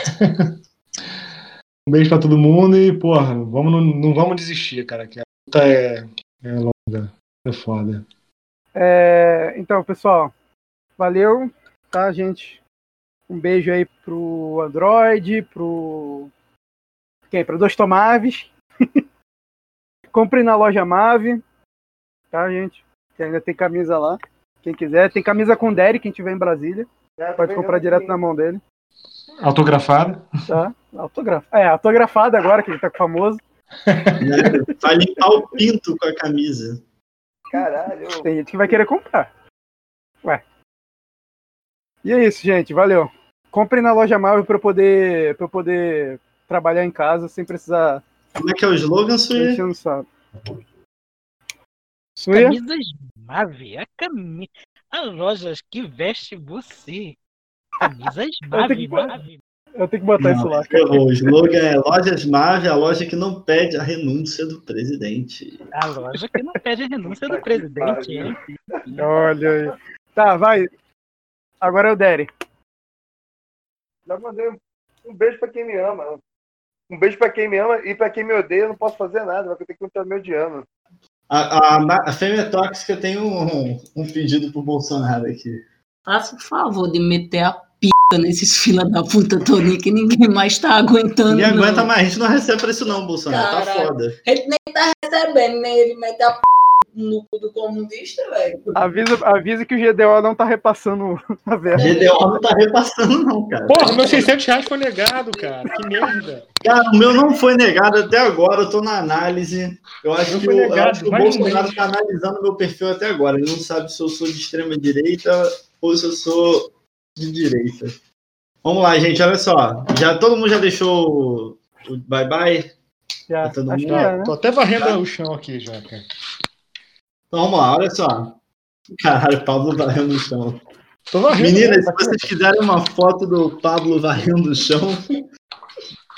Um beijo pra todo mundo e, porra, vamos, não, não vamos desistir, cara, que a luta é, é longa, é foda. É, então, pessoal, valeu, tá, gente? Um beijo aí pro Android, pro. Quem? Pra Dois Tomaves. Compre na loja Mave, tá, gente? Que ainda tem camisa lá. Quem quiser, tem camisa com Derry, quem tiver em Brasília. Já Pode tô comprar vendendo direto aqui. na mão dele. Autografada. Tá? Autograf... É, autografado agora, que ele tá famoso. Né? Vai limpar o pinto com a camisa. Caralho. Tem gente que vai querer comprar. Ué. E é isso, gente. Valeu. Comprem na loja Marvel pra eu poder, pra eu poder trabalhar em casa sem precisar Como é que é o slogan, Suí? encher no saco. Suia? Camisas Mave, a camisa. A loja que veste você. Camisas Mave, que- Mave. Eu tenho que botar isso lá. Não, o slogan é Lojas Mave, a loja que não pede a renúncia do presidente. A loja que não pede a renúncia do presidente, hein? Olha aí. Tá, vai. Agora é o Derry. Já mandei um beijo pra quem me ama. Um beijo pra quem me ama e pra quem me odeia, eu não posso fazer nada, vai ter que continuar me odiando. A, a, a Fêmea Tóxica tem um, um pedido pro Bolsonaro aqui. Faça o favor de meter a p nesses fila da puta Tony, que ninguém mais tá aguentando. Ninguém não. aguenta mais, a gente não recebe pra isso não, Bolsonaro. Tá Caralho. foda. A gente nem tá recebendo, nem ele mete a p no cu do comunista, velho. Avisa, avisa que o G D O não tá repassando a verba. G D O não tá repassando não, cara. Porra, meus seiscentos reais foi negado, cara. Que merda. Cara, o meu não foi negado até agora, eu tô na análise. Eu acho Não que, foi o, eu negado, acho que o mais um Bolsonaro mês. tá analisando meu perfil até agora. Ele não sabe se eu sou de extrema direita ou se eu sou de direita. Vamos lá, gente, olha só. Já, todo mundo já deixou o bye-bye? Já, Tá todo acho que mundo? é, né? Tô até varrendo o chão aqui já, cara. Então vamos lá, olha só. Caralho, Pablo varrendo o chão. Tô varrendo. Meninas, né? se vocês quiserem uma foto do Pablo varrendo o chão,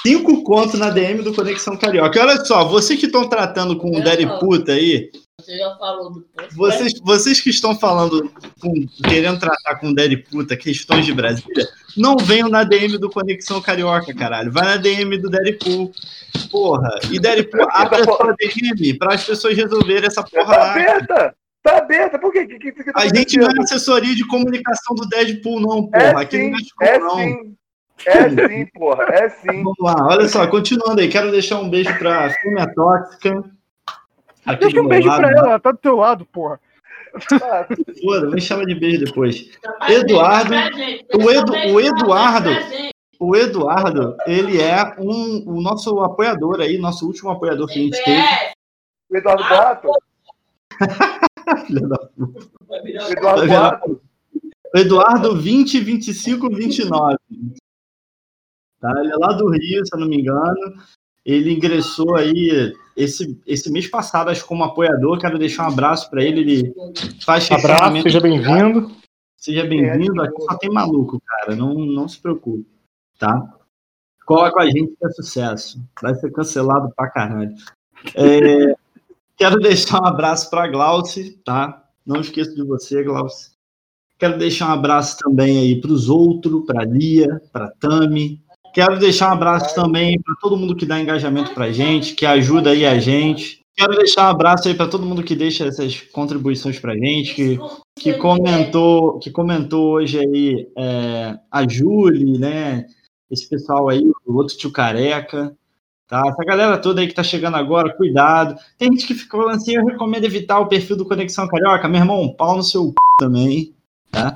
Cinco contos na D M do Conexão Carioca. E olha só, vocês que estão tratando com o Daddy Puta aí, Você já falou do post. vocês, vocês que estão falando, com, querendo tratar com o Daddy Puta questões de Brasília, não venham na D M do Conexão Carioca, caralho. Vai na D M do Deadpool. Porra. E Deadpool abre a sua D M para as pessoas resolverem essa porra Tá lá. aberta! Tá aberta, por quê? Que, que, que tá A gente não é acontecendo? assessoria de comunicação do Deadpool, não, porra. É Aqui sim, não é escola, é não. sim. É sim, porra, é sim. Vamos lá, olha só, continuando aí, quero deixar um beijo pra Fêmea Tóxica. Aqui Deixa do um meu beijo lado, pra ela, ela tá do teu lado, porra. Ah, Foda, me chama de beijo depois. Eduardo, o, Edu, o Eduardo, o Eduardo, ele é um, o nosso apoiador aí, nosso último apoiador que a gente teve. o Eduardo Boato? Filha da puta. O Eduardo Boato? O Eduardo vinte, vinte e cinco, vinte e nove. Tá? Ele é lá do Rio, se eu não me engano. Ele ingressou aí esse, esse mês passado, acho que como apoiador. Quero deixar um abraço para ele. Ele faz Abraço, questionamento. seja bem-vindo. Seja bem-vindo. Aqui só tem maluco, cara. Não, não se preocupe, tá? Cola com a gente que é sucesso. Vai ser cancelado pra caralho. É, quero deixar um abraço para Glauci, tá? Não esqueço de você, Glauci. Quero deixar um abraço também aí para os outros, para Lia, para Tami. Quero deixar um abraço também para todo mundo que dá engajamento para a gente, que ajuda aí a gente. Quero deixar um abraço aí para todo mundo que deixa essas contribuições para a gente, que, que comentou, que comentou hoje aí é, a Júlia, né? Esse pessoal aí, o outro tio Careca. Tá? Essa galera toda aí que tá chegando agora, cuidado. Tem gente que fica falando assim, eu recomendo evitar o perfil do Conexão Carioca. meu irmão, um pau no seu c... também. Tá?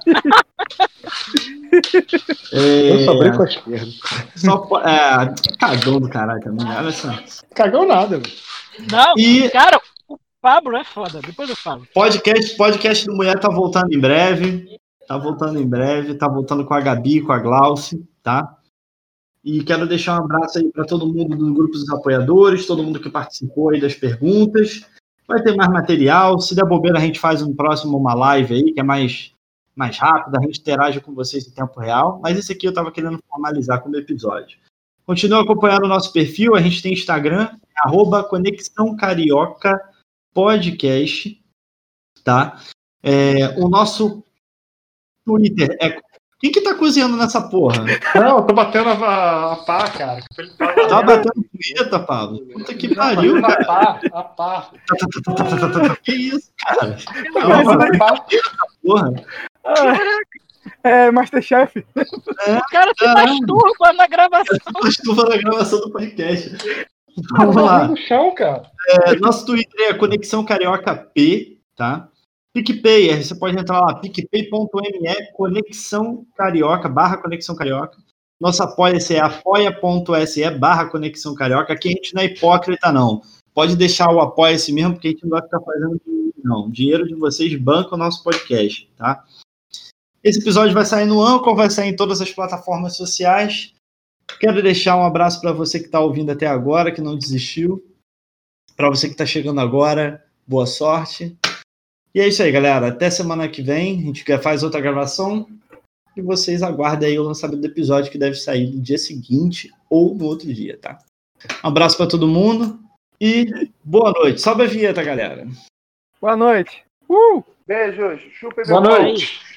É, Eu só brinco com a esquerda. só, é, cagão do caralho também, olha só. Cagou nada, velho. Não, E- cara, o Pablo é foda. Depois eu falo. Podcast, podcast do Mulher tá voltando em breve. Tá voltando em breve, tá voltando com a Gabi, com a Glauci, tá? E quero deixar um abraço aí para todo mundo dos grupos dos apoiadores, todo mundo que participou aí das perguntas. Vai ter mais material. Se der bobeira, a gente faz um próximo, uma live aí, que é mais, mais rápida, a gente interage com vocês em tempo real. Mas esse aqui eu estava querendo formalizar como episódio. Continua acompanhando o nosso perfil, a gente tem Instagram, arroba Conexão Carioca Podcast, tá? É, o nosso Twitter é... Quem que tá cozinhando nessa porra? Não, eu tô batendo a, a pá, cara. Tá batendo punheta, Pablo? Puta que pariu, a cara. pá, a pá. Que isso, cara? A pá. Porra. É, Masterchef. O cara se Ah. masturba na gravação. Estufa na gravação do podcast. Vamos lá. no chão, cara. É, nosso Twitter é Conexão Carioca P, tá? PicPay, você pode entrar lá, picpay.me, Conexão Carioca, barra Conexão Carioca. Nosso apoia-se é apoia.se, barra Conexão Carioca. Aqui a gente não é hipócrita, não. Pode deixar o apoia-se mesmo, porque a gente não vai ficar fazendo dinheiro, não. O dinheiro de vocês banca o nosso podcast, tá? Esse episódio vai sair no Anchor, vai sair em todas as plataformas sociais. Quero deixar um abraço para você que está ouvindo até agora, que não desistiu. Para você que está chegando agora, boa sorte. E é isso aí, galera. Até semana que vem. A gente faz outra gravação. E vocês aguardem aí o lançamento do episódio, que deve sair no dia seguinte ou no outro dia, tá? Um abraço para todo mundo. E boa noite. Sobe a vinheta, galera. Boa noite. Uh! Beijos. Chupa e Boa meu pau. noite.